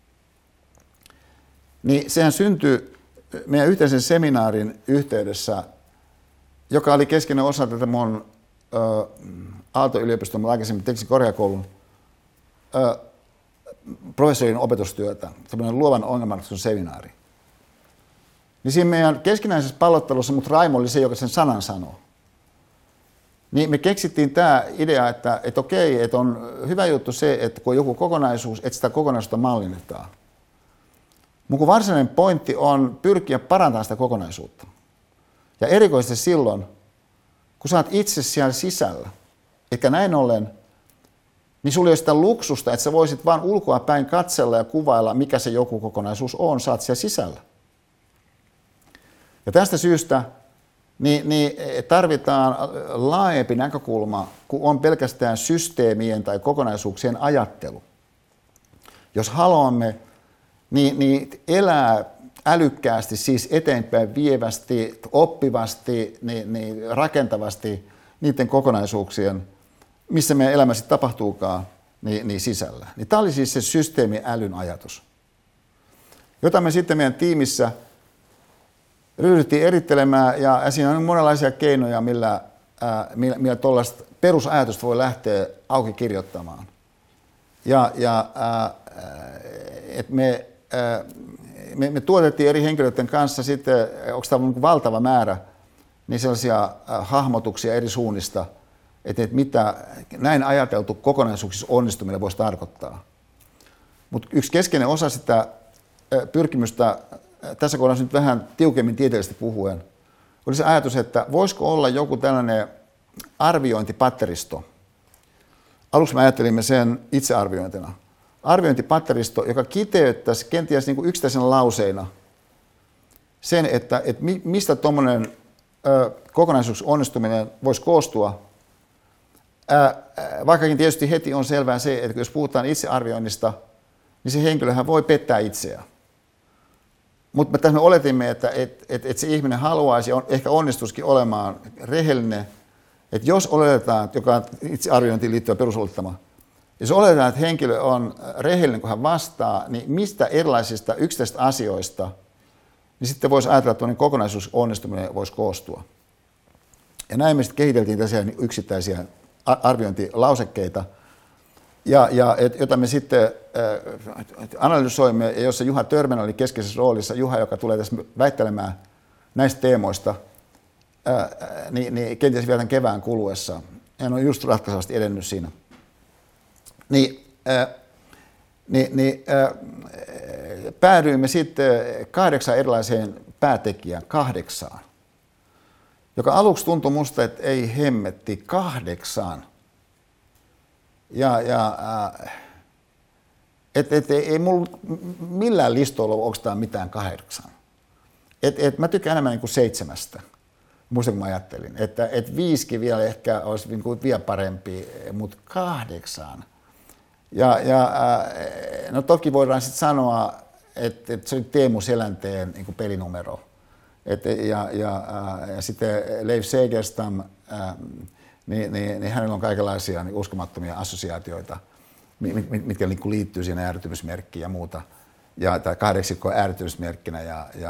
niin sehän syntyi meidän yhteisen seminaarin yhteydessä, joka oli keskeinen osa tätä mun Aalto-yliopiston, mutta aikaisemmin teknisen korkeakoulun professorin opetustyötä, semmoinen luovan ongelmanratkaisun seminaari. Niin siinä meidän keskinäisessä pallottelussa, mutta Raimo oli se, joka sen sanan sanoo. Niin me keksittiin tämä idea, että okei, että on hyvä juttu se, että kun on joku kokonaisuus, että sitä kokonaisuutta mallinnetaan. Mutta varsinainen pointti on pyrkiä parantamaan sitä kokonaisuutta. Ja erikoisesti silloin, kun sä oot itse siellä sisällä, eikä näin ollen, niin sulla ei ole sitä luksusta, että sä voisit vaan ulkoa päin katsella ja kuvailla, mikä se joku kokonaisuus on, sä oot siellä sisällä. Ja tästä syystä niin tarvitaan laajempi näkökulma, kun on pelkästään systeemien tai kokonaisuuksien ajattelu. Jos haluamme niin elää älykkäästi, siis eteenpäin vievästi, oppivasti, niin rakentavasti niiden kokonaisuuksien, missä meidän elämä sitten tapahtuukaan, niin sisällä. Niin tämä oli siis se systeemiälyn ajatus, jota me sitten meidän tiimissä ryhdyttiin erittelemään, ja siinä on monenlaisia keinoja, millä tuollaista perusajatusta voi lähteä auki kirjoittamaan. Me tuotettiin eri henkilöiden kanssa sitten, onko tämä valtava määrä, niin sellaisia hahmotuksia eri suunnista, että mitä näin ajateltu kokonaisuuksissa onnistuminen voisi tarkoittaa. Mutta yksi keskeinen osa sitä pyrkimystä, tässä kohdassa nyt vähän tiukemmin tieteellisesti puhuen, oli se ajatus, että voisiko olla joku tällainen arviointipatteristo. Aluksi me ajattelimme sen itsearviointina. Arviointipatteristo, joka kiteyttäisi kenties niin kuin yksittäisenä lauseina sen, että mistä tuommoinen kokonaisuus onnistuminen voisi koostua. Vaikkakin tietysti heti on selvää se, että jos puhutaan itsearvioinnista, niin se henkilöhän voi pettää itseään. Mutta tässä me oletimme, että se ihminen haluaisi, ehkä onnistuisikin olemaan rehellinen, että jos oletetaan, joka on itsearviointiin liittyvä perusolettama, jos oletetaan, että henkilö on rehellinen, kun hän vastaa, niin mistä erilaisista yksittäisistä asioista, niin sitten voisi ajatella, että tuollainen kokonaisuus onnistuminen voisi koostua. Ja näin me sitten kehiteltiin tässä yksittäisiä arviointilausekkeita, jota me sitten analysoimme, ja jossa Juha Törmänen oli keskeisessä roolissa. Juha, joka tulee tässä väittelemään näistä teemoista, niin kenties vielä tämän kevään kuluessa. Hän on just ratkaisevasti edennyt siinä. Päädyimme sitten 8 erilaiseen päätekijään, 8. Joka aluksi tuntui musta, että ei hemmetti, 8. Ei mulla millään listoilla ole oikeastaan mitään 8. Mä tykkään enemmän niin kuin 7. Muistan, kun mä ajattelin, että 5 vielä ehkä olisi niin kuin vielä parempi, mutta 8. No toki voidaan sitten sanoa, että se oli Teemu Selänteen niin kuin pelinumero. Ja sitten Leif Segerstam, niin hänellä on kaikenlaisia niin uskomattomia assosiaatioita, mitkä niin kuin liittyy siihen äärettömyysmerkkiin ja muuta. Tai 8 äärettömyysmerkkinä.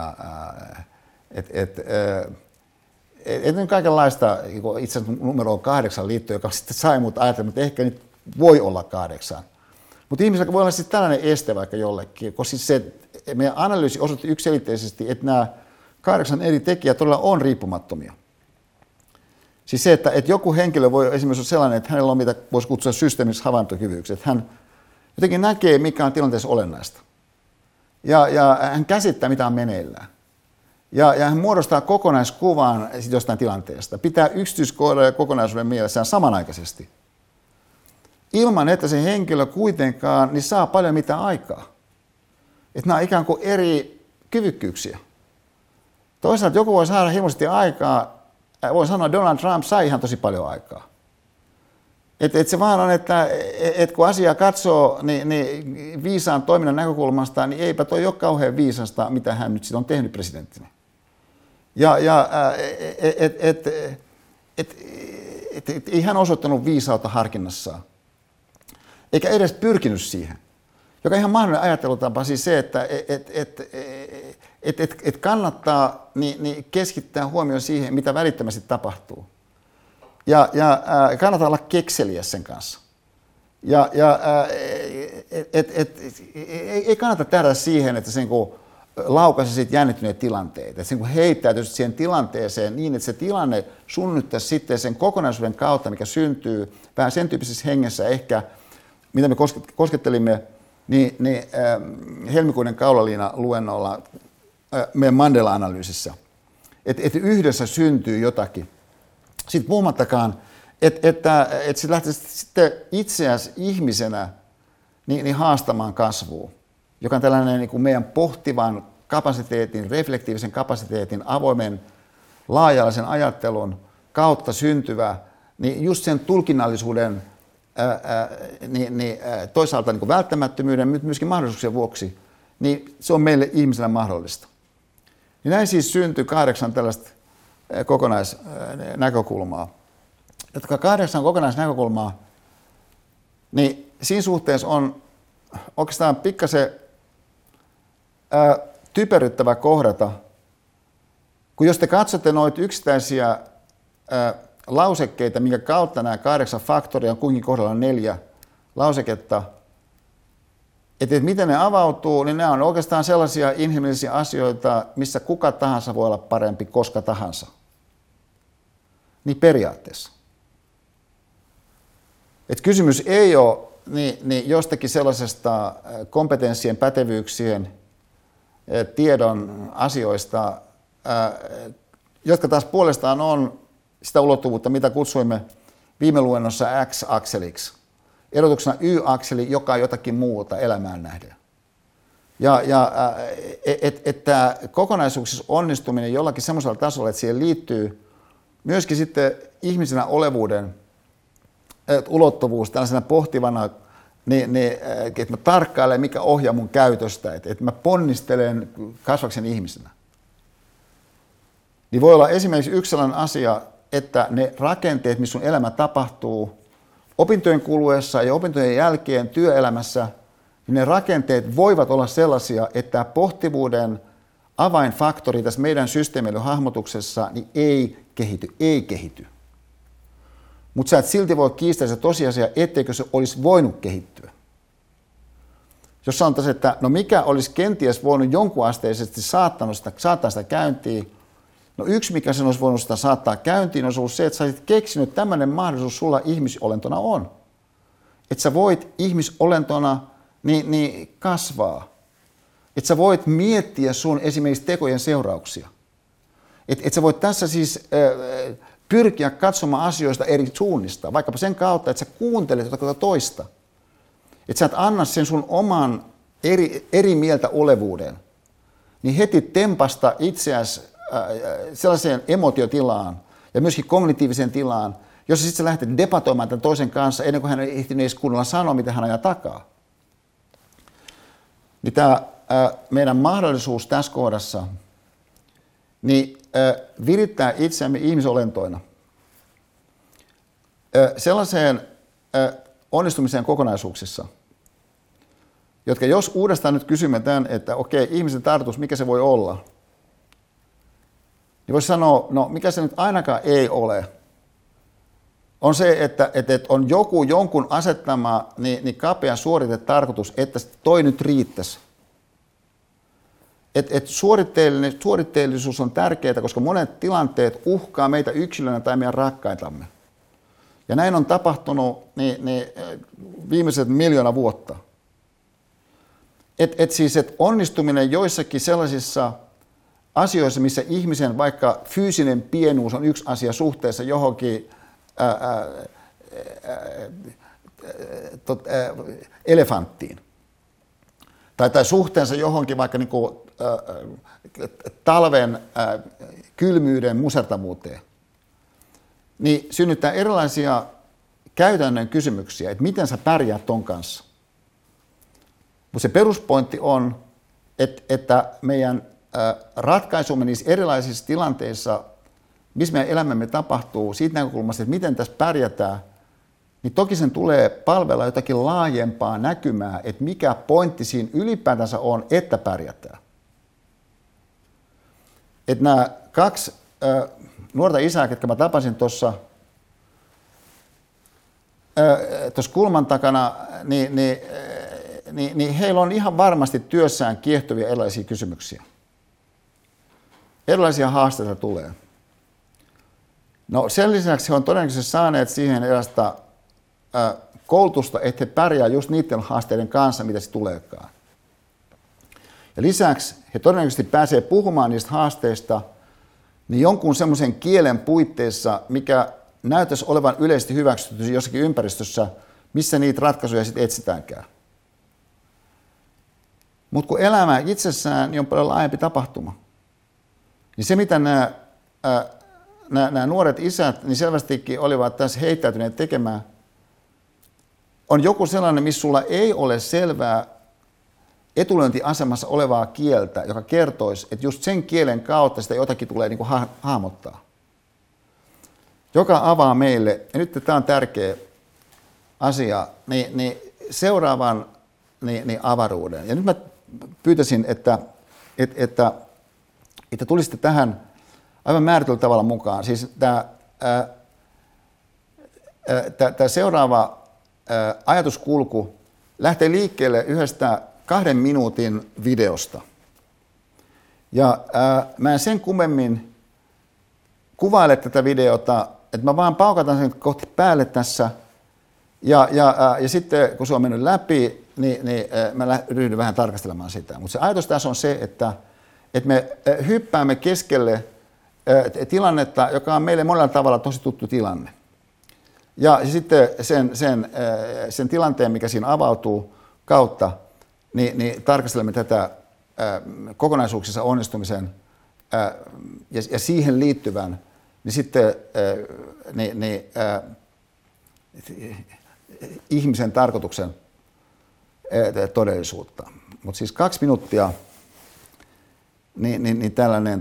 Että kaikenlaista itse asiassa numeroon 8 liittyy, joka sitten sai mut ajattelemaan, että ehkä nyt voi olla 8. Mutta ihmisellä voi olla siis tällainen este vaikka jollekin, koska siis se meidän analyysi osoitti yksiselitteisesti, että nämä 8 eri tekijää todella on riippumattomia. Siis se, että joku henkilö voi esimerkiksi olla sellainen, että hänellä on mitä voisi kutsua systeemiseksi havaintokyvyksi, että hän jotenkin näkee, mikä on tilanteessa olennaista. Ja hän käsittää, mitä on meneillään. Ja hän muodostaa kokonaiskuvan jostain tilanteesta, pitää yksityiskohdan ja kokonaisuuden mielessään samanaikaisesti. Ilman, että se henkilö kuitenkaan niin saa paljon mitään aikaa. Että nämä on ikään kuin eri kyvykkyyksiä. Toisaalta joku voi saada hirveästi aikaa, voi sanoa, että Donald Trump sai ihan tosi paljon aikaa. Että se vaan on, että kun asiaa katsoo niin viisaan toiminnan näkökulmasta, niin eipä toi ole kauhean viisasta, mitä hän nyt sitten on tehnyt presidenttinä. Ei hän osoittanut viisautta harkinnassaan, eikä edes pyrkinyt siihen. Joka ihan mahdollinen ajattelutapa siis se, että kannattaa niin keskittää huomioon siihen, mitä välittömästi tapahtuu. kannattaa olla kekseliäs sen kanssa. Ei kannata tähdä siihen, että sen kun laukaisi siitä jännittyneet tilanteet, että sen kun heittäytyisi siihen tilanteeseen niin, että se tilanne sunnyttäisi sitten sen kokonaisuuden kautta, mikä syntyy vähän sen tyyppisessä hengessä ehkä, mitä me koskettelimme helmikuinen kaulaliina-luennolla meidän Mandela-analyysissä, että yhdessä syntyy jotakin. Sitten puhumattakaan, että se lähtisi sitten itseäsi ihmisenä niin haastamaan kasvuun, joka on tällainen niin kuin meidän pohtivan kapasiteetin, reflektiivisen kapasiteetin, avoimen, laaja-alaisen ajattelun kautta syntyvä, niin just sen tulkinnallisuuden toisaalta niin kuin välttämättömyyden, mutta myöskin mahdollisuuksien vuoksi, niin se on meille ihmisenä mahdollista. Ja näin siis syntyy 8 tällaista kokonaisnäkökulmaa. Jotka 8 kokonaisnäkökulmaa, niin siinä suhteessa on oikeastaan pikkasen typeryttävä kohdata, kun jos te katsotte noita yksittäisiä lausekkeita, minkä kautta nämä 8 faktoria on kuinkin kohdalla 4 lauseketta, että miten ne avautuu, niin nämä on oikeastaan sellaisia inhimillisiä asioita, missä kuka tahansa voi olla parempi koska tahansa. Niin periaatteessa. Et kysymys ei ole niin jostakin sellaisesta kompetenssien, pätevyyksien, tiedon asioista, jotka taas puolestaan on sitä ulottuvuutta, mitä kutsuimme viime luennossa X-akseliksi. Erotuksena Y-akseli, joka on jotakin muuta elämään nähden. Että kokonaisuuksissa onnistuminen jollakin semmoisella tasolla, että siihen liittyy myöskin sitten ihmisenä olevuuden ulottuvuus tällaisena pohtivana, että mä tarkkailen, mikä ohjaa mun käytöstä, että mä ponnistelen kasvaksen ihmisenä. Niin voi olla esimerkiksi yksi sellainen asia, että ne rakenteet, missä sun elämä tapahtuu opintojen kuluessa ja opintojen jälkeen työelämässä, niin ne rakenteet voivat olla sellaisia, että pohtivuuden avainfaktori tässä meidän systeemien hahmotuksessa niin ei kehity. Mutta sä et silti voi kiistää se tosiasia, etteikö se olisi voinut kehittyä. Jos sanotaan, että no mikä olisi kenties voinut jonkunasteisesti saattaa sitä käyntiin, no yksi mikä sen olisi voinut sitä saattaa käyntiin olisi ollut se, että sä olisit keksinyt, että tämmöinen mahdollisuus sulla ihmisolentona on. Että sä voit ihmisolentona niin kasvaa. Että sä voit miettiä sun esimerkiksi tekojen seurauksia. Että sä voit tässä siis pyrkiä katsomaan asioista eri suunnista, vaikkapa sen kautta, että sä kuuntelet jotakin toista. Että sä et anna sen sun oman eri mieltä olevuuden, niin heti tempasta itseäsi sellaiseen emotiotilaan ja myöskin kognitiiviseen tilaan, jossa sitten sä lähdet debatoimaan tämän toisen kanssa ennen kuin hän ei ehtinyt edes kunnolla sanoa, mitä hän ajaa takaa. Niin tämä meidän mahdollisuus tässä kohdassa niin virittää itseämme ihmisolentoina sellaiseen onnistumiseen kokonaisuuksissa, jotka jos uudestaan nyt kysymme tämän, että okei, ihmisen tarkoitus, mikä se voi olla, niin voisi sanoa, no mikä se nyt ainakaan ei ole, on se, että on jonkun asettama niin kapea suoritetarkoitus, että toi nyt riittäisi. Suoritteellisuus on tärkeää, koska monet tilanteet uhkaa meitä yksilönä tai meidän rakkaitamme. Ja näin on tapahtunut viimeiset 1 000 000 vuotta. Siis onnistuminen joissakin sellaisissa asioissa, missä ihmisen vaikka fyysinen pienuus on yksi asia suhteessa johonkin elefanttiin. Tai suhteensa johonkin vaikka niin kuin, talven kylmyyden musertavuuteen, niin synnyttää erilaisia käytännön kysymyksiä, että miten sä pärjäät ton kanssa. Mutta se peruspointti on, että meidän ratkaisumme niissä erilaisissa tilanteissa, missä meidän elämämme tapahtuu, siitä näkökulmasta, että miten tässä pärjätään, niin toki sen tulee palvella jotakin laajempaa näkymää, että mikä pointti siinä ylipäätänsä on, että pärjätään. Että nämä 2 nuorta isää, ketkä mä tapasin tuossa tuossa kulman takana, niin heillä on ihan varmasti työssään kiehtovia erilaisia kysymyksiä. Erilaisia haasteita tulee. No sen lisäksi he on todennäköisesti saaneet siihen erilaista koulutusta, että he pärjää just niiden haasteiden kanssa, mitä se tuleekaan. Ja lisäksi he todennäköisesti pääsee puhumaan niistä haasteista niin jonkun semmoisen kielen puitteissa, mikä näyttäisi olevan yleisesti hyväksytty jossakin ympäristössä, missä niitä ratkaisuja sitten etsitäänkään. Mutta kun elämä itsessään niin on paljon laajempi tapahtuma, niin se mitä nämä nuoret isät niin selvästikin olivat tässä heittäytyneet tekemään, on joku sellainen, missä sulla ei ole selvää etulyöntiasemassa olevaa kieltä, joka kertoisi, että just sen kielen kautta sitä jotakin tulee niin kuin hahmottaa. Joka avaa meille, ja nyt tämä on tärkeä asia, niin seuraavan avaruuden. Ja nyt mä pyytäisin, että tulisitte tähän aivan määrätyllä tavalla mukaan. Siis tämä seuraava ajatuskulku lähtee liikkeelle yhdestä 2 minuutin videosta. Ja mä en sen kummemmin kuvaile tätä videota, että mä vaan paukataan sen kohti päälle tässä. Ja sitten kun se on mennyt läpi, niin mä ryhdyn vähän tarkastelemaan sitä. Mutta se ajatus tässä on se, että me hyppäämme keskelle tilannetta, joka on meille monella tavalla tosi tuttu tilanne. Ja sitten sen tilanteen, mikä siinä avautuu kautta, niin tarkastelemme tätä kokonaisuuksissa onnistumisen ja siihen liittyvän, niin sitten ihmisen tarkoituksen todellisuutta. Mutta siis 2 minuuttia, niin tällainen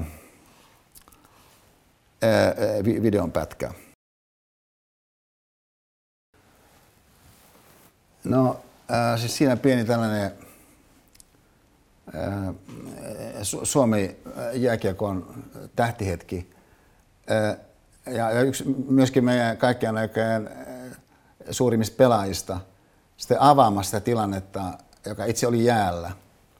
videon pätkä. No, siis siinä pieni tällainen Suomi-jääkiekon tähtihetki. Ja yksi myöskin meidän kaikkien aikojen suurimmista pelaajista sitten avaamassa sitä tilannetta, joka itse oli jäällä.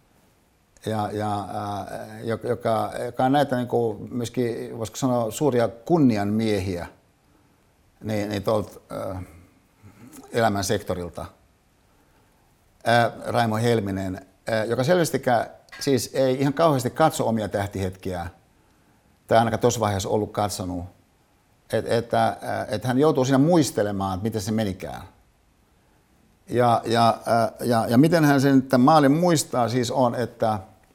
Joka on näitä niin kuin myöskin, voisiko sanoa, suuria kunnianmiehiä niin tuolta elämän sektorilta. Raimo Helminen, joka selvästikään siis ei ihan kauheasti katso omia tähtihetkiä, tai ainakaan tuossa vaiheessa ollut katsonut, että hän joutuu siinä muistelemaan, että miten se menikään. Ja miten hän sen tämän maalin muistaa siis on, että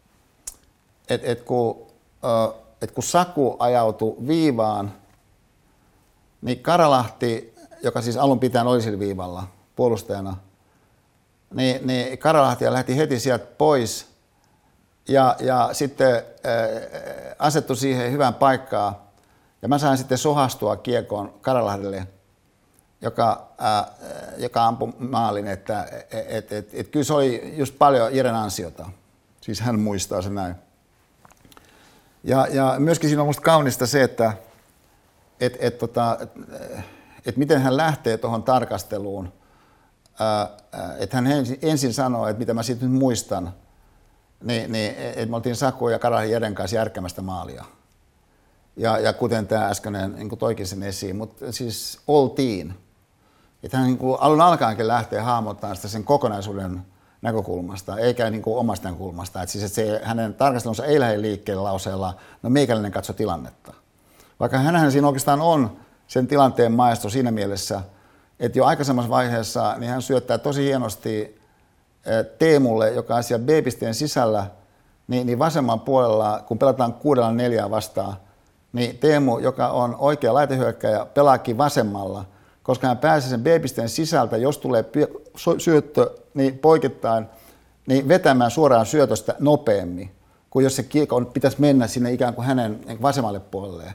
kun Saku ajautui viivaan, niin Karalahti, joka siis alun pitäen oli sillä viivalla puolustajana, niin Karalahti lähti heti sieltä pois ja sitten asettui siihen hyvään paikkaan. Ja mä sain sitten sohastua kiekon Karalahdelle, joka ampui maalin, että kyllä se oli just paljon Jeren ansiota. Siis hän muistaa se näin. Ja myöskin siinä on musta kaunista se, että miten hän lähtee tuohon tarkasteluun. Että hän ensin sanoo, että mitä mä siitä nyt muistan, niin että me oltiin Saku ja Karalahdin Jeren kanssa järkkämästä maalia. Ja kuten tämä äskeinen niin toikin sen esiin, mutta siis oltiin. Että hän niin alun alkaenkin lähtee hahmottamaan sitä sen kokonaisuuden näkökulmasta, eikä niin omasta näkökulmasta. Että siis, että se, hänen tarkastelunsa ei lähde liikkeelle lauseella, no meikäläinen katso tilannetta. Vaikka hänhän siinä oikeastaan on sen tilanteen maestro siinä mielessä, että jo aikaisemmassa vaiheessa niin hän syöttää tosi hienosti Teemulle, joka on siellä B-pisteen sisällä, niin vasemman puolella, kun pelataan 6-4 vastaan, niin Teemu, joka on oikea laitahyökkääjä, pelaakin vasemmalla, koska hän pääsee sen B-pisteen sisältä, jos tulee syöttö niin poikittain, niin vetämään suoraan syötöstä nopeammin, kuin jos se kiekko pitäisi mennä sinne ikään kuin hänen vasemmalle puolelleen.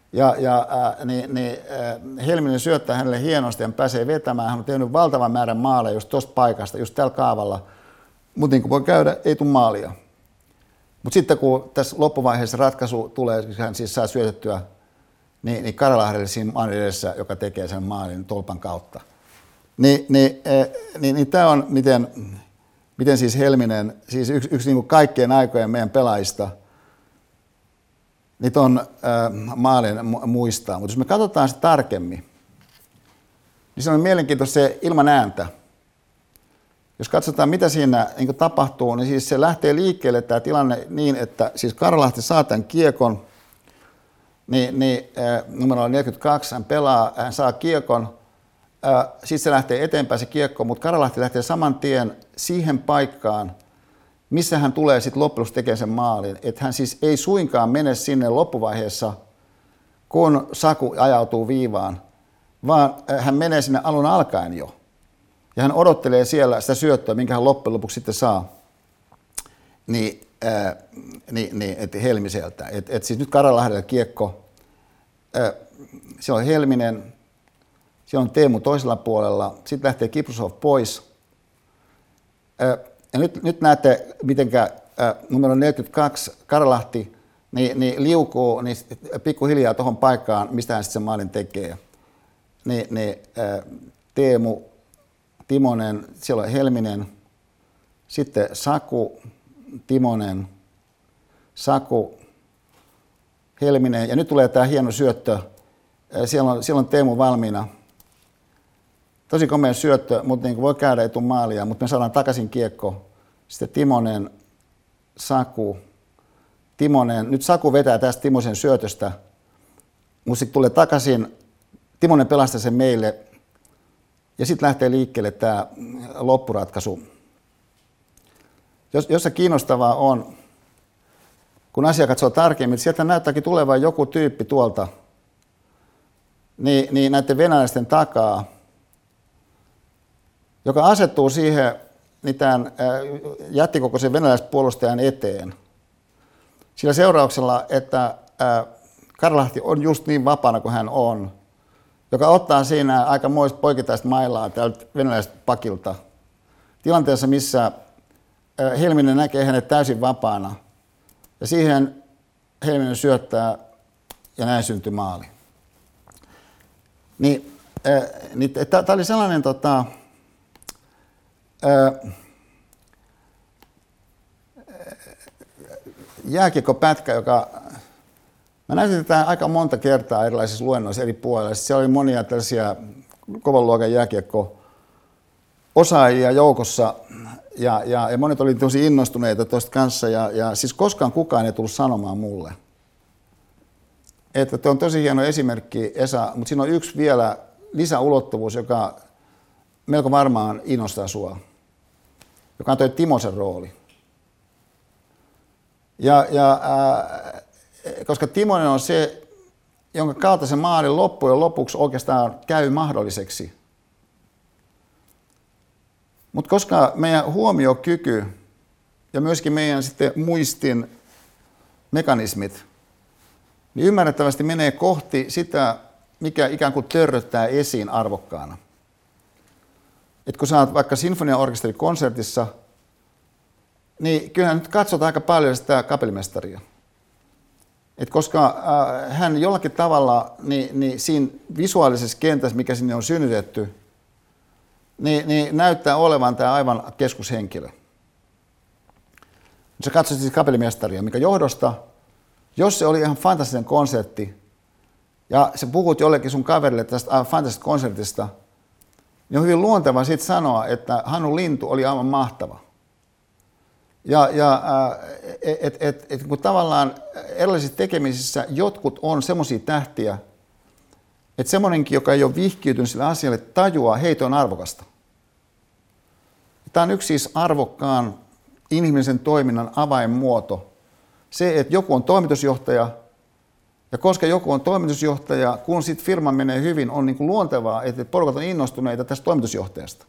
Helminen syöttää hänelle hienosti ja pääsee vetämään. Hän on tehnyt valtavan määrän maaleja just tuosta paikasta, just tällä kaavalla. Mutta niin kuin voi käydä, ei tule maalia. Mutta sitten kun tässä loppuvaiheessa ratkaisu tulee, hän siis saa syötettyä, niin Karalahdelle siinä maalin edessä, joka tekee sen maalin tolpan kautta. Niin tämä on, miten siis Helminen, siis yksi niin kuin kaikkien aikojen meidän pelaajista, niin ton maalin muistaa. Mutta jos me katsotaan sitä tarkemmin, niin se on mielenkiintoista se ilman ääntä. Jos katsotaan, mitä siinä niin tapahtuu, niin siis se lähtee liikkeelle tämä tilanne niin, että siis Karlalahti saa tämän kiekon, numero 42, hän pelaa, hän saa kiekon, sitten se lähtee eteenpäin se kiekko, mutta Karlalahti lähtee saman tien siihen paikkaan, missä hän tulee sitten loppujen tekemään sen maalin. Että hän siis ei suinkaan mene sinne loppuvaiheessa, kun Saku ajautuu viivaan, vaan hän menee sinne alun alkaen jo. Ja hän odottelee siellä sitä syöttöä, minkä hän loppujen lopuksi sitten saa Helmiseltä. Et siis nyt Karjalahdella kiekko, siellä on Helminen, siellä on Teemu toisella puolella, sitten lähtee Kiprusov pois. Ja nyt näette, mitenkä numero 42 Karjalahti liukuu pikkuhiljaa tuohon paikkaan, mistä hän sitten sen maalin tekee. Teemu, Timonen, siellä on Helminen, sitten Saku, Timonen, Saku, Helminen, ja nyt tulee tämä hieno syöttö. Siellä on Teemu valmiina. Tosi komea syöttö, mutta niin voi käydä etu maalia, mutta me saadaan takaisin kiekko. Sitten Timonen, Saku, Timonen. Nyt Saku vetää tästä Timosen syötöstä, mutta sitten tulee takaisin. Timonen pelastaa sen meille. Ja sitten lähtee liikkeelle tämä loppuratkaisu. Jossa kiinnostavaa on, kun asia katsoo tarkemmin, että sieltä näyttääkin tulevan joku tyyppi tuolta, niin näiden venäläisten takaa, joka asettuu siihen tämän jättikokoisen venäläispuolustajan eteen. Sillä seurauksella, että Karjalahti on just niin vapaana kuin hän on, joka ottaa siinä aikamoista poikittaista mailaa tältä venäläiseltä pakilta. Tilanteessa, missä Helminen näkee hänet täysin vapaana. Ja siihen Helminen syöttää ja näin syntyy maali. Tämä oli sellainen jääkiekkopätkä, joka mä näytin tätä aika monta kertaa erilaisissa luennoissa eri puolilla. Siellä oli monia tällaisia kovan luokan jääkiekko-osaajia joukossa ja monet oli tosi innostuneita tuosta kanssa ja siis koskaan kukaan ei tullut sanomaan mulle, että tuo on tosi hieno esimerkki, Esa, mutta siinä on yksi vielä lisäulottuvuus, joka melko varmaan innostaa sua, joka on toi Timosen rooli. Koska Timonen on se, jonka kautta se maali loppujen lopuksi oikeastaan käy mahdolliseksi. Mutta koska meidän huomiokyky ja myöskin meidän sitten muistin mekanismit, niin ymmärrettävästi menee kohti sitä, mikä ikään kuin törröttää esiin arvokkaana. Et kun sä oot vaikka sinfoniaorkesterikonsertissa, niin kyllähän nyt katsotaan aika paljon sitä kapellimestaria. Et koska hän jollakin tavalla niin siinä visuaalisessa kentässä, mikä sinne on synnytetty, niin näyttää olevan tämä aivan keskushenkilö. Sä katsot siis kapellimestaria, mikä johdosta, jos se oli ihan fantastinen konsertti, ja sä puhut jollekin sun kaverille tästä fantastisesta konsertista, niin on hyvin luontevaa siitä sanoa, että Hannu Lintu oli aivan mahtava. Kun tavallaan erilaisissa tekemisissä jotkut on semmoisia tähtiä, että semmoinenkin, joka ei ole vihkiytynyt sille asialle, tajuaa, hei, toi on arvokasta. Tämä on yksi siis arvokkaan inhimillisen toiminnan avainmuoto. Se, että joku on toimitusjohtaja, ja koska joku on toimitusjohtaja, kun sitten firma menee hyvin, on niin kuin luontevaa, että porukat on innostuneita tästä toimitusjohtajasta.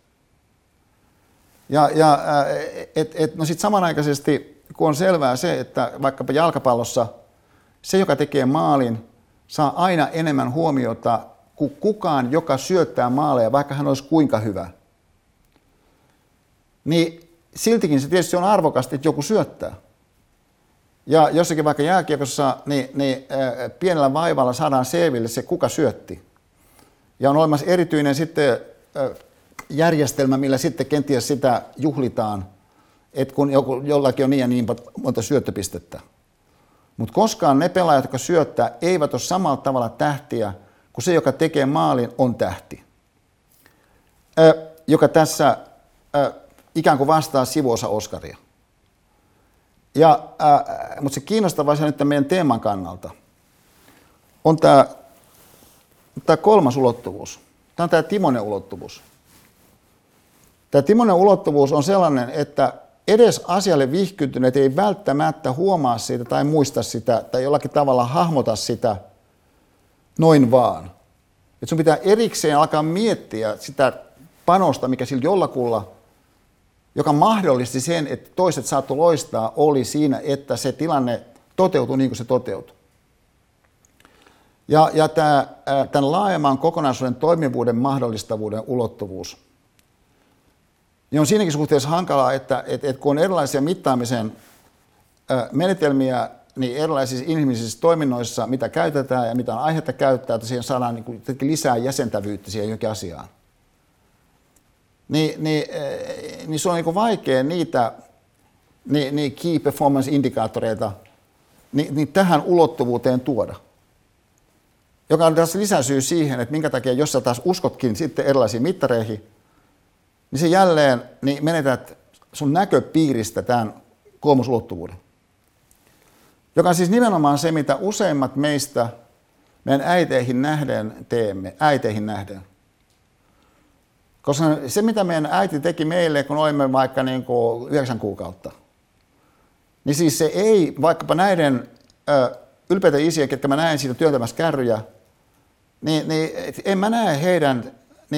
No sitten samanaikaisesti, kun on selvää se, että vaikkapa jalkapallossa se, joka tekee maalin, saa aina enemmän huomiota kuin kukaan, joka syöttää maaleja, vaikka hän olisi kuinka hyvä. Niin siltikin se tietysti on arvokasta, että joku syöttää. Ja jossakin vaikka jääkiekossa, niin pienellä vaivalla saadaan selville se, kuka syötti. Ja on olemassa erityinen sitten järjestelmä, millä sitten kenties sitä juhlitaan, että kun jollakin on niin ja niin monta syöttöpistettä. Mutta koskaan ne pelaajat, jotka syöttää, eivät ole samalla tavalla tähtiä kuin se, joka tekee maalin, on tähti. Joka tässä ikään kuin vastaa sivuosa Oskaria. Mutta se kiinnostava asia nyt meidän teeman kannalta on tämä kolmas ulottuvuus. Tämä on tämä Timonen ulottuvuus. Tämä Timonen ulottuvuus on sellainen, että edes asialle vihkyntyneet ei välttämättä huomaa siitä tai muista sitä tai jollakin tavalla hahmota sitä noin vaan. Että sun pitää erikseen alkaa miettiä sitä panosta, mikä sillä jollakulla, joka mahdollisti sen, että toiset saattoi loistaa, oli siinä, että se tilanne toteutui niin kuin se toteutui. Ja tämän laajemman kokonaisuuden toimivuuden mahdollistavuuden ulottuvuus niin on siinäkin suhteessa hankalaa, että kun on erilaisia mittaamisen menetelmiä, niin erilaisissa inhimillisissä toiminnoissa, mitä käytetään ja mitä on aihetta käyttää, että siihen saadaan niin lisää jäsentävyyttä siihen johonkin asiaan. Niin se on niin vaikea niitä key performance-indikaattoreita niin tähän ulottuvuuteen tuoda. Joka on tässä lisäsyy siihen, että minkä takia, jos sä taas uskotkin sitten erilaisiin mittareihin, niin se jälleen niin menetät sun näköpiiristä tämän kolmosulottuvuuden. Joka on siis nimenomaan se, mitä useimmat meistä meidän äiteihin nähden teemme, äiteihin nähden. Koska se, mitä meidän äiti teki meille, kun olimme vaikka niin kuin 9 kuukautta, niin siis se ei, vaikkapa näiden ylpeitä isiä, ketkä mä näen siitä työntämässä kärryjä, niin en mä näe heidän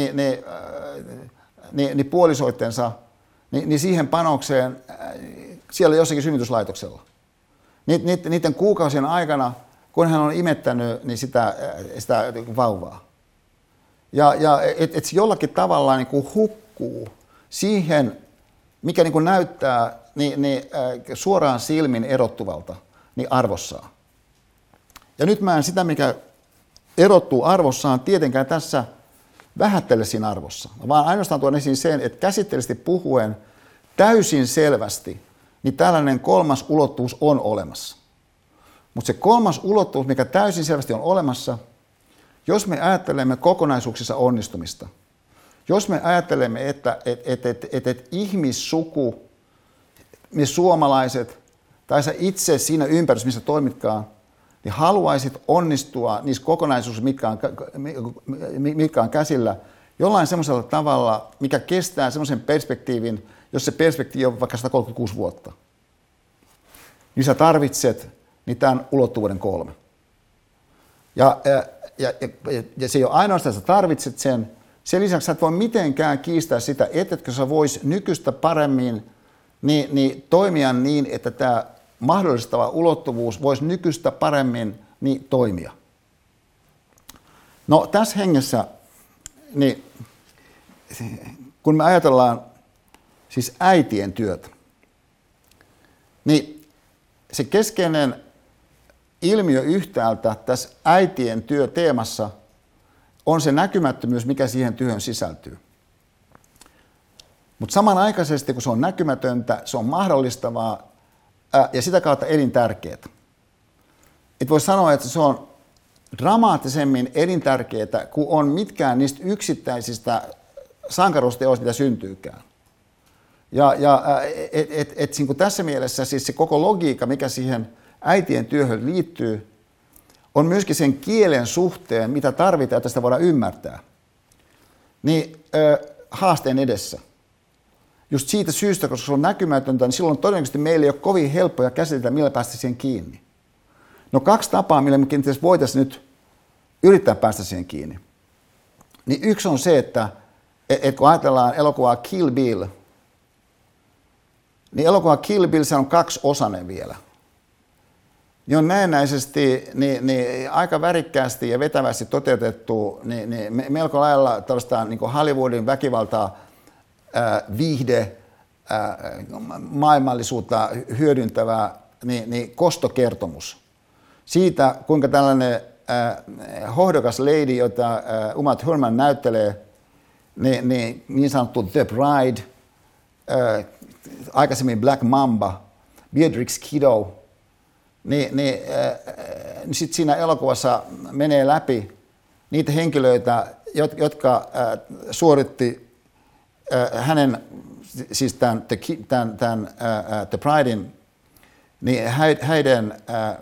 puolisoittensa niin siihen panokseen siellä jossakin synnytyslaitoksella. Niiden kuukausien aikana, kun hän on imettänyt niin sitä vauvaa. Että se jollakin tavalla niin kuin hukkuu siihen, mikä niin kuin näyttää suoraan silmin erottuvalta niin arvossaan. Ja nyt mä en sitä, mikä erottuu arvossaan, tietenkään tässä vähättele siinä arvossa, vaan ainoastaan tuon esiin sen, että käsitteellisesti puhuen täysin selvästi, niin tällainen kolmas ulottuvuus on olemassa. Mutta se kolmas ulottuvuus, mikä täysin selvästi on olemassa, jos me ajattelemme kokonaisuuksissa onnistumista, jos me ajattelemme, että ihmissuku, me suomalaiset, tai sä itse siinä ympäristössä, missä toimitkaan, niin haluaisit onnistua niissä kokonaisuuksissa, mitkä on käsillä, jollain semmoisella tavalla, mikä kestää semmoisen perspektiivin, jos se perspektiivi on vaikka 136 vuotta. Niin sä tarvitset niin tämän ulottuvuuden 3. Ja se ei ole ainoastaan, että sä tarvitset sen. Sen lisäksi sä et voi mitenkään kiistää sitä, ettetkö sä vois nykyistä paremmin niin toimia niin, että tämä mahdollistava ulottuvuus voisi nykyistä paremmin niin toimia. No tässä hengessä, niin, kun me ajatellaan siis äitien työtä, niin se keskeinen ilmiö yhtäältä tässä äitien työteemassa on se näkymättömyys, mikä siihen työhön sisältyy. Mutta samanaikaisesti, kun se on näkymätöntä, se on mahdollistavaa ja sitä kautta elintärkeää. Et voi sanoa, että se on dramaattisemmin elintärkeää, kuin on mitkään niistä yksittäisistä sankaruusteoista, mitä syntyykään. Tässä mielessä siis se koko logiikka, mikä siihen äitien työhön liittyy, on myöskin sen kielen suhteen, mitä tarvitaan, että sitä voidaan ymmärtää, niin haasteen edessä. Just siitä syystä, koska se on näkymätöntä, niin silloin todennäköisesti meillä ei ole kovin helppoja käsitellä, millä päästä siihen kiinni. No 2 tapaa, millä me kenties voitaisiin nyt yrittää päästä siihen kiinni. Niin yksi on se, että kun ajatellaan elokuvaa Kill Bill, niin elokuva Kill Bill se on 2-osainen vielä. Niin on näennäisesti niin aika värikkäästi ja vetävästi toteutettu niin melko lailla tällaista niin Hollywoodin väkivaltaa, viihde, maailmallisuutta hyödyntävä niin kostokertomus siitä, kuinka tällainen hohdokas lady, jota Uma Thurman näyttelee, niin sanottu The Bride, aikaisemmin Black Mamba, Beatrix Kiddo, niin sitten siinä elokuvassa menee läpi niitä henkilöitä, jotka suoritti hänen, siis tämän The Bridein, niin häiden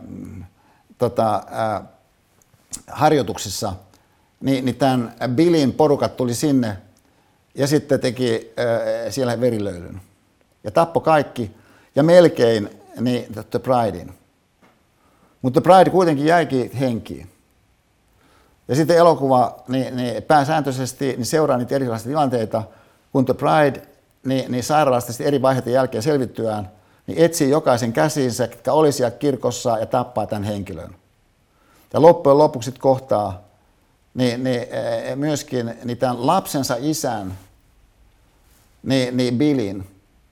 harjoituksissa, niin tämän Billin porukat tuli sinne ja sitten teki siellä verilöylyn. Ja tappoi kaikki ja melkein niin The Bridein. Mutta The Bride kuitenkin jäikin henkiin. Ja sitten elokuva niin pääsääntöisesti niin seuraa niitä erilaisia tilanteita, kun The Bride niin sairaalasta eri vaiheiden jälkeen selvittyään, niin etsii jokaisen käsiinsä, jotka oli siellä kirkossa ja tappaa tämän henkilön. Ja loppujen lopuksi kohtaa myöskin tämän lapsensa isän, niin Billin,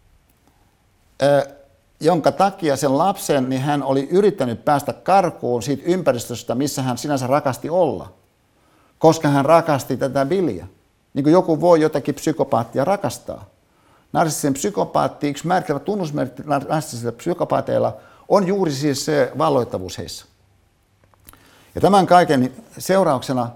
jonka takia sen lapsen niin hän oli yrittänyt päästä karkuun siitä ympäristöstä, missä hän sinänsä rakasti olla, koska hän rakasti tätä Billiä. Niin kuin joku voi jotakin psykopaattia rakastaa. Narsistisen psykopaatti, yksi määrittelevä tunnusmerkki narsistisilla psykopaateilla on juuri siis se valloittavuus heissä. Ja tämän kaiken seurauksena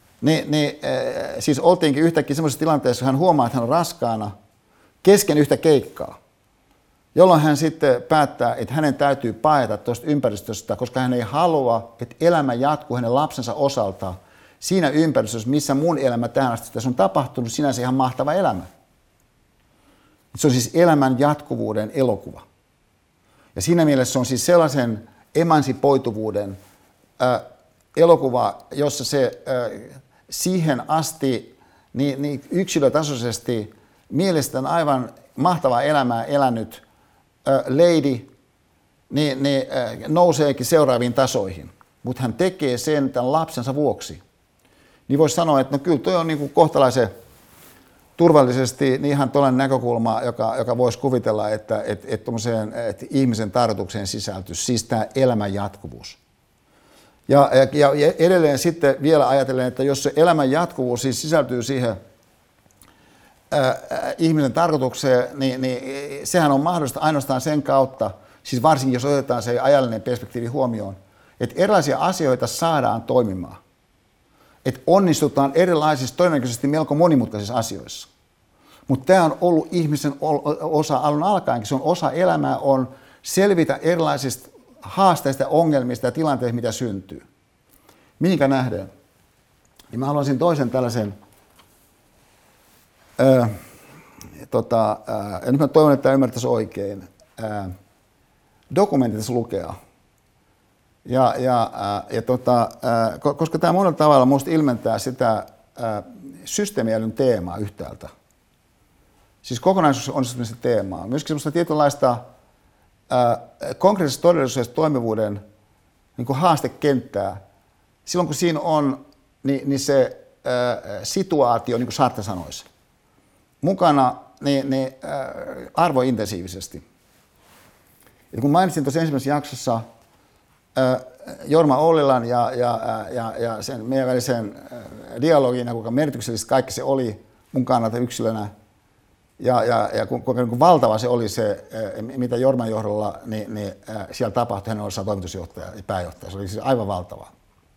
siis oltiinkin yhtäkkiä sellaisessa tilanteessa, hän huomaa, että hän on raskaana kesken yhtä keikkaa, jolloin hän sitten päättää, että hänen täytyy paeta tuosta ympäristöstä, koska hän ei halua, että elämä jatkuu hänen lapsensa osalta siinä ympäristössä, missä mun elämä tähän asti tässä on tapahtunut, sinänsä ihan mahtava elämä. Se on siis elämän jatkuvuuden elokuva. Ja siinä mielessä se on siis sellaisen emansipoituvuuden elokuva, jossa se siihen asti niin yksilötasoisesti mielestäni aivan mahtavaa elämää elänyt lady nouseekin seuraaviin tasoihin. Mutta hän tekee sen tämän lapsensa vuoksi. Niin voisi sanoa, että no kyllä toi on niin kuin kohtalaisen turvallisesti niin ihan tuollainen näkökulma, joka voisi kuvitella, että ihmisen tarkoitukseen sisältyisi, siis tämä elämän jatkuvuus. Ja edelleen sitten vielä ajatellen, että jos se elämän jatkuvuus siis sisältyy siihen ihmisen tarkoitukseen, niin sehän on mahdollista ainoastaan sen kautta, siis varsinkin jos otetaan se ajallinen perspektiivi huomioon, että erilaisia asioita saadaan toimimaan. Että onnistutaan erilaisissa todennäköisesti melko monimutkaisissa asioissa. Mutta tämä on ollut ihmisen osa alun alkaenkin, se on osa elämää, on selvitä erilaisista haasteista, ongelmista ja tilanteista, mitä syntyy. Mihinkä nähdään? Ja mä haluaisin toisen tällaisen, ja nyt mä toivon, että tämä ymmärtäisi oikein, dokumentit tässä lukea. Koska tämä monella tavalla minusta ilmentää sitä systeemiälyn teemaa yhtäältä. Siis kokonaisuus on se teemaa. Myöskin semmoista tietynlaista konkreettisessa todellisuudessa toimivuuden niin kuin haastekenttää. Silloin kun siinä on niin se situaatio, niin kuin Sartre sanoisi, mukana niin arvointensiivisesti. Ja kun mainitsin tuossa ensimmäisessä jaksossa Jorma Ollilan ja sen meidän välisen dialogin, kuinka merkityksellistä kaikki se oli mun kannalta yksilönä, ja kuinka niin valtava se oli se, mitä Jorman johdolla niin siellä tapahtui, hän oli toimitusjohtaja ja pääjohtaja, se oli siis aivan valtavaa.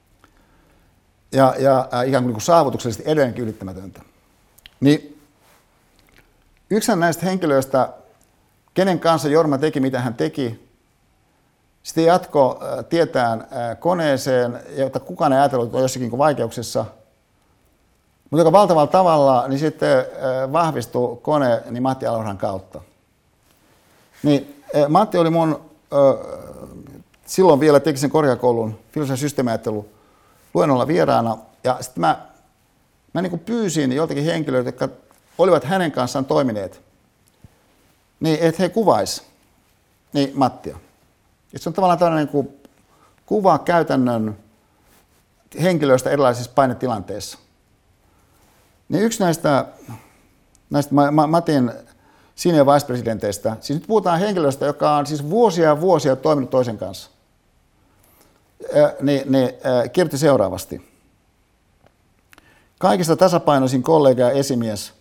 Ja ikään kuin saavutuksellisesti edelleenkin ylittämätöntä. Niin yksi näistä henkilöistä, kenen kanssa Jorma teki, mitä hän teki, sitten jatko tietään koneeseen, jota kukaan ei ajatellut, että on jossakin vaikeuksissa. Mutta joka valtavalla tavalla niin sitten vahvistui kone niin Matti Alohran kautta. Niin, Matti oli mun silloin vielä teknisen korkeakoulun filosofian systeemiajattelu luennolla vieraana. Ja sitten mä niin kuin pyysin joltakin henkilöitä, jotka olivat hänen kanssaan toimineet, niin että he kuvaisi niin Mattia. Ja se on tavallaan tällainen niin kuin kuva käytännön henkilöistä erilaisissa painetilanteissa. Niin yksi näistä Matin senior vice-presidenteistä, siis nyt puhutaan henkilöstä, joka on siis vuosia ja vuosia toiminut toisen kanssa, kirjoitti seuraavasti. Kaikista tasapainoisin kollega ja esimies,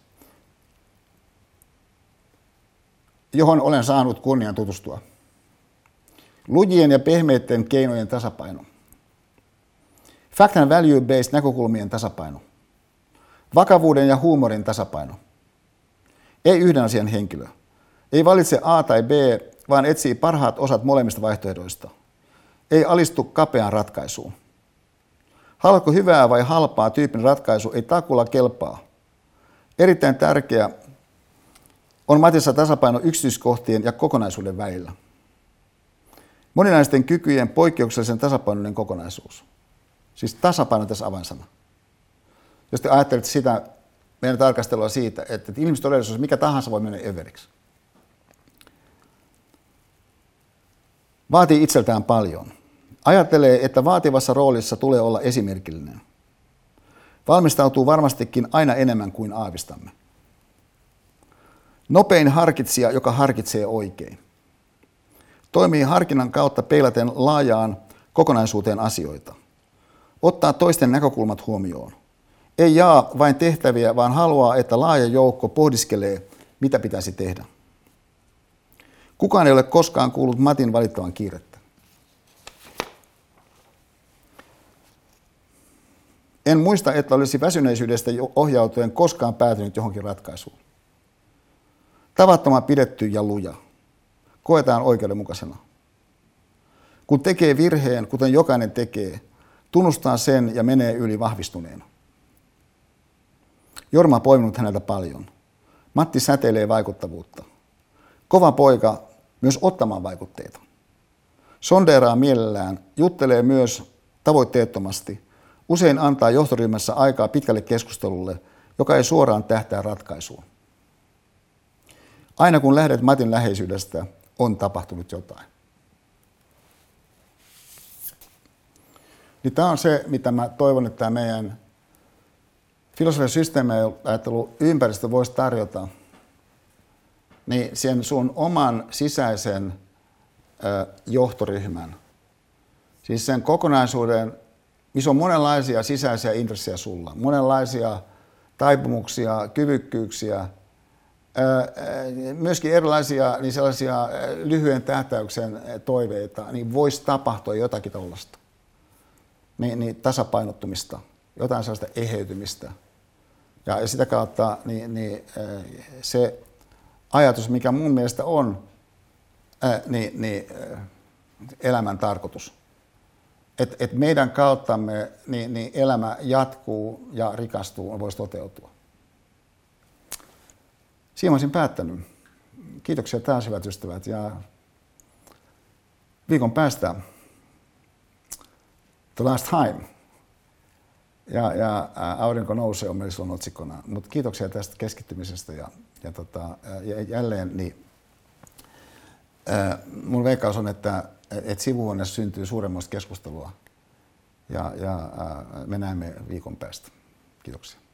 johon olen saanut kunnian tutustua. Lujien ja pehmeiden keinojen tasapaino. Fact and value-based näkökulmien tasapaino. Vakavuuden ja huumorin tasapaino. Ei yhden asian henkilö. Ei valitse A tai B, vaan etsii parhaat osat molemmista vaihtoehdoista. Ei alistu kapeaan ratkaisuun. Haluatko hyvää vai halpaa tyypin ratkaisu ei takulla kelpaa. Erittäin tärkeä on Matissa tasapaino yksityiskohtien ja kokonaisuuden välillä. Moninaisten kykyjen poikkeuksellisen tasapainoinen kokonaisuus. Siis tasapaino tässä avainsana. Jos te ajattelette sitä, meidän tarkastelua siitä, että ihmistodellisuus mikä tahansa voi mennä överiksi. Vaatii itseltään paljon. Ajattelee, että vaativassa roolissa tulee olla esimerkillinen. Valmistautuu varmastikin aina enemmän kuin aavistamme. Nopein harkitsija, joka harkitsee oikein. Toimii harkinnan kautta peilaten laajaan kokonaisuuteen asioita. Ottaa toisten näkökulmat huomioon. Ei jaa vain tehtäviä, vaan haluaa, että laaja joukko pohdiskelee, mitä pitäisi tehdä. Kukaan ei ole koskaan kuullut Matin valittavan kiirettä. En muista, että olisi väsyneisyydestä ohjautuen koskaan päätynyt johonkin ratkaisuun. Tavattoman pidetty ja luja. Koetaan oikeudenmukaisena. Kun tekee virheen, kuten jokainen tekee, tunnustaa sen ja menee yli vahvistuneena. Jorma on poiminut häneltä paljon. Matti säteilee vaikuttavuutta. Kova poika myös ottamaan vaikutteita. Sondeeraa mielellään, juttelee myös tavoitteettomasti. Usein antaa johtoryhmässä aikaa pitkälle keskustelulle, joka ei suoraan tähtää ratkaisuun. Aina kun lähdet Matin läheisyydestä, on tapahtunut jotain. Niin tämä on se, mitä mä toivon, että tämä meidän filosofian systeemiajattelu ympäristö voisi tarjota. Niin sen sun oman sisäisen johtoryhmän, siis sen kokonaisuuden, missä on monenlaisia sisäisiä intressejä sulla, monenlaisia taipumuksia, kyvykkyyksiä, myöskin erilaisia niin sellaisia lyhyen tähtäyksen toiveita, niin voisi tapahtua jotakin tällaista. Niin tasapainottumista, jotain sellaista eheytymistä. Ja sitä kautta se ajatus, mikä mun mielestä on elämän tarkoitus. Että meidän kauttamme elämä jatkuu ja rikastuu ja voisi toteutua. Siinä olisin päättänyt. Kiitoksia taas, hyvät ystävät. Ja viikon päästä The Last Time. Ja aurinko nousee on meillä silloin otsikkona. Mutta kiitoksia tästä keskittymisestä. Ja jälleen niin, mun veikkaus on, että sivuhuoneessa syntyy suuremmoista keskustelua. Ja me näemme viikon päästä. Kiitoksia.